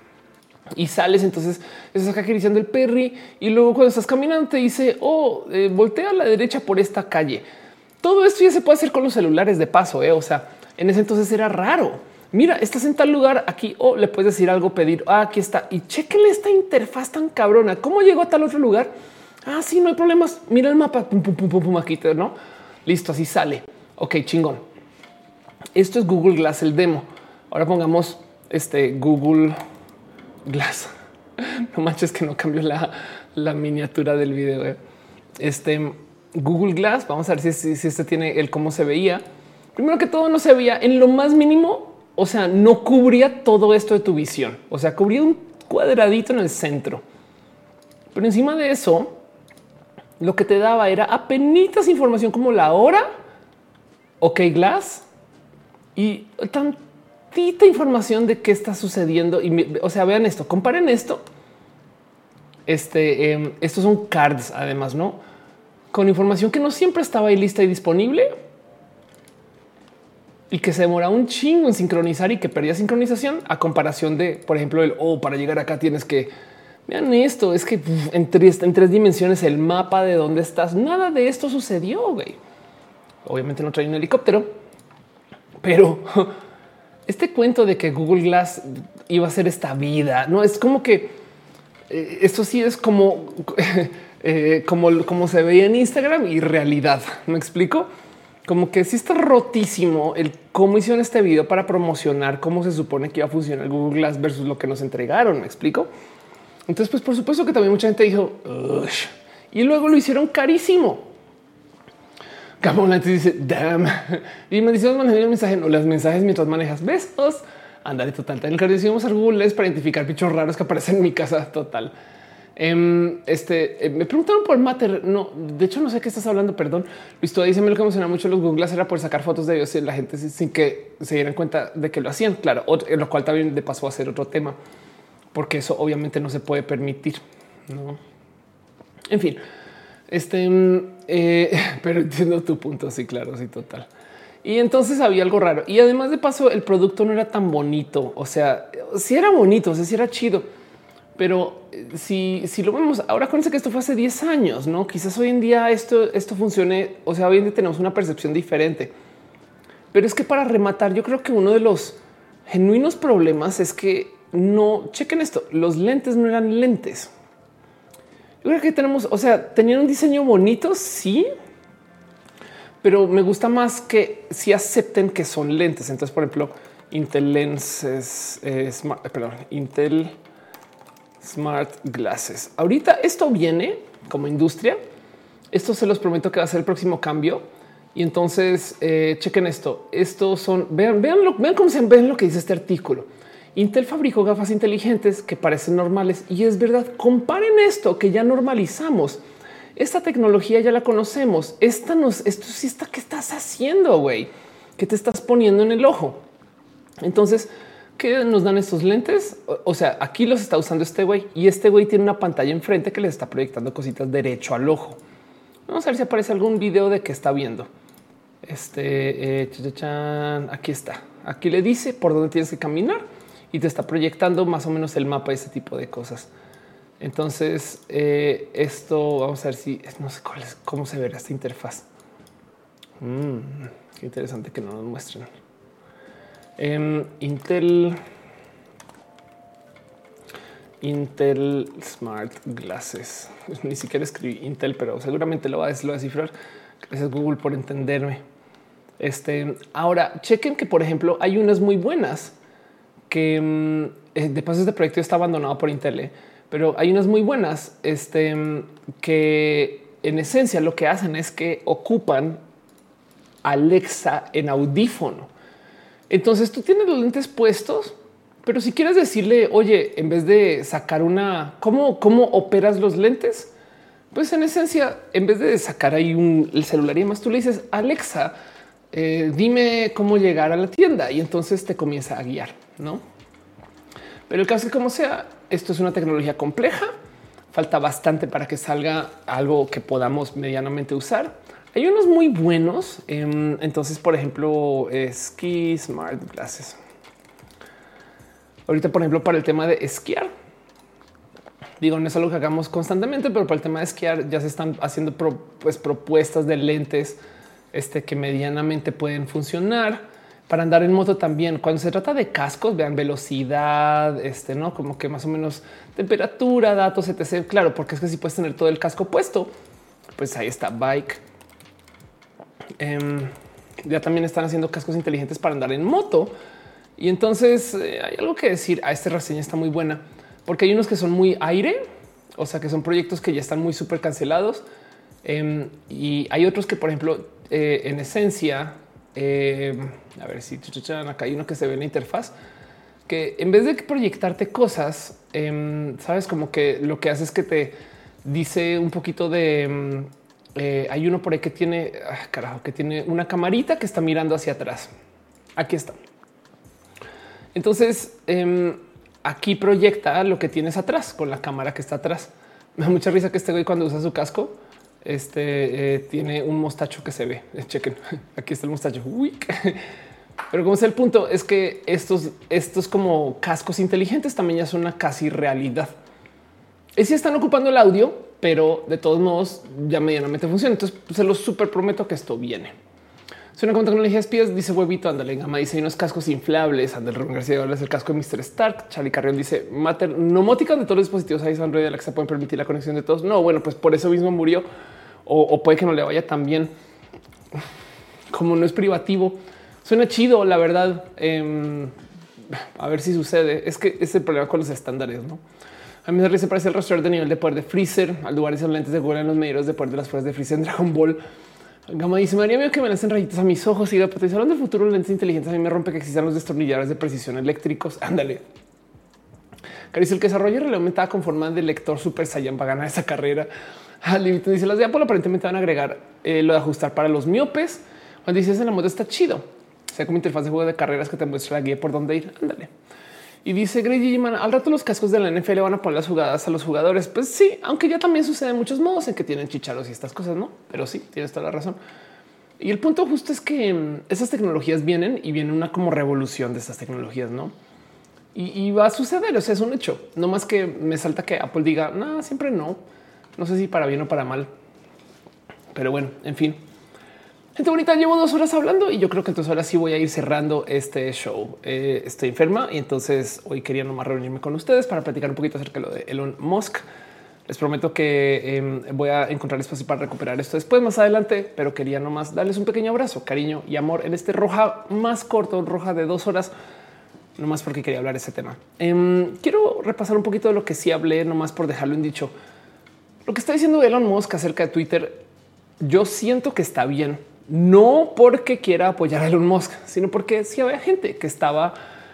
y sales. Entonces estás acariciando el Perry y luego cuando estás caminando te dice, oh, eh, voltea a la derecha por esta calle. Todo esto ya se puede hacer con los celulares de paso. Eh? O sea, en ese entonces era raro. Mira, estás en tal lugar aquí o oh, le puedes decir algo, pedir. Ah, aquí está. Y chéquenle esta interfaz tan cabrona. ¿Cómo llegó a tal otro lugar? Ah, sí, no hay problemas. Mira el mapa. Pum, pum, pum, pum, pum, aquí, ¿no? Listo, así sale. Ok, chingón. Esto es Google Glass, el demo. Ahora pongamos este Google Glass. No manches que no cambió la, la miniatura del video. Eh. Este Google Glass. Vamos a ver si, si, si este tiene el cómo se veía. Primero que todo, no se veía en lo más mínimo. O sea, no cubría todo esto de tu visión. O sea, cubría un cuadradito en el centro. Pero encima de eso, lo que te daba era apenas información como la hora. OK Glass y tantita información de qué está sucediendo. Y o sea, vean esto, comparen esto. Este, eh, estos son cards, además, no con información que no siempre estaba ahí lista y disponible y que se demora un chingo en sincronizar y que perdía sincronización a comparación de, por ejemplo, el oh, para llegar acá tienes que vean esto. Es que uf, en, tres, en tres dimensiones el mapa de dónde estás. Nada de esto sucedió. Güey. Obviamente no trae un helicóptero, pero este cuento de que Google Glass iba a ser esta vida, no es como que eh, esto sí es como, eh, como, como se veía en Instagram y realidad. Me explico. Como que sí está rotísimo el cómo hicieron este video para promocionar cómo se supone que iba a funcionar Google Glass versus lo que nos entregaron. Me explico. Entonces, pues por supuesto que también mucha gente dijo ush, y luego lo hicieron carísimo. Gamón antes dice damn y me dice manejar el mensaje, no las mensajes mientras manejas. Besos. Ándale, total. En el que decimos a Google es para identificar bichos raros que aparecen en mi casa. Total. Um, este eh, me preguntaron por Matter. No, de hecho, no sé qué estás hablando. Perdón. Luis, tú dice lo que emociona mucho los Google Glass era por sacar fotos de ellos y la gente sin que se dieran cuenta de que lo hacían. Claro, lo cual también de paso a ser otro tema, porque eso obviamente no se puede permitir. No, en fin, este, eh, pero entiendo tu punto. Sí, claro, sí, total. Y entonces había algo raro. Y además de paso, el producto no era tan bonito. O sea, sí era bonito, o sea, sí era chido. Pero si, si lo vemos ahora, acuérdense que esto fue hace diez años, no? Quizás hoy en día esto, esto funcione. O sea, hoy en día tenemos una percepción diferente. Pero es que para rematar, yo creo que uno de los genuinos problemas es que no chequen esto. Los lentes no eran lentes. Yo creo que tenemos, o sea, tenían un diseño bonito, sí, pero me gusta más que si acepten que son lentes. Entonces, por ejemplo, Intel Lens es, es smart, perdón, Intel Smart Glasses. Ahorita esto viene como industria. Esto se los prometo que va a ser el próximo cambio. Y entonces eh, chequen esto. Estos son, vean, vean, lo, vean cómo se ven lo que dice este artículo. Intel fabricó gafas inteligentes que parecen normales y es verdad. Comparen esto que ya normalizamos. Esta tecnología ya la conocemos. Esta nos, esto sí está. ¿Qué estás haciendo, güey? ¿Qué te estás poniendo en el ojo? Entonces, ¿qué nos dan estos lentes? O, o sea, aquí los está usando este güey y este güey tiene una pantalla enfrente que les está proyectando cositas derecho al ojo. Vamos a ver si aparece algún video de qué está viendo. Este eh, chachan, aquí está. Aquí le dice por dónde tienes que caminar y te está proyectando más o menos el mapa, ese tipo de cosas. Entonces, eh, esto vamos a ver si no sé cuál es, cómo se verá esta interfaz. Mm, qué interesante que no nos muestren. Um, Intel, Intel Smart Glasses. Ni siquiera escribí Intel, pero seguramente lo va a descifrar. Gracias Google por entenderme. Este ahora chequen que, por ejemplo, hay unas muy buenas que de paso este proyecto está abandonado por Intel, ¿eh? Pero hay unas muy buenas este, que en esencia lo que hacen es que ocupan Alexa en audífono. Entonces tú tienes los lentes puestos, pero si quieres decirle, oye, en vez de sacar una, ¿cómo, cómo operas los lentes? Pues en esencia, en vez de sacar ahí un, el celular y demás, tú le dices, Alexa, eh, dime cómo llegar a la tienda y entonces te comienza a guiar, ¿no? Pero el caso es que como sea, esto es una tecnología compleja. Falta bastante para que salga algo que podamos medianamente usar. Hay unos muy buenos. Eh, entonces, por ejemplo, Ski Smart Glasses. Ahorita, por ejemplo, para el tema de esquiar, Digo, no es algo que hagamos constantemente, pero para el tema de esquiar ya se están haciendo pro, pues, propuestas de lentes este, que medianamente pueden funcionar para andar en moto también. Cuando se trata de cascos, vean velocidad, este, no como que más o menos temperatura, datos, etcétera. Claro, porque es que si puedes tener todo el casco puesto, pues ahí está Bike. Um, ya también están haciendo cascos inteligentes para andar en moto. Y entonces eh, hay algo que decir. A esta reseña está muy buena porque hay unos que son muy aire, o sea, que son proyectos que ya están muy súper cancelados. Um, y hay otros que, por ejemplo, eh, en esencia, eh, a ver si acá hay uno que se ve en la interfaz, que en vez de proyectarte cosas, eh, sabes, como que lo que hace es que te dice un poquito de eh, hay uno por ahí que tiene ah, carajo, que tiene una camarita que está mirando hacia atrás. Aquí está. Entonces, eh, aquí proyecta lo que tienes atrás con la cámara que está atrás. Me da mucha risa que este güey, cuando usa su casco, este eh, tiene un mostacho que se ve. Chequen, aquí está el mostacho. Uy. Pero como es el punto, es que estos, estos como cascos inteligentes también ya son una casi realidad. Y sí están ocupando el audio, pero de todos modos ya medianamente funciona. Entonces pues, se los súper prometo que esto viene. Suena como tecnología de espías, dice Huevito, ándale, Gama dice hay unos cascos inflables, Andel Rubén García habla del casco de míster Stark, Charlie Carrión dice Mater, nomótica de todos los dispositivos ahí Android de la que se pueden permitir la conexión de todos. No, bueno, pues por eso mismo murió o, o puede que no le vaya tan bien. Como no es privativo, suena chido, la verdad. Eh, a ver si sucede. Es que es el problema con los estándares, ¿no? A mí me parece el rastreador de nivel de poder de Freezer. Al lugar esos lentes de Google en los medidores de poder de las pruebas de Freezer en Dragon Ball. Gama dice María mío que me lancen rayitos a mis ojos y la potencial del futuro de lentes inteligentes. A mí me rompe que existan los destornilladores de precisión eléctricos. Ándale. Carice, el que desarrolla realidad aumentada con forma de lector Super Saiyan va a ganar esa carrera. Límite dice las de Apple aparentemente van a agregar eh, lo de ajustar para los miopes. Cuando dices en la moto está chido. O sea, como interfaz de juego de carreras que te muestra la guía por dónde ir. Ándale. Y dice Grey G, al rato los cascos de la N F L van a poner las jugadas a los jugadores. Pues sí, aunque ya también sucede en muchos modos en que tienen chicharos y estas cosas, no? Pero sí, tienes toda la razón. Y el punto justo es que um, esas tecnologías vienen y viene una como revolución de estas tecnologías, no? Y, y va a suceder. O sea, es un hecho. No más que me salta que Apple diga no, siempre no. No sé si para bien o para mal, pero bueno, en fin. Gente bonita, llevo dos horas hablando y yo creo que entonces ahora sí voy a ir cerrando este show. Eh, estoy enferma y entonces hoy quería nomás reunirme con ustedes para platicar un poquito acerca de lo de Elon Musk. Les prometo que eh, voy a encontrar espacio para recuperar esto después más adelante, pero quería nomás darles un pequeño abrazo, cariño y amor en este roja más corto, roja de dos horas, nomás porque quería hablar de ese tema. Eh, quiero repasar un poquito de lo que sí hablé, nomás por dejarlo en dicho. Lo que está diciendo Elon Musk acerca de Twitter, yo siento que está bien. No porque quiera apoyar a Elon Musk, sino porque sí había gente que estaba,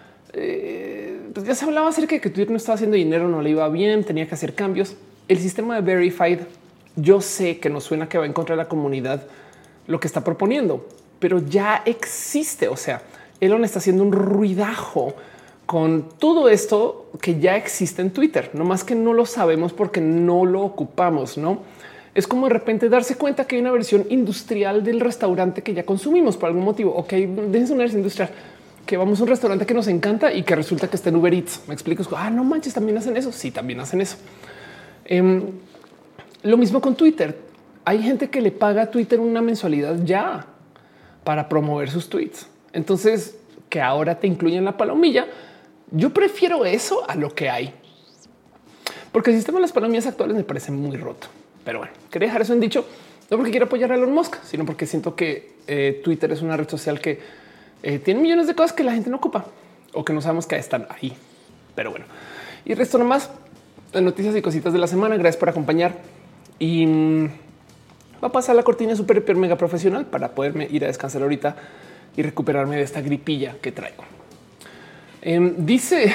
eh, pues ya se hablaba acerca de que Twitter no estaba haciendo dinero, no le iba bien, tenía que hacer cambios. El sistema de Verified, yo sé que nos suena que va en contra de la comunidad lo que está proponiendo, pero ya existe. O sea, Elon está haciendo un ruidajo con todo esto que ya existe en Twitter, no más que no lo sabemos porque no lo ocupamos, no? Es como de repente darse cuenta que hay una versión industrial del restaurante que ya consumimos por algún motivo. Ok, déjense una versión industrial que vamos a un restaurante que nos encanta y que resulta que está en Uber Eats. Me explico. Ah, no manches, también hacen eso. Sí, también hacen eso. Eh, lo mismo con Twitter. Hay gente que le paga a Twitter una mensualidad ya para promover sus tweets. Entonces, que ahora te incluyen la palomilla. Yo prefiero eso a lo que hay, porque el sistema de las palomillas actuales me parece muy roto. Pero bueno, quería dejar eso en dicho, no porque quiera apoyar a Elon Musk, sino porque siento que eh, Twitter es una red social que eh, tiene millones de cosas que la gente no ocupa o que no sabemos que están ahí. Pero bueno, y el resto nomás de noticias y cositas de la semana. Gracias por acompañar y mmm, va a pasar la cortina súper hiper mega profesional para poderme ir a descansar ahorita y recuperarme de esta gripilla que traigo. Eh, dice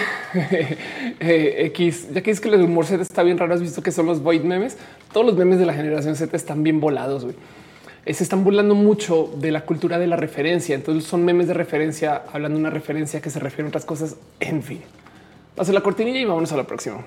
eh, X, ya que es que el humor Z está bien raro. Has visto que son los void memes. Todos los memes de la generación Z están bien volados. Wey. Eh, se están burlando mucho de la cultura de la referencia. Entonces son memes de referencia, hablando de una referencia que se refiere a otras cosas. En fin, paso la cortinilla y vámonos a la próxima.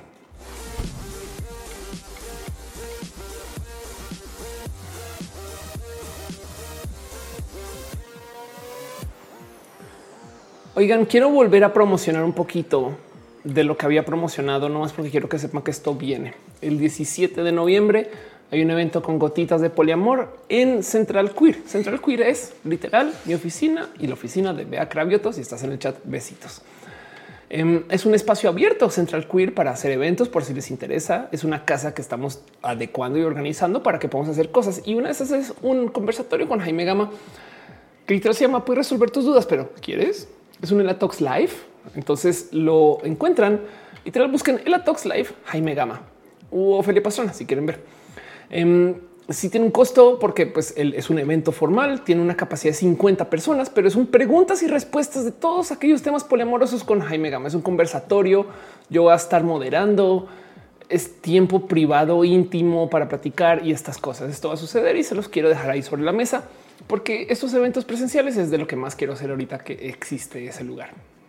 Oigan, quiero volver a promocionar un poquito de lo que había promocionado, nomás porque quiero que sepan que esto viene. El diecisiete de noviembre hay un evento con gotitas de poliamor en Central Queer. Central Queer es literal mi oficina y la oficina de Bea Cravioto. Si estás en el chat, besitos. Um, es un espacio abierto Central Queer para hacer eventos por si les interesa. Es una casa que estamos adecuando y organizando para que podamos hacer cosas. Y una de esas es un conversatorio con Jaime Gama que literal se llama Puedes resolver tus dudas, pero ¿quieres? Es un Elatox Live. Entonces lo encuentran y te lo busquen Elatox Live Jaime Gama u Ofelia Pastrana si quieren ver. Um, sí tiene un costo porque pues, el, es un evento formal, tiene una capacidad de cincuenta personas, pero es un preguntas y respuestas de todos aquellos temas poliamorosos con Jaime Gama. Es un conversatorio. Yo voy a estar moderando. Es tiempo privado, íntimo para platicar y estas cosas. Esto va a suceder y se los quiero dejar ahí sobre la mesa porque estos eventos presenciales es de lo que más quiero hacer ahorita que existe ese lugar.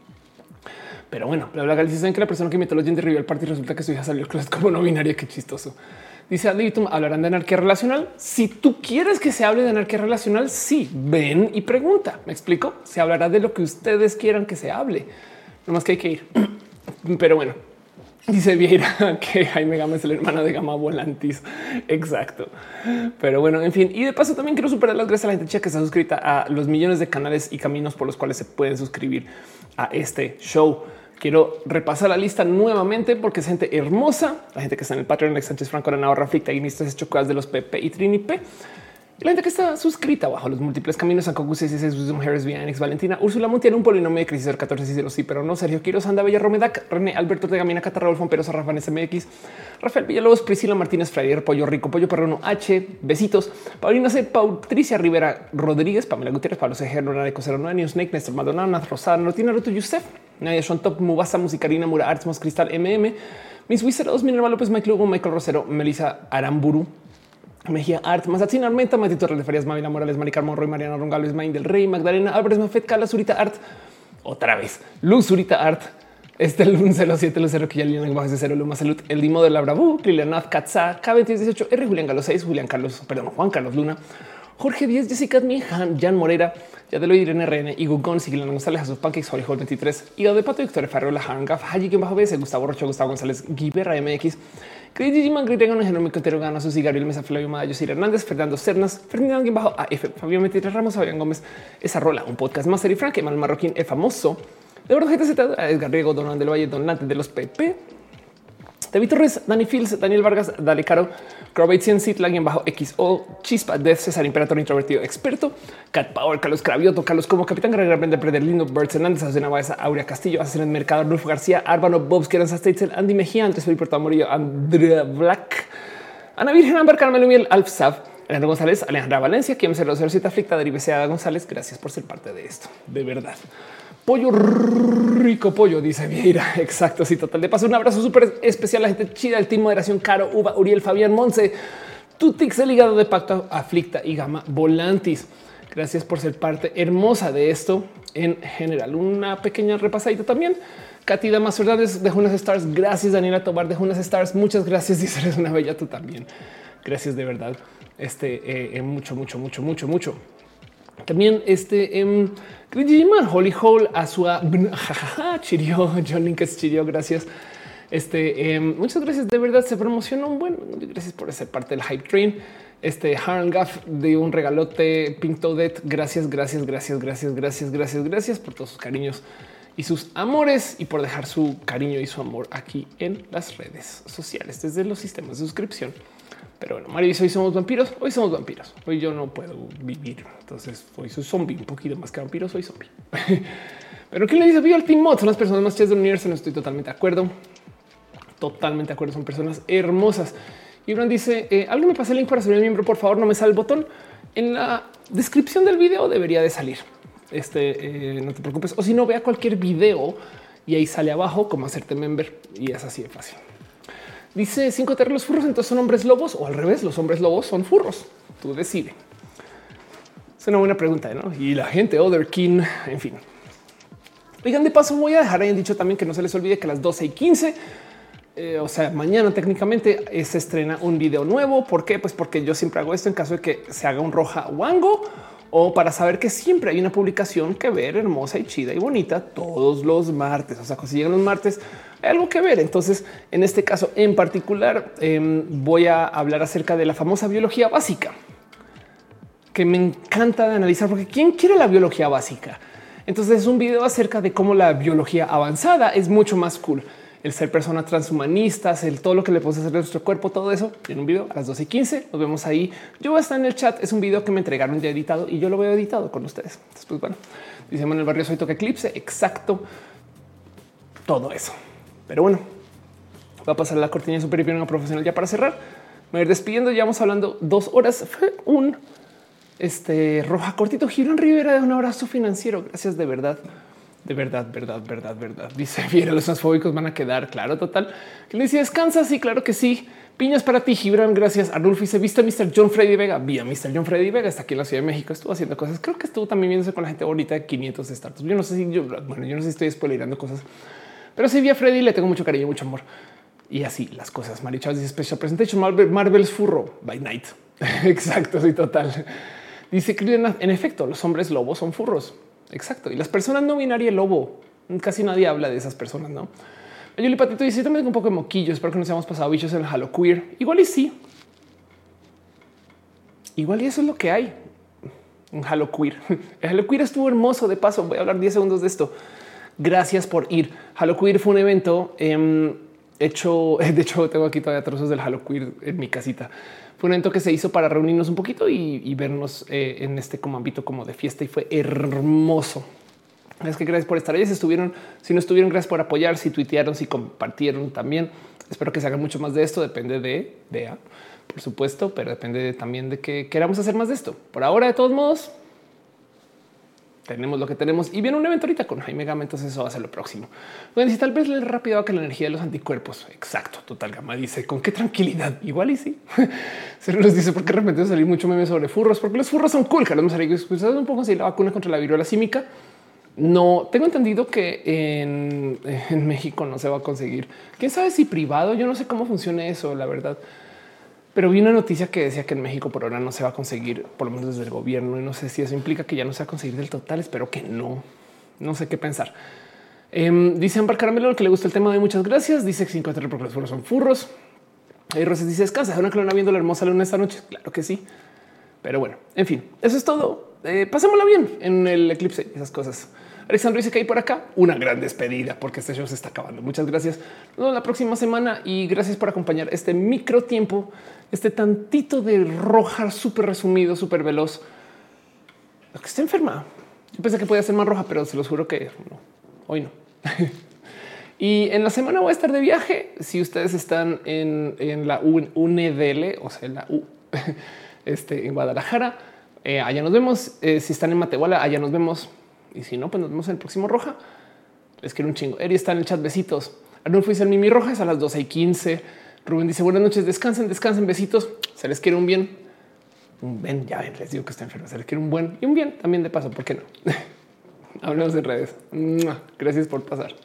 Pero bueno, la verdad es que la persona que invitó a los Gender Reveal Party resulta que su hija salió como no binaria. Qué chistoso. Dice Adlibitum, ¿hablarán de anarquía relacional? Si tú quieres que se hable de anarquía relacional, sí, ven y pregunta. ¿Me explico? Se hablará de lo que ustedes quieran que se hable. No más que hay que ir. Pero bueno, dice Vieira que Jaime Gama es el hermano de Gama Volantis. Exacto. Pero bueno, en fin. Y de paso también quiero superar las gracias a la gente chica que está suscrita a los millones de canales y caminos por los cuales se pueden suscribir a este show. Quiero repasar la lista nuevamente porque es gente hermosa. La gente que está en el Patreon, Alex Sánchez Franco, Ana Barra, Flicta, Ignistas, Chocadas de los P P y Trini P. Y la gente que está suscrita bajo los múltiples caminos, Sankoku seis seis seis, Harris, Vianix, Valentina, Úrsula Montiel, un polinomio de crisis catorce, sí, sí, pero no, Sergio Quiroz, Anda Bella, Romedac, René, Alberto de Gamina, Catarra, Wolfón, Perosa, Rafa, S M X, Rafael Villalobos, Priscila Martínez, Fraier, Pollo Rico, Pollo Perrono, H, Besitos, Paulina C, Patricia Rivera Rodríguez, Pamela Gutiérrez, Pablo Cejer, Nora de Cosero, Noa, New Snake, Néstor Maldonado, Nat Rosada, Notina Ruto, Yusef, Nadia Shontop, Mubasa, Musicarina, Mura Arts, Mos Cristal, M M, Miss Wizard, Minerva López, Mike Lugo, Michael Rosero, Melissa Aramburu, Mejía Art, Mazatzin Armenta, Matito de Ferias, Mavila Morales, Mari Carmo, Roy, Mariana Rongales, Main del Rey, Magdalena Álvarez, Mafet, Cala, Zurita Art, otra vez, Luz Zurita Art, este Lun cero siete, Luz cero, que ya Liliana bajo ese cero, Luma Salud, el Dimo de la Bravu, Lilianath, Katza, K veinte dieciocho, R, Julián Galo seis, Julián Carlos, perdón, Juan Carlos Luna, Jorge diez, Jessica Mijan, Jan Morera, Yadeloy, Irene R N, Igu Gon, Sigilana González, Jesús Pancakes, Holly Hall veintitrés, Hígado de Pato, Victoria Ferrola, Harangaf, Haji, quien bajo B S, Gustavo Rocho, Gustavo González, Guiberra M X, Critiman, Gritegano, Genómico Entero, Gana, Susi, Gabriel Mesa, Flavio Maya, José Hernández, Fernando Cernas, Ferdinand, quien bajo A F, Fabián Metira Ramos, Fabián Gómez, Esa Rola, un podcast más, Eri Frank, Emal Marroquín, el famoso, de verdad, G T Z, Edgar Riego, Donald del Valle, Donante de los P P, David Torres, Dani Fields, Daniel Vargas, Dale Caro, Crowbaitian Citla, quien bajo X O, Chispa, Death, César Imperator, introvertido, experto, Cat Power, Carlos Cravioto, Carlos como Capitán Guerrero, Brenda Preder, Lindo, Bert Hernández, Azucena Baeza, Aurea Castillo, Azucena Mercado, Rufo García, Árbano, Bobs, Keranza States, Andy Mejía, Andrés Felipe Puerto Amorillo, Andrea Black, Ana Virgen, Amber, Carmelo Miel, Alf Sav, Alejandro González, Alejandra Valencia, quien cero cero siete Aflicta, Derive Seada González. Gracias por ser parte de esto. De verdad. Pollo rico pollo, dice Vieira. Exacto. Sí, total. De paso, un abrazo súper especial a la gente chida, el team Moderación, Caro, Uva, Uriel, Fabián, Monse, Tutix, el hígado de Pacto, Aflicta y Gama Volantis. Gracias por ser parte hermosa de esto en general. Una pequeña repasadita también. Katy Damas Hernández dejó unas stars. Gracias, Daniela Tobar dejó unas stars. Muchas gracias. Dice, eres una bella tú también. Gracias de verdad. Este eh, mucho, mucho, mucho, mucho, mucho. También este um, Holly Hole, Asua, Chirio, John Linkes Chirio. Gracias. Este, eh, muchas gracias. De verdad se promocionó un buen. Gracias por ser parte del hype train. Este Haran Gaff de un regalote. Pink Toadette. Gracias, gracias, gracias, gracias, gracias, gracias, gracias por todos sus cariños y sus amores y por dejar su cariño y su amor aquí en las redes sociales desde los sistemas de suscripción. Pero bueno, Mario, hoy somos vampiros. Hoy somos vampiros. Hoy yo no puedo vivir. Entonces hoy soy zombie, un poquito más que vampiro. Soy zombie. Pero ¿quién le dice vivo al Team Mod? Son las personas más chidas del universo. No estoy totalmente de acuerdo. Totalmente de acuerdo. Son personas hermosas. Y Bran dice eh, alguien me pasa el link para ser miembro. Por favor, no me sale el botón en la descripción del video. Debería de salir. Este eh, no te preocupes. O si no, vea cualquier video y ahí sale abajo cómo hacerte member. Y es así de fácil. Dice cinco T R, los furros entonces son hombres lobos o al revés, los hombres lobos son furros. Tú decides. Es una buena pregunta, ¿no? Y la gente, Other King, en fin. Oigan, de paso voy a dejar ahí dicho también que no se les olvide que a las doce y quince, eh, o sea, mañana técnicamente eh, se estrena un video nuevo. ¿Por qué? Pues porque yo siempre hago esto en caso de que se haga un roja wango o para saber que siempre hay una publicación que ver hermosa y chida y bonita todos los martes. O sea, si llegan los martes, hay algo que ver. Entonces, en este caso en particular, eh, voy a hablar acerca de la famosa biología básica, que me encanta de analizar, porque ¿quién quiere la biología básica? Entonces es un video acerca de cómo la biología avanzada es mucho más cool. El ser personas transhumanistas, el todo lo que le podemos hacer a nuestro cuerpo, todo eso en un video a las doce y quince. Nos vemos ahí. Yo voy a estar en el chat. Es un video que me entregaron ya editado y yo lo veo editado con ustedes. Entonces, pues bueno, dice en el barrio soy toque eclipse. Exacto. Todo eso. Pero bueno, va a pasar la cortina super hiper profesional ya para cerrar. Me voy a ir despidiendo. Ya vamos hablando dos horas. Fue un este roja cortito. Gibran Rivera, de un abrazo financiero. Gracias de verdad. De verdad, verdad, verdad, verdad. Dice Viera, los transfóbicos van a quedar. Claro, total. Que le dice descansa. Sí, claro que sí. Piñas para ti, Gibran. Gracias. Arnulfo dice viste a mister John Freddy Vega. Vi a mister John Freddy Vega. Está aquí en la Ciudad de México. Estuvo haciendo cosas. Creo que estuvo también viéndose con la gente bonita de quinientos startups. Yo no sé si yo, bueno, yo no sé si estoy spoilerando cosas, pero sí vi a Freddy. Le tengo mucho cariño, mucho amor y así las cosas. Mari Chávez dice Special Presentation Marvel, Marvel's Furro by Night. Exacto. Sí, total. Dice que en efecto, los hombres lobos son furros. Exacto. Y las personas no binarias lobo. Casi nadie habla de esas personas, ¿no? Yuli Patito dice, yo también tengo un poco de moquillo. Espero que nos hayamos pasado bichos en el Halo Queer. Igual y sí. Igual y eso es lo que hay. Un Halo Queer. El Halo Queer estuvo hermoso. De paso, voy a hablar diez segundos de esto. Gracias por ir. Halo Queer fue un evento eh, hecho. De hecho, tengo aquí todavía trozos del Halo Queer en mi casita. Fue un evento que se hizo para reunirnos un poquito y, y vernos eh, en este como ámbito como de fiesta y fue hermoso. Es que gracias por estar ahí. Si estuvieron, si no estuvieron, gracias por apoyar, si tuitearon, si compartieron también. Espero que se haga mucho más de esto. Depende de D E A, por supuesto, pero depende de, también de que queramos hacer más de esto. Por ahora, de todos modos, tenemos lo que tenemos y viene un evento ahorita con Jaime Gama. Entonces eso va a ser lo próximo. Bueno, si tal vez le rápido a que la energía de los anticuerpos. Exacto. Total Gama dice con qué tranquilidad. Igual y sí se nos dice porque de repente va a salir mucho meme sobre furros, porque los furros son cool. Carlos Mazariegos, pues un poco así la vacuna contra la viruela símica. No tengo entendido que en, en México no se va a conseguir. Quién sabe si privado. Yo no sé cómo funciona eso, la verdad. Pero vi una noticia que decía que en México por ahora no se va a conseguir, por lo menos desde el gobierno. Y no sé si eso implica que ya no se va a conseguir del total. Espero que no. No sé qué pensar. Eh, dice Ambar Caramelo que le gusta el tema de muchas gracias. Dice cinco porque los furros son furros. Y Roses dice descansa. Una clona viendo la hermosa luna esta noche. Claro que sí. Pero bueno, en fin, eso es todo. Eh, pasémosla bien en el eclipse y esas cosas. Alexandro dice que hay por acá una gran despedida porque este show se está acabando. Muchas gracias. Nos vemos la próxima semana y gracias por acompañar este micro tiempo, este tantito de roja súper resumido, súper veloz. Lo que está enferma. Yo pensé que podía ser más roja, pero se los juro que no, hoy no. Y en la semana voy a estar de viaje. Si ustedes están en, en la U N D L, o sea, en la U, este, en Guadalajara, eh, allá nos vemos. Eh, si están en Matehuala, allá nos vemos. Y si no, pues nos vemos en el próximo Roja. Les quiero un chingo. Eri está en el chat. Besitos. Arnulfo dice el Mimi Roja es a las doce y quince. Rubén dice buenas noches. Descansen, descansen. Besitos. Se les quiere un bien. Un bien. Ya ven, les digo que está enfermo. Se les quiere un buen y un bien también de paso. ¿Por qué no? Hablemos en redes. Gracias por pasar.